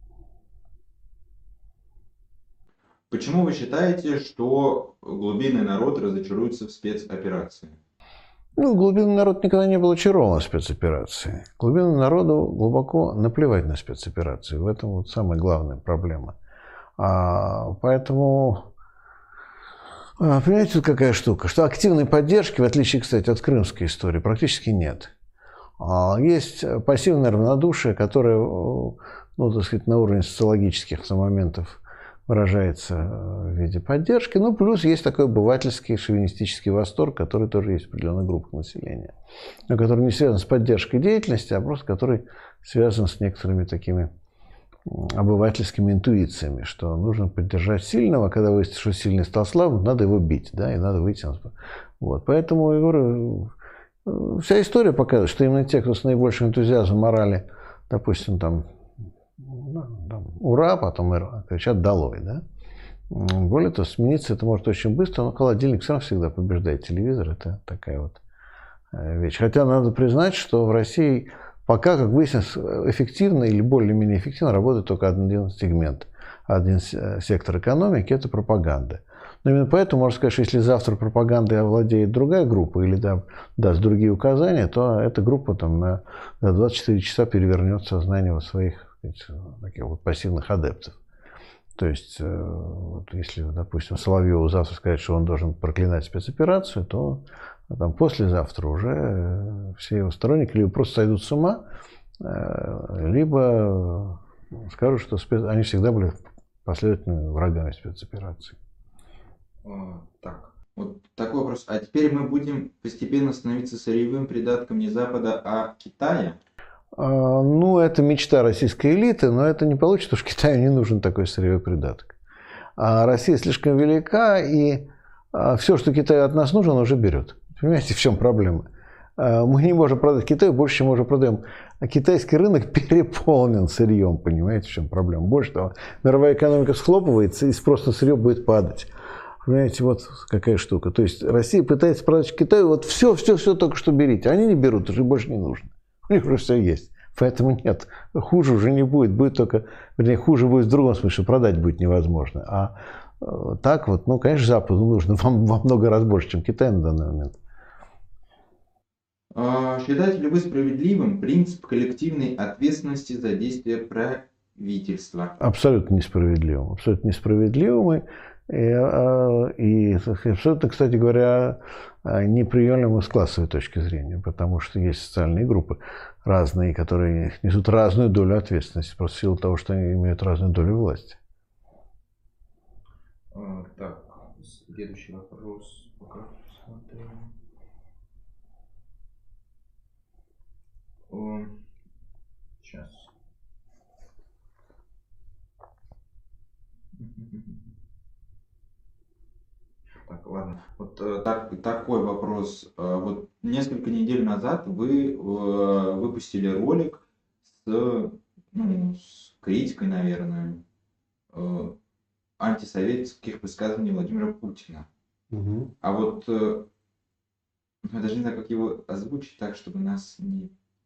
[SPEAKER 2] Почему вы считаете, что глубинный народ разочаруется в спецоперации?
[SPEAKER 1] Ну, глубинный народ никогда не был очарован спецоперацией. Глубинному народу глубоко наплевать на спецоперации. В этом вот самая главная проблема. Поэтому... Понимаете, тут какая штука, что активной поддержки, в отличие, кстати, от крымской истории, практически нет. Есть пассивное равнодушие, которое, ну, так сказать, на уровне социологических моментов выражается в виде поддержки. Ну, плюс есть такой обывательский шовинистический восторг, который тоже есть в определенных группах населения, но который не связан с поддержкой деятельности, а просто который связан с некоторыми такими обывательскими интуициями, что нужно поддержать сильного, а когда выяснится, что сильный стал слабым, надо его бить, да, и надо выйти на... Вот. Поэтому, я говорю, вся история показывает, что именно те, кто с наибольшим энтузиазмом морали, допустим, там ура, потом кричат долой, да. Более того, смениться это может очень быстро, но холодильник сам всегда побеждает телевизор, это такая вот вещь. Хотя надо признать, что в России пока, как выяснилось, эффективно или более-менее эффективно работает только один сегмент, один сектор экономики – это пропаганда. Но именно поэтому можно сказать, что если завтра пропагандой овладеет другая группа или даст другие указания, то эта группа там, на 24 часа перевернет сознание вот своих таких вот пассивных адептов. То есть, вот если, допустим, Соловьеву завтра сказать, что он должен проклинать спецоперацию, то там, послезавтра уже все его сторонники либо просто сойдут с ума, либо скажут, что они всегда были последовательными врагами спецоперации.
[SPEAKER 2] Так, вот такой вопрос. А теперь мы будем постепенно становиться сырьевым придатком не Запада, а Китая?
[SPEAKER 1] Ну, это мечта российской элиты, но это не получится, потому что Китаю не нужен такой сырьевой придаток. А Россия слишком велика, и все, что Китаю от нас нужно, он уже берет. Понимаете, в чем проблема? Мы не можем продать Китаю больше, чем мы уже продаем. А китайский рынок переполнен сырьем, понимаете, в чем проблема? Больше того, мировая экономика схлопывается, и спрос на сырье будет падать. Понимаете, вот какая штука. То есть Россия пытается продать Китаю, вот все только что берите. Они не берут, уже больше не нужно. У них уже все есть. Поэтому нет, хуже уже не будет. Будет только, вернее, хуже будет в другом смысле, продать будет невозможно. А так вот, ну, конечно, Западу нужно во много раз больше, чем Китаю на данный момент.
[SPEAKER 2] Считаете ли вы справедливым принцип коллективной ответственности за действия представительства?
[SPEAKER 1] Абсолютно несправедливым. Абсолютно несправедливым. И абсолютно, кстати говоря, неприемлемым с классовой точки зрения, потому что есть социальные группы разные, которые несут разную долю ответственности, просто в силу того, что они имеют разную долю власти.
[SPEAKER 2] Так, следующий вопрос. Пока посмотрим. Сейчас. Так, ладно. Вот такой вопрос. Вот несколько недель назад вы выпустили ролик с критикой, наверное, антисоветских высказываний Владимира Путина.
[SPEAKER 1] Угу.
[SPEAKER 2] А вот я даже не знаю, как его озвучить так, чтобы нас не...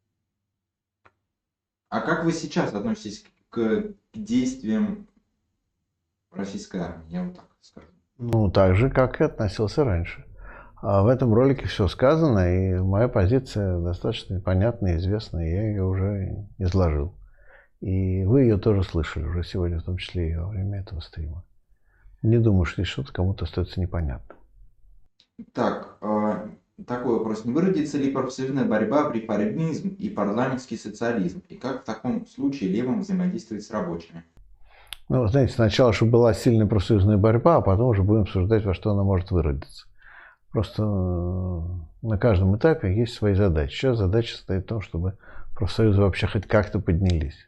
[SPEAKER 2] А как вы сейчас относитесь к действиям российской армии? Я вот так скажу.
[SPEAKER 1] Ну, так же, как и относился раньше. А в этом ролике все сказано, и моя позиция достаточно понятна и известна, и я ее уже изложил. И вы ее тоже слышали уже сегодня, в том числе и во время этого стрима. Не думаю, что здесь что-то кому-то остается непонятно.
[SPEAKER 2] Так, такой вопрос. Не выродится ли профсоюзная борьба, реформизм и парламентский социализм? И как в таком случае левым взаимодействовать с рабочими?
[SPEAKER 1] Ну, знаете, сначала, чтобы была сильная профсоюзная борьба, а потом уже будем обсуждать, во что она может выродиться. Просто на каждом этапе есть свои задачи. Сейчас задача состоит в том, чтобы профсоюзы вообще хоть как-то поднялись.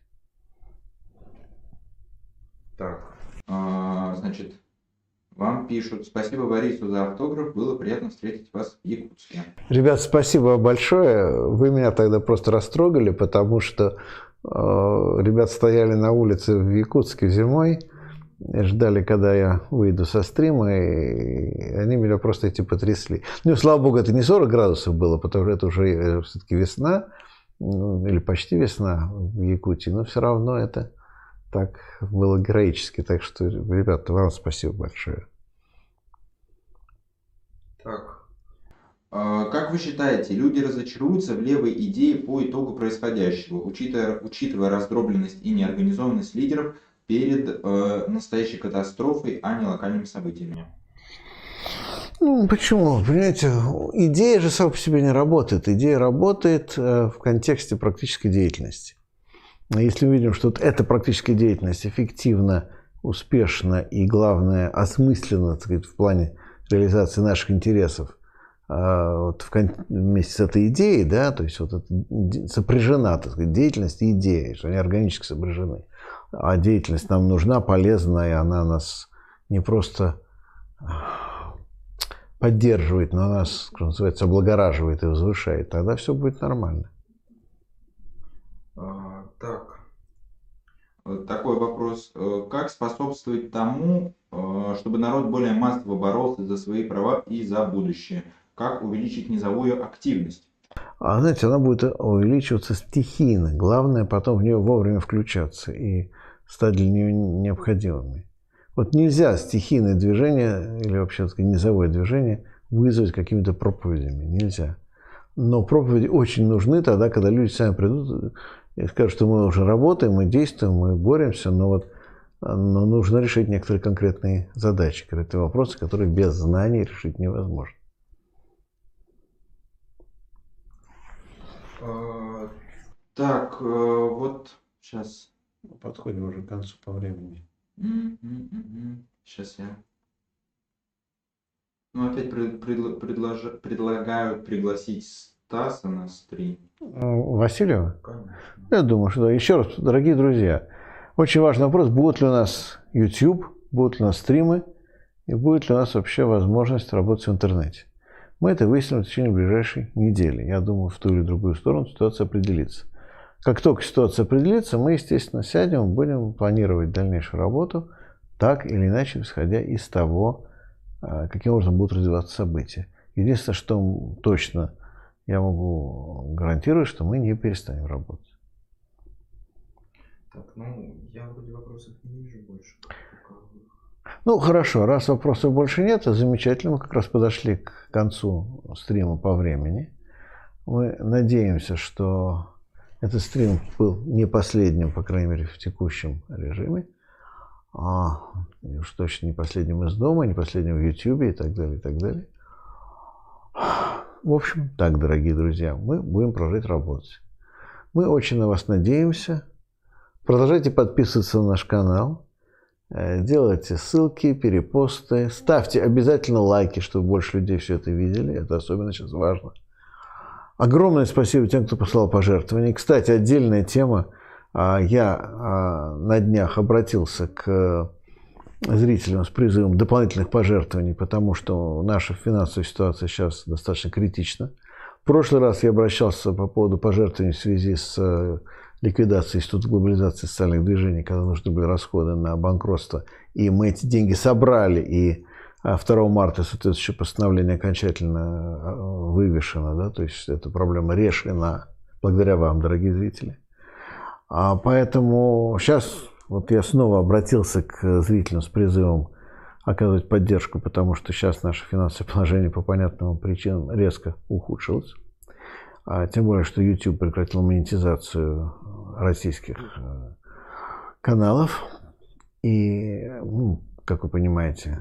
[SPEAKER 2] Так, значит, вам пишут: спасибо Борису за автограф, было приятно встретить вас в Якутске.
[SPEAKER 1] Ребят, спасибо большое. Вы меня тогда просто растрогали, потому что ребята стояли на улице в Якутске зимой, ждали, когда я выйду со стрима, и они меня просто эти потрясли. Ну, слава богу, это не 40 градусов было, потому что это уже все-таки весна, или почти весна в Якутии, но все равно это так было героически. Так что, ребята, вам спасибо большое.
[SPEAKER 2] Так. Как вы считаете, люди разочаруются в левой идее по итогу происходящего, учитывая раздробленность и неорганизованность лидеров перед настоящей катастрофой, а не локальными событиями?
[SPEAKER 1] Ну, почему? Понимаете, идея же сама по себе не работает. Идея работает в контексте практической деятельности. Если мы видим, что эта практическая деятельность эффективна, успешна и, главное, осмысленно, так сказать, в плане реализации наших интересов, вот вместе с этой идеей, да, то есть вот это сопряжена, так сказать, деятельность и идея, что они органически сопряжены. А деятельность нам нужна, полезна, и она нас не просто поддерживает, но нас, что называется, облагораживает и возвышает. Тогда все будет нормально.
[SPEAKER 2] Так, такой вопрос. Как способствовать тому, чтобы народ более массово боролся за свои права и за будущее? Как увеличить низовую активность?
[SPEAKER 1] А знаете, она будет увеличиваться стихийно. Главное потом в нее вовремя включаться и стать для нее необходимыми. Вот нельзя стихийное движение или вообще, так сказать, низовое движение вызвать какими-то проповедями. Нельзя. Но проповеди очень нужны тогда, когда люди сами придут и скажут, что мы уже работаем, мы действуем, мы боремся, но нужно решить некоторые конкретные задачи, конкретные вопросы, которые без знаний решить невозможно.
[SPEAKER 2] Так, вот сейчас.
[SPEAKER 1] Подходим уже к концу по времени.
[SPEAKER 2] Сейчас я. Ну, опять предлагают пригласить Стаса на стрим.
[SPEAKER 1] Васильева?
[SPEAKER 2] Конечно.
[SPEAKER 1] Я думаю, что да. Еще раз, дорогие друзья, очень важный вопрос, будет ли у нас YouTube, будут ли у нас стримы, и будет ли у нас вообще возможность работать в интернете. Мы это выясним в течение ближайшей недели. Я думаю, в ту или другую сторону ситуация определится. Как только ситуация определится, мы, естественно, сядем и будем планировать дальнейшую работу, так или иначе, исходя из того, каким образом будут развиваться события. Единственное, что точно я могу гарантировать, что мы не перестанем работать.
[SPEAKER 2] Так, ну, я вроде вопросов не вижу больше.
[SPEAKER 1] Ну, хорошо, раз вопросов больше нет, то замечательно. Мы как раз подошли к концу стрима по времени. Мы надеемся, что Этот стрим был не последним, по крайней мере, в текущем режиме. И уж точно не последним из дома, не последним в YouTube и так далее, и так далее. В общем, так, дорогие друзья, мы будем продолжать работать. Мы очень на вас надеемся. Продолжайте подписываться на наш канал. Делайте ссылки, перепосты. Ставьте обязательно лайки, чтобы больше людей все это видели. Это особенно сейчас важно. Огромное спасибо тем, кто послал пожертвования. Кстати, отдельная тема. Я на днях обратился к зрителям с призывом дополнительных пожертвований, потому что наша финансовая ситуация сейчас достаточно критична. В прошлый раз я обращался по поводу пожертвований в связи с ликвидацией Института глобализации социальных движений, когда нужны были расходы на банкротство. И мы эти деньги собрали, и 2 марта соответствующее постановление окончательно вывешено. Да? То есть эта проблема решена благодаря вам, дорогие зрители. Поэтому сейчас вот я снова обратился к зрителям с призывом оказывать поддержку, потому что сейчас наше финансовое положение по понятным причинам резко ухудшилось. Тем более, что YouTube прекратил монетизацию российских каналов. И, как вы понимаете,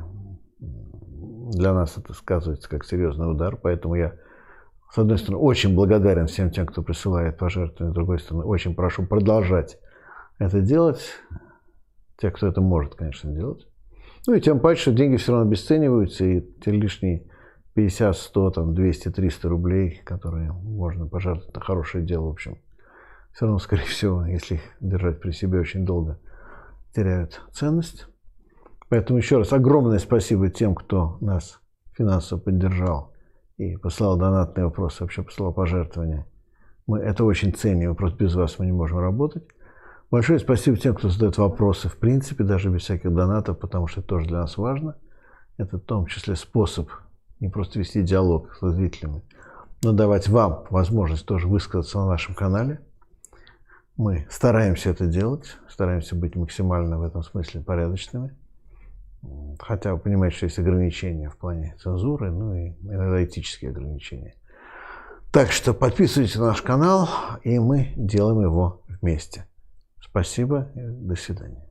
[SPEAKER 1] для нас это сказывается как серьезный удар. Поэтому я, с одной стороны, очень благодарен всем тем, кто присылает пожертвования. С другой стороны, очень прошу продолжать это делать. Те, кто это может, конечно, делать. Ну и тем паче, что деньги все равно обесцениваются. И те лишние 50, 100, 200, 300 рублей, которые можно пожертвовать на хорошее дело, в общем, все равно, скорее всего, если их держать при себе очень долго, теряют ценность. Поэтому еще раз огромное спасибо тем, кто нас финансово поддержал и послал донатные вопросы, вообще послал пожертвования. Мы это очень ценим, просто без вас мы не можем работать. Большое спасибо тем, кто задает вопросы, в принципе, даже без всяких донатов, потому что это тоже для нас важно. Это в том числе способ не просто вести диалог с зрителями, но давать вам возможность тоже высказаться на нашем канале. Мы стараемся это делать, стараемся быть максимально в этом смысле порядочными. Хотя вы понимаете, что есть ограничения в плане цензуры, ну и иногда этические ограничения. Так что подписывайтесь на наш канал, и мы делаем его вместе. Спасибо и до свидания.